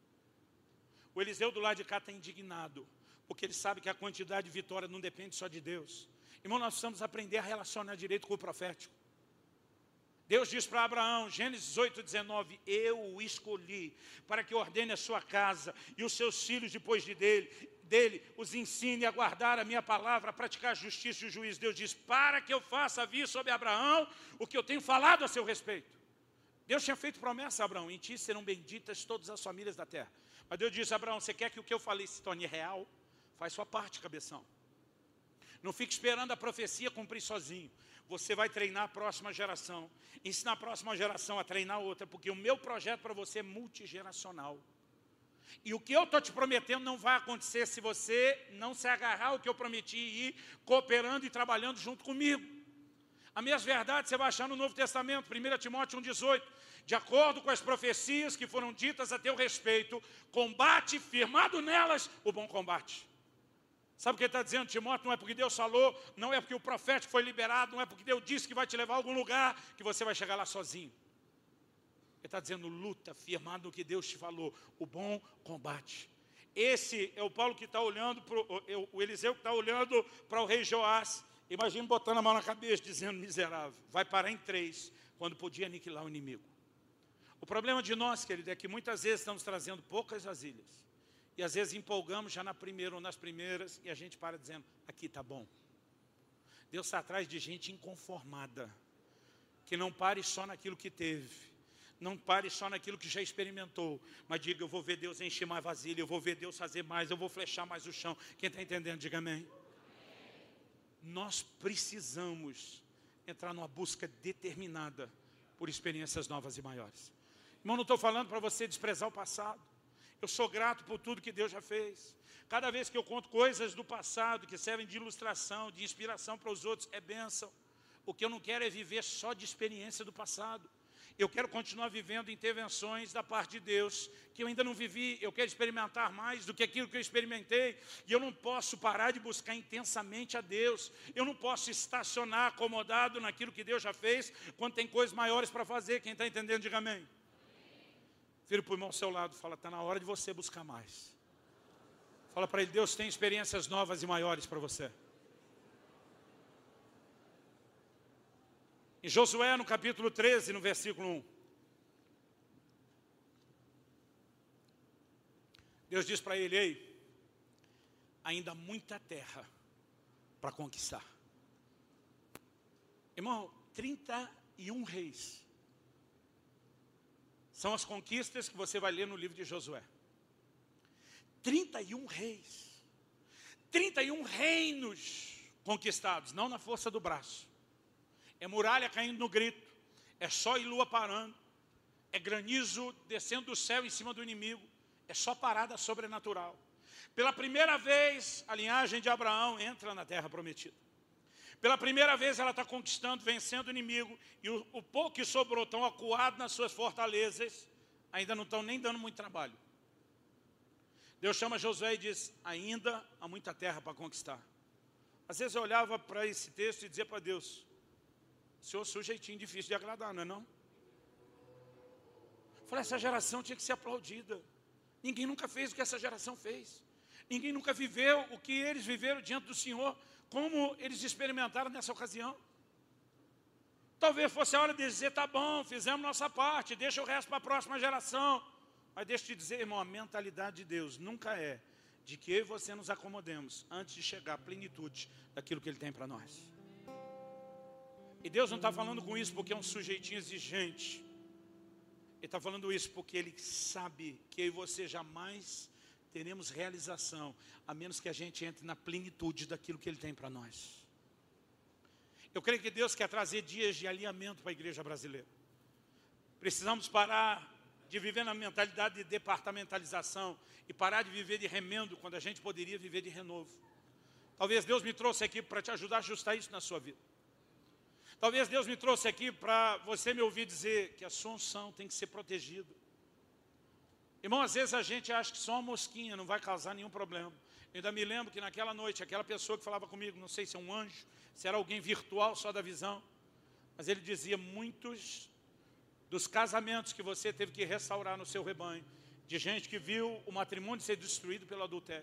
O Eliseu do lado de cá está indignado, porque ele sabe que a quantidade de vitória não depende só de Deus. Irmão, nós precisamos aprender a relacionar direito com o profético. Deus diz para Abraão, Gênesis 8:19, eu o escolhi para que ordene a sua casa e os seus filhos depois dele os ensine a guardar a minha palavra, a praticar a justiça e o juízo. Deus diz, para que eu faça vir sobre Abraão o que eu tenho falado a seu respeito. Deus tinha feito promessa a Abraão, em ti serão benditas todas as famílias da terra. Mas Deus disse a Abraão, você quer que o que eu falei se torne real? Faz sua parte, cabeção. Não fique esperando a profecia cumprir sozinho. Você vai treinar a próxima geração, ensinar a próxima geração a treinar outra, porque o meu projeto para você é multigeracional. E o que eu estou te prometendo não vai acontecer se você não se agarrar ao que eu prometi e ir cooperando e trabalhando junto comigo. As minhas verdades você vai achar no Novo Testamento, 1 Timóteo 1,18. De acordo com as profecias que foram ditas a teu respeito, combate firmado nelas o bom combate. Sabe o que ele está dizendo, Timóteo? Não é porque Deus falou, não é porque o profético foi liberado, não é porque Deus disse que vai te levar a algum lugar, que você vai chegar lá sozinho. Ele está dizendo, luta, firmado no que Deus te falou, o bom combate. Esse é o Paulo que está olhando, o Eliseu que está olhando para o rei Joás. Imagina botando a mão na cabeça, dizendo: miserável, vai parar em 3, quando podia aniquilar o inimigo. O problema de nós, querido, é que muitas vezes estamos trazendo poucas vasilhas. E às vezes empolgamos já na primeira ou nas primeiras, e a gente para dizendo: aqui está bom. Deus está atrás de gente inconformada, que não pare só naquilo que teve, não pare só naquilo que já experimentou, mas diga: eu vou ver Deus encher mais vasilha, eu vou ver Deus fazer mais, eu vou flechar mais o chão. Quem está entendendo, diga amém. Nós precisamos entrar numa busca determinada por experiências novas e maiores. Irmão, não estou falando para você desprezar o passado. Eu sou grato por tudo que Deus já fez. Cada vez que eu conto coisas do passado que servem de ilustração, de inspiração para os outros, é bênção. O que eu não quero é viver só de experiência do passado. Eu quero continuar vivendo intervenções da parte de Deus que eu ainda não vivi. Eu quero experimentar mais do que aquilo que eu experimentei. E eu não posso parar de buscar intensamente a Deus. Eu não posso estacionar acomodado naquilo que Deus já fez, quando tem coisas maiores para fazer. Quem está entendendo, diga amém. Vira para o irmão ao seu lado, fala: está na hora de você buscar mais. Fala para ele: Deus tem experiências novas e maiores para você. Em Josué, no capítulo 13, no versículo 1. Deus diz para ele: ei, ainda há muita terra para conquistar. Irmão, 31 reis. São as conquistas que você vai ler no livro de Josué. 31 reis. 31 reinos conquistados, não na força do braço. É muralha caindo no grito, é sol e lua parando, é granizo descendo do céu em cima do inimigo, é só parada sobrenatural. Pela primeira vez, a linhagem de Abraão entra na terra prometida. Pela primeira vez ela está conquistando, vencendo o inimigo, e o pouco que sobrou estão acuados nas suas fortalezas, ainda não estão nem dando muito trabalho. Deus chama Josué e diz: ainda há muita terra para conquistar. Às vezes eu olhava para esse texto e dizia para Deus: o senhor sujeitinho difícil de agradar, não é não? Eu falei: essa geração tinha que ser aplaudida. Ninguém nunca fez o que essa geração fez. Ninguém nunca viveu o que eles viveram diante do Senhor, como eles experimentaram nessa ocasião. Talvez fosse a hora de dizer: tá bom, fizemos nossa parte, deixa o resto para a próxima geração. Mas deixa eu te dizer, irmão, a mentalidade de Deus nunca é de que eu e você nos acomodemos antes de chegar à plenitude daquilo que Ele tem para nós. E Deus não está falando com isso porque é um sujeitinho exigente. Ele está falando isso porque Ele sabe que eu e você jamais teremos realização, a menos que a gente entre na plenitude daquilo que Ele tem para nós. Eu creio que Deus quer trazer dias de alinhamento para a igreja brasileira. Precisamos parar de viver na mentalidade de departamentalização e parar de viver de remendo quando a gente poderia viver de renovo. Talvez Deus me trouxe aqui para te ajudar a ajustar isso na sua vida. Talvez Deus me trouxe aqui para você me ouvir dizer que a sua unção tem que ser protegida. Irmão, às vezes a gente acha que só uma mosquinha não vai causar nenhum problema. Eu ainda me lembro que naquela noite, aquela pessoa que falava comigo, não sei se é um anjo, se era alguém virtual só da visão, mas ele dizia: muitos dos casamentos que você teve que restaurar no seu rebanho, de gente que viu o matrimônio ser destruído pelo adultério.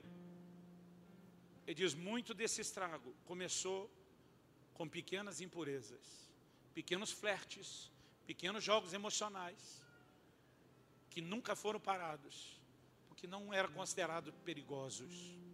Ele diz: muito desse estrago começou com pequenas impurezas, pequenos flertes, pequenos jogos emocionais, que nunca foram parados, porque não eram considerados perigosos.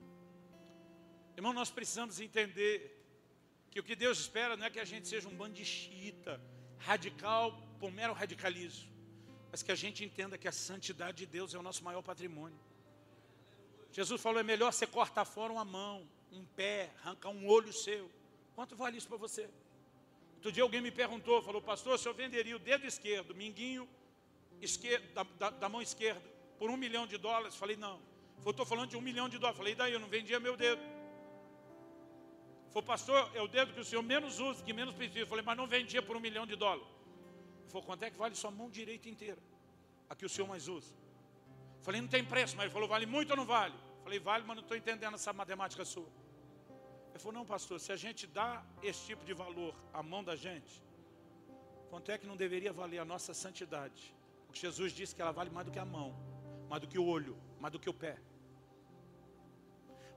Irmão, nós precisamos entender que o que Deus espera não é que a gente seja um bando de xiita, radical, por mero radicalismo, mas que a gente entenda que a santidade de Deus é o nosso maior patrimônio. Jesus falou: é melhor você cortar fora uma mão, um pé, arrancar um olho seu. Quanto vale isso para você? Outro dia alguém me perguntou, falou: pastor, o senhor venderia o dedo esquerdo, minguinho esquerdo, da mão esquerda, por $1 milhão? Falei: não. Eu estou falando de $1 milhão. Falei: daí eu não vendia meu dedo. Falei: pastor, é o dedo que o senhor menos usa, que menos precisa. Falei: mas não vendia por $1 milhão. Falei: quanto é que vale sua mão direita inteira? A que o senhor mais usa. Falei: não tem preço. Mas ele falou: vale muito ou não vale? Falei: vale, mas não estou entendendo essa matemática sua. Ele falou: não, pastor, se a gente dá esse tipo de valor à mão da gente, quanto é que não deveria valer a nossa santidade? Porque Jesus disse que ela vale mais do que a mão, mais do que o olho, mais do que o pé.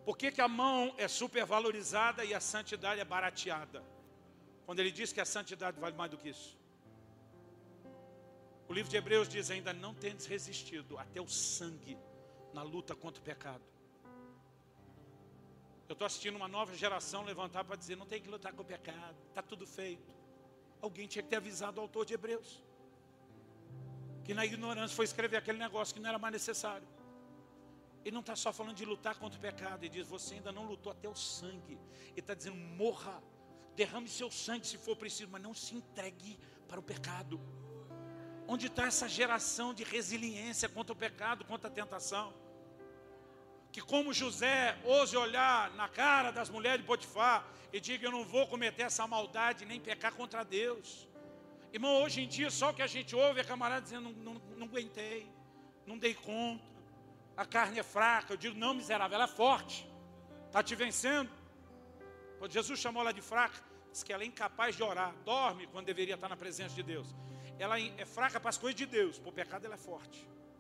Por que a mão é supervalorizada e a santidade é barateada? Quando ele diz que a santidade vale mais do que isso. O livro de Hebreus diz ainda: não tendes resistido até o sangue na luta contra o pecado. Eu estou assistindo uma nova geração levantar para dizer: não tem que lutar com o pecado, está tudo feito. Alguém tinha que ter avisado o autor de Hebreus, que na ignorância foi escrever aquele negócio que não era mais necessário. Ele não está só falando de lutar contra o pecado, ele diz: você ainda não lutou até o sangue. Ele está dizendo: morra, derrame seu sangue se for preciso, mas não se entregue para o pecado. Onde está essa geração de resiliência contra o pecado, contra a tentação? Que como José ouse olhar na cara das mulheres de Potifar e diga: eu não vou cometer essa maldade nem pecar contra Deus. Irmão, hoje em dia só o que a gente ouve é camarada dizendo: não aguentei, não dei conta, a carne é fraca. Eu digo: não, miserável, ela é forte, está te vencendo. Quando Jesus chamou ela de fraca, diz que ela é incapaz de orar, dorme quando deveria estar na presença de Deus. Ela é fraca para as coisas de Deus, para o pecado ela é forte.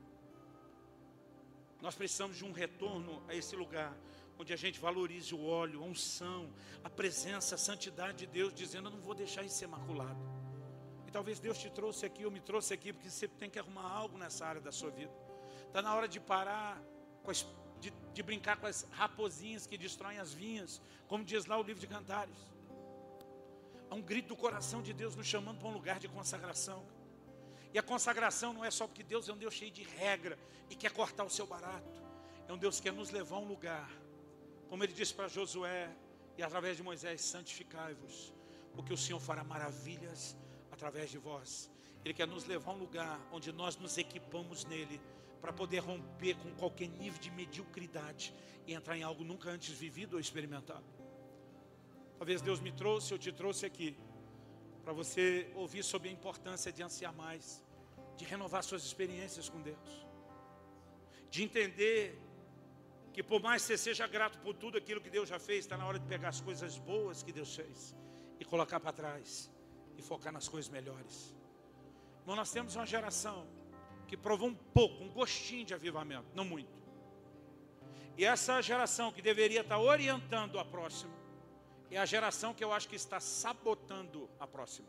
Nós precisamos de um retorno a esse lugar, onde a gente valorize o óleo, a unção, a presença, a santidade de Deus, dizendo: eu não vou deixar isso ser maculado. E talvez Deus te trouxe aqui, ou me trouxe aqui, porque você tem que arrumar algo nessa área da sua vida. Está na hora de parar de brincar com as raposinhas que destroem as vinhas, como diz lá o livro de Cantares. Há um grito do coração de Deus nos chamando para um lugar de consagração. E a consagração não é só porque Deus é um Deus cheio de regra e quer cortar o seu barato. É um Deus que quer nos levar a um lugar, como ele disse para Josué e através de Moisés: santificai-vos, porque o Senhor fará maravilhas através de vós. Ele quer nos levar a um lugar onde nós nos equipamos nele, para poder romper com qualquer nível de mediocridade e entrar em algo nunca antes vivido ou experimentado. Talvez Deus me trouxe, eu te trouxe aqui, para você ouvir sobre a importância de ansiar mais, de renovar suas experiências com Deus, de entender que por mais que você seja grato por tudo aquilo que Deus já fez, está na hora de pegar as coisas boas que Deus fez e colocar para trás e focar nas coisas melhores. Então nós temos uma geração que provou um pouco, um gostinho de avivamento, não muito. E essa geração que deveria estar orientando a próxima, é a geração que eu acho que está sabotando a próxima.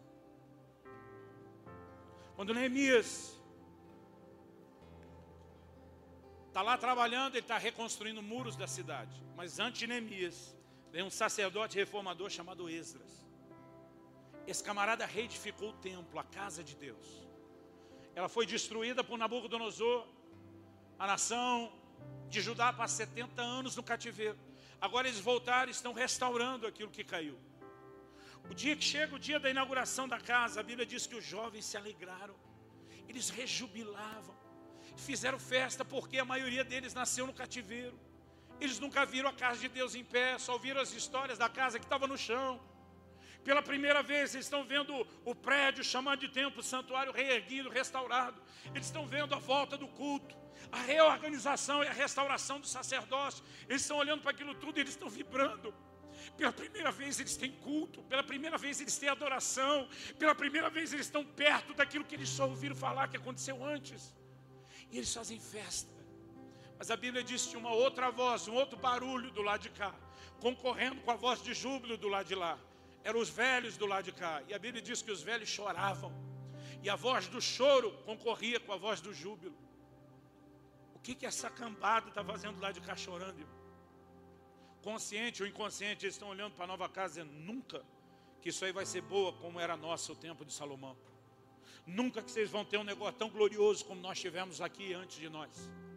Quando Neemias está lá trabalhando, ele está reconstruindo muros da cidade. Mas antes de Neemias, vem um sacerdote reformador chamado Esdras. Esse camarada reedificou o templo, a casa de Deus. Ela foi destruída por Nabucodonosor, a nação de Judá, para 70 anos no cativeiro. Agora eles voltaram e estão restaurando aquilo que caiu. O dia que chega o dia da inauguração da casa, a Bíblia diz que os jovens se alegraram. Eles rejubilavam, fizeram festa, porque a maioria deles nasceu no cativeiro. Eles nunca viram a casa de Deus em pé, só ouviram as histórias da casa que estava no chão. Pela primeira vez eles estão vendo o prédio chamado de templo, o santuário reerguido, restaurado. Eles estão vendo a volta do culto, a reorganização e a restauração do sacerdócio. Eles estão olhando para aquilo tudo e eles estão vibrando. Pela primeira vez eles têm culto, pela primeira vez eles têm adoração, pela primeira vez eles estão perto daquilo que eles só ouviram falar que aconteceu antes. E eles fazem festa. Mas a Bíblia diz que uma outra voz, um outro barulho do lado de cá, concorrendo com a voz de júbilo do lado de lá. Eram os velhos do lado de cá. E a Bíblia diz que os velhos choravam. E a voz do choro concorria com a voz do júbilo. O que essa cambada está fazendo lá de cá chorando, irmão? Consciente ou inconsciente, eles estão olhando para a nova casa dizendo: nunca que isso aí vai ser boa como era nosso o tempo de Salomão. Nunca que vocês vão ter um negócio tão glorioso como nós tivemos aqui antes de nós.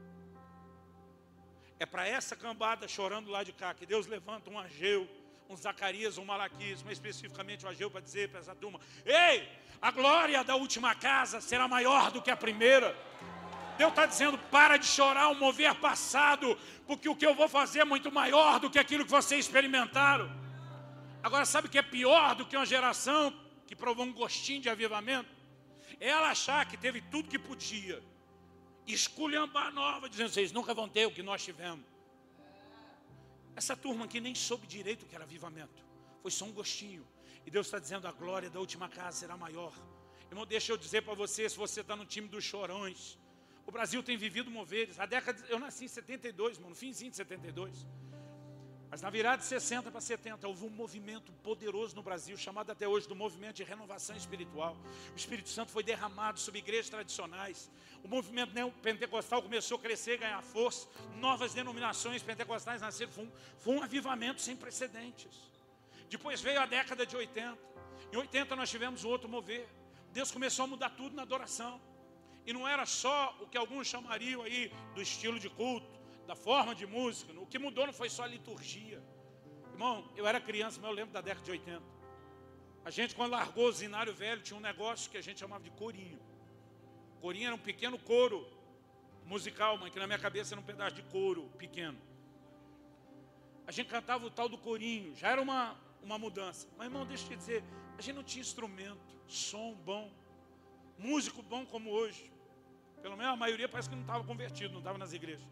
É para essa cambada chorando lá de cá que Deus levanta um Ageu, um Zacarias, um Malaquias, mas especificamente o Ageu, para dizer para essa turma: ei, a glória da última casa será maior do que a primeira. Deus está dizendo: para de chorar o mover passado, porque o que eu vou fazer é muito maior do que aquilo que vocês experimentaram. Agora, sabe o que é pior do que uma geração que provou um gostinho de avivamento? É ela achar que teve tudo que podia, esculhambar a nova, dizendo: vocês nunca vão ter o que nós tivemos. Essa turma aqui nem soube direito o que era avivamento, foi só um gostinho. E Deus está dizendo: a glória da última casa será maior. Irmão, deixa eu dizer para você, se você está no time dos chorões, o Brasil tem vivido moveres. A década, eu nasci em 72, mano, no finzinho de 72. Mas na virada de 60 para 70, houve um movimento poderoso no Brasil, chamado até hoje do movimento de renovação espiritual. O Espírito Santo foi derramado sobre igrejas tradicionais. O movimento pentecostal começou a crescer, ganhar força. Novas denominações pentecostais nasceram. Foi um avivamento sem precedentes. Depois veio a década de 80. Em 80 nós tivemos um outro mover. Deus começou a mudar tudo na adoração. E não era só o que alguns chamariam aí do estilo de culto, da forma de música. O que mudou não foi só a liturgia. Irmão, eu era criança, mas eu lembro da década de 80. A gente, quando largou o Zinário Velho, tinha um negócio que a gente chamava de corinho. Corinho era um pequeno coro musical, mas que na minha cabeça era um pedaço de couro pequeno. A gente cantava o tal do corinho, já era uma mudança. Mas, irmão, deixa eu te dizer, a gente não tinha instrumento, som bom, músico bom como hoje. Pelo menos a maioria parece que não estava convertido, não estava nas igrejas.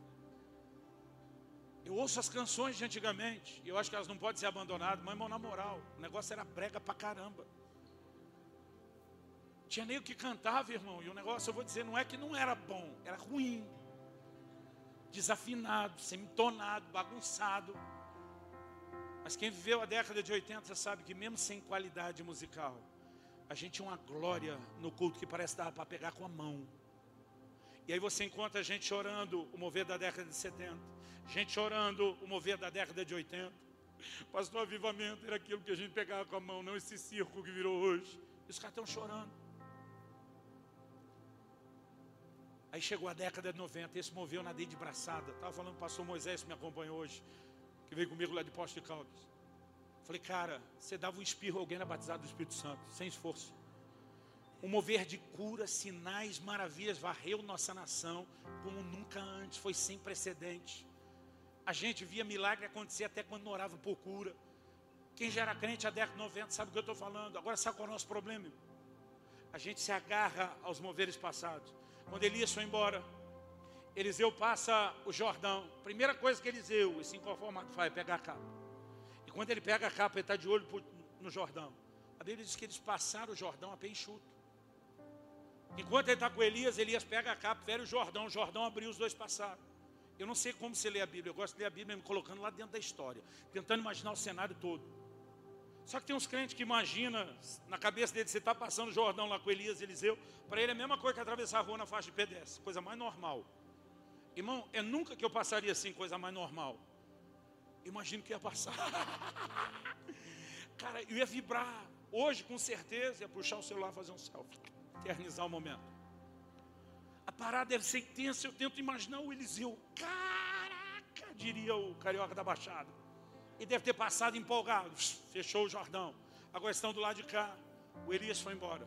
Eu ouço as canções de antigamente, e eu acho que elas não podem ser abandonadas, mas, irmão, na moral, o negócio era brega pra caramba. Tinha nem o que cantava, irmão, e o negócio, eu vou dizer, não é que não era bom, era ruim. Desafinado, semitonado, bagunçado. Mas quem viveu a década de 80 sabe que mesmo sem qualidade musical, a gente tinha uma glória no culto que parece que dava para pegar com a mão. E aí você encontra a gente chorando o mover da década de 70, gente chorando o mover da década de 80. Pastor, avivamento era aquilo que a gente pegava com a mão, não esse circo que virou hoje. E os caras estão chorando. Aí chegou a década de 90, esse moveu, eu nadei de braçada. Estava falando com o pastor Moisés, que me acompanhou hoje, que veio comigo lá de Poços de Caldas. Falei, cara, você dava um espirro a alguém na batizada do Espírito Santo, sem esforço. Um mover de cura, sinais, maravilhas, varreu nossa nação como nunca antes, foi sem precedente. A gente via milagre acontecer até quando não orava por cura. Quem já era crente há década de 90 sabe o que eu estou falando. Agora sabe qual é o nosso problema? A gente se agarra aos moveres passados. Quando Elias foi embora, Eliseu passa o Jordão. Primeira coisa que Eliseu, esse inconformado, faz é pegar a capa. E quando ele pega a capa, ele está de olho no Jordão. A Bíblia diz que eles passaram o Jordão a pé enxuto. Enquanto ele está com Elias, Elias pega a capa, fere o Jordão abriu, os dois passaram. Eu não sei como você lê a Bíblia, eu gosto de ler a Bíblia me colocando lá dentro da história, tentando imaginar o cenário todo. Só que tem uns crentes que imaginam, na cabeça dele, você está passando o Jordão lá com Elias e Eliseu, para ele é a mesma coisa que atravessar a rua na faixa de pedestre, coisa mais normal. Irmão, é nunca que eu passaria assim, coisa mais normal. Imagino que ia passar. Cara, eu ia vibrar. Hoje, com certeza, ia puxar o celular e fazer um selfie, eternizar o momento. A parada deve ser intensa, eu tento imaginar o Eliseu. Caraca, diria o carioca da Baixada. E deve ter passado empolgado. Fechou o Jordão. Agora estão do lado de cá. O Elias foi embora.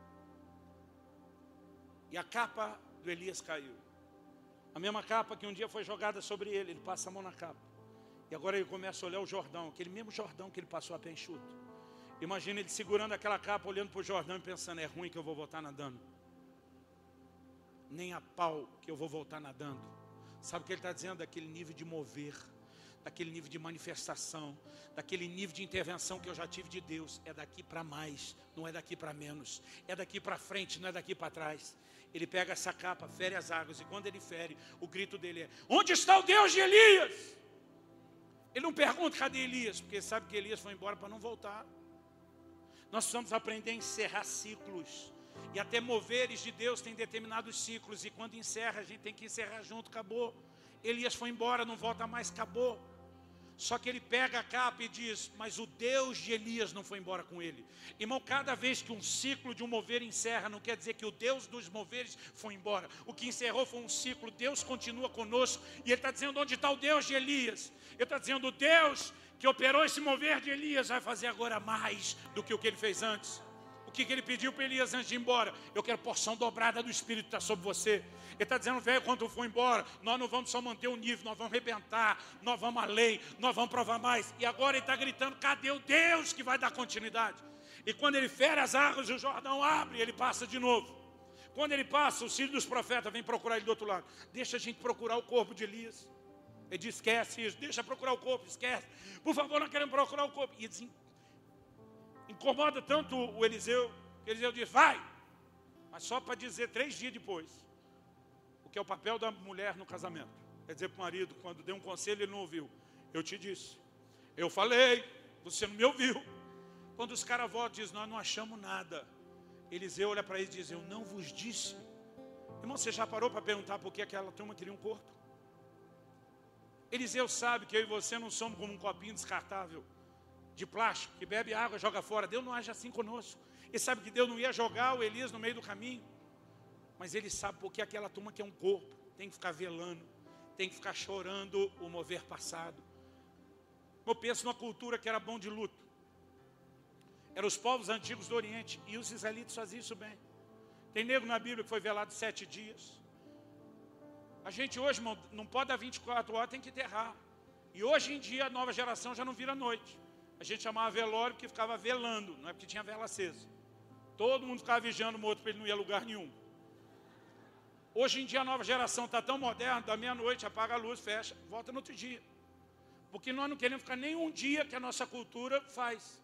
E a capa do Elias caiu. A mesma capa que um dia foi jogada sobre ele. Ele passa a mão na capa. E agora ele começa a olhar o Jordão. Aquele mesmo Jordão que ele passou a pé enxuto. Imagina ele segurando aquela capa, olhando para o Jordão e pensando, é ruim que eu vou voltar nadando. Nem a pau que eu vou voltar nadando. Sabe o que ele está dizendo? Daquele nível de mover, daquele nível de manifestação, daquele nível de intervenção que eu já tive de Deus. É daqui para mais, não é daqui para menos. É daqui para frente, não é daqui para trás. Ele pega essa capa, fere as águas, e quando ele fere, o grito dele é, onde está o Deus de Elias? Ele não pergunta, cadê Elias? Porque sabe que Elias foi embora para não voltar. Nós precisamos aprender a encerrar ciclos. E até moveres de Deus tem determinados ciclos. E quando encerra, a gente tem que encerrar junto, acabou. Elias foi embora, não volta mais, acabou. Só que ele pega a capa e diz, mas o Deus de Elias não foi embora com ele. Irmão, cada vez que um ciclo de um mover encerra, não quer dizer que o Deus dos moveres foi embora. O que encerrou foi um ciclo, Deus continua conosco. E ele está dizendo, onde está o Deus de Elias? Ele está dizendo, o Deus que operou esse mover de Elias vai fazer agora mais do que o que ele fez antes. O que ele pediu para Elias antes de ir embora? Eu quero porção dobrada do Espírito está sobre você. Ele está dizendo, velho, quando eu for embora, nós não vamos só manter o nível, nós vamos arrebentar, nós vamos além, nós vamos provar mais. E agora ele está gritando, cadê o Deus que vai dar continuidade? E quando ele fere as águas, o Jordão abre e ele passa de novo. Quando ele passa, os filhos dos profetas vêm procurar ele do outro lado. Deixa a gente procurar o corpo de Elias. Ele diz, esquece isso, deixa procurar o corpo, esquece. Por favor, não queremos procurar o corpo. E eles incomoda tanto o Eliseu, que Eliseu diz, vai. Mas só para dizer 3 dias depois, o que é o papel da mulher no casamento. Quer dizer para o marido, quando deu um conselho, ele não ouviu. Eu te disse. Eu falei, você não me ouviu. Quando os caras voltam e dizem, nós não achamos nada. Eliseu olha para eles e diz, eu não vos disse. Irmão, você já parou para perguntar por que aquela turma queria um corpo? Eliseu sabe que eu e você não somos como um copinho descartável de plástico, que bebe água e joga fora. Deus não age assim conosco. Ele sabe que Deus não ia jogar o Elias no meio do caminho. Mas ele sabe porque aquela turma quer um corpo. Tem que ficar velando, tem que ficar chorando o mover passado. Eu penso numa cultura que era bom de luto. Eram os povos antigos do Oriente, e os israelitas faziam isso bem. Tem nego na Bíblia que foi velado 7 dias. A gente hoje, irmão, não pode dar 24 horas, tem que enterrar. E hoje em dia a nova geração já não vira noite. A gente chamava velório porque ficava velando, não é porque tinha vela acesa. Todo mundo ficava vigiando o morto para ele não ir a lugar nenhum. Hoje em dia a nova geração está tão moderna, da meia-noite, apaga a luz, fecha, volta no outro dia. Porque nós não queremos ficar nem um dia que a nossa cultura faz.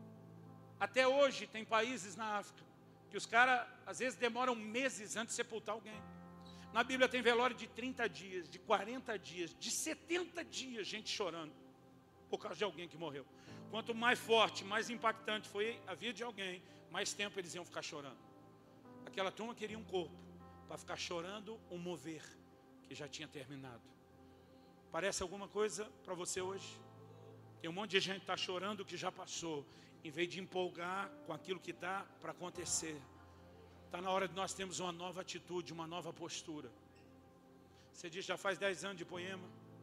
Até hoje tem países na África que os caras às vezes demoram meses antes de sepultar alguém. Na Bíblia tem velório de 30 dias, de 40 dias, de 70 dias, gente chorando por causa de alguém que morreu. Quanto mais forte, mais impactante foi a vida de alguém, mais tempo eles iam ficar chorando. Aquela turma queria um corpo para ficar chorando um mover que já tinha terminado. Parece alguma coisa para você hoje? Tem um monte de gente que está chorando o que já passou, em vez de empolgar com aquilo que está para acontecer. Está na hora de nós termos uma nova atitude, uma nova postura. Você diz, já faz 10 anos de Poema.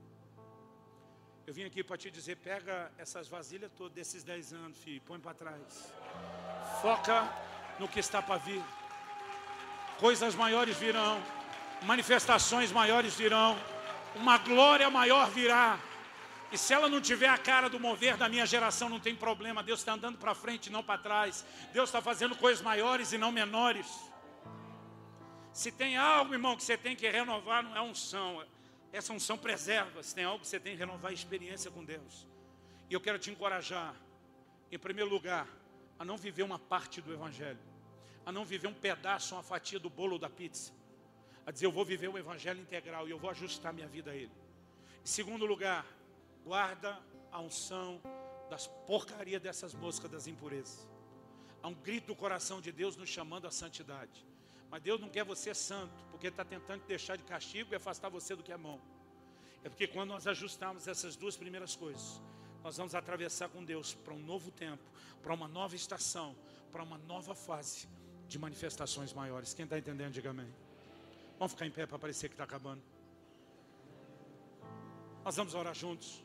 Eu vim aqui para te dizer, pega essas vasilhas todas desses 10 anos, filho, põe para trás. Foca no que está para vir. Coisas maiores virão, manifestações maiores virão, uma glória maior virá. E se ela não tiver a cara do mover da minha geração, não tem problema. Deus está andando para frente e não para trás. Deus está fazendo coisas maiores e não menores. Se tem algo, irmão, que você tem que renovar, não é unção. Essa unção preserva. Se tem algo que você tem que renovar, é experiência com Deus. E eu quero te encorajar, em primeiro lugar, a não viver uma parte do Evangelho. A não viver um pedaço, uma fatia do bolo da pizza. A dizer, eu vou viver o Evangelho integral e eu vou ajustar minha vida a ele. Em segundo lugar, guarda a unção das porcarias dessas moscas, das impurezas. Há um grito do coração de Deus nos chamando à santidade. Mas Deus não quer você santo, porque Ele está tentando te deixar de castigo e afastar você do que é bom. É porque quando nós ajustarmos essas duas primeiras coisas, nós vamos atravessar com Deus para um novo tempo, para uma nova estação, para uma nova fase de manifestações maiores. Quem está entendendo, diga amém. Vamos ficar em pé para parecer que está acabando. Nós vamos orar juntos.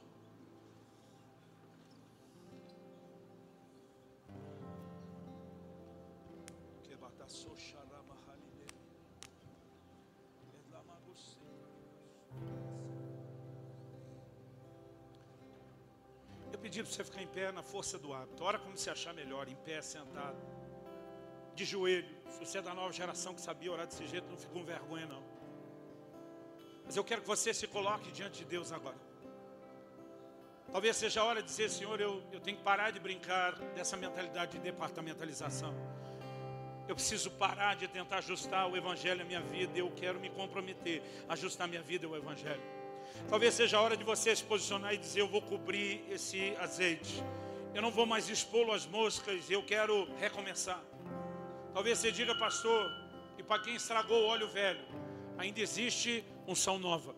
Eu pedi para você ficar em pé na força do hábito. Ora como se achar melhor, em pé, sentado, de joelho. Se você é da nova geração que sabia orar desse jeito, não fica com vergonha não. Mas eu quero que você se coloque diante de Deus agora. Talvez seja a hora de dizer, Senhor, eu tenho que parar de brincar dessa mentalidade de departamentalização. Eu preciso parar de tentar ajustar o Evangelho à minha vida. Eu quero me comprometer a ajustar minha vida ao Evangelho. Talvez seja a hora de você se posicionar e dizer, eu vou cobrir esse azeite. Eu não vou mais expô-lo às moscas, eu quero recomeçar. Talvez você diga, pastor, e para quem estragou o óleo velho, ainda existe unção nova.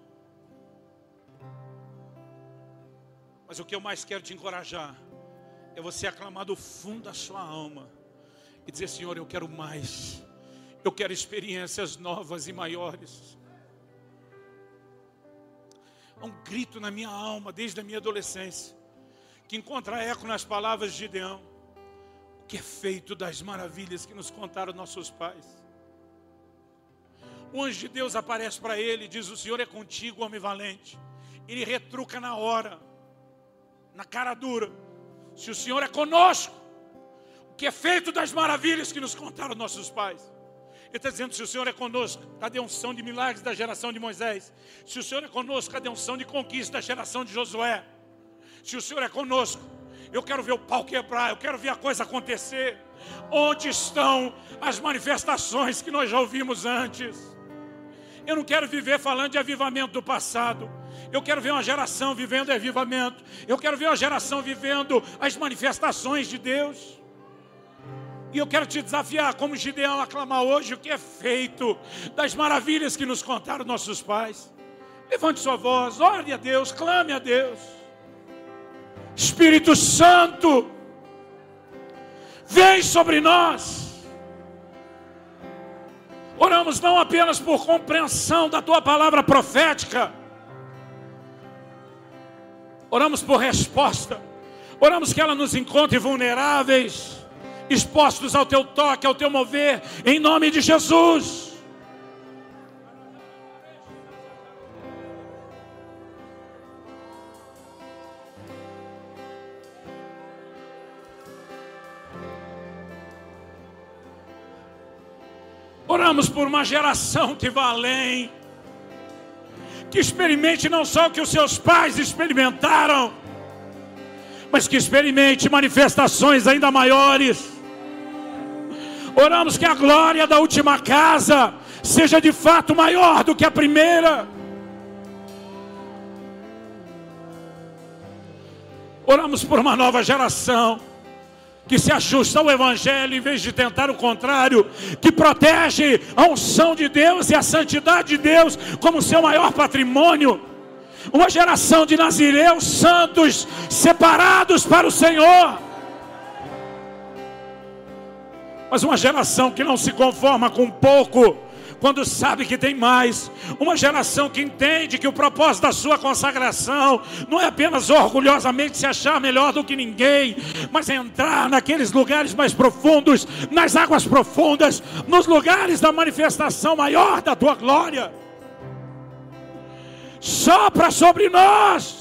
Mas o que eu mais quero te encorajar é você aclamar do fundo da sua alma e dizer, Senhor, eu quero mais. Eu quero experiências novas e maiores. Há um grito na minha alma desde a minha adolescência que encontra eco nas palavras de Gideão. O que é feito das maravilhas que nos contaram nossos pais. O anjo de Deus aparece para ele e diz, o Senhor é contigo, homem valente. Ele retruca na hora, na cara dura. Se o Senhor é conosco, o que é feito das maravilhas que nos contaram nossos pais. Ele está dizendo, se o Senhor é conosco, cadê a unção de milagres da geração de Moisés? Se o Senhor é conosco, cadê a unção de conquista da geração de Josué? Se o Senhor é conosco, eu quero ver o pau quebrar, eu quero ver a coisa acontecer. Onde estão as manifestações que nós já ouvimos antes? Eu não quero viver falando de avivamento do passado. Eu quero ver uma geração vivendo avivamento. Eu quero ver uma geração vivendo as manifestações de Deus. E eu quero te desafiar, como Gideão, aclamar hoje o que é feito das maravilhas que nos contaram nossos pais. Levante sua voz, ore a Deus, clame a Deus. Espírito Santo, vem sobre nós. Oramos não apenas por compreensão da tua palavra profética, oramos por resposta. Oramos que ela nos encontre vulneráveis, expostos ao teu toque, ao teu mover, em nome de Jesus. Oramos por uma geração que vá além, que experimente não só o que os seus pais experimentaram, mas que experimente manifestações ainda maiores. Oramos que a glória da última casa seja de fato maior do que a primeira. Oramos por uma nova geração que se ajusta ao Evangelho em vez de tentar o contrário, que protege a unção de Deus e a santidade de Deus como seu maior patrimônio. Uma geração de nazireus santos, separados para o Senhor. Mas uma geração que não se conforma com pouco, quando sabe que tem mais. Uma geração que entende que o propósito da sua consagração não é apenas orgulhosamente se achar melhor do que ninguém, mas é entrar naqueles lugares mais profundos, nas águas profundas, nos lugares da manifestação maior da tua glória. Sopra sobre nós.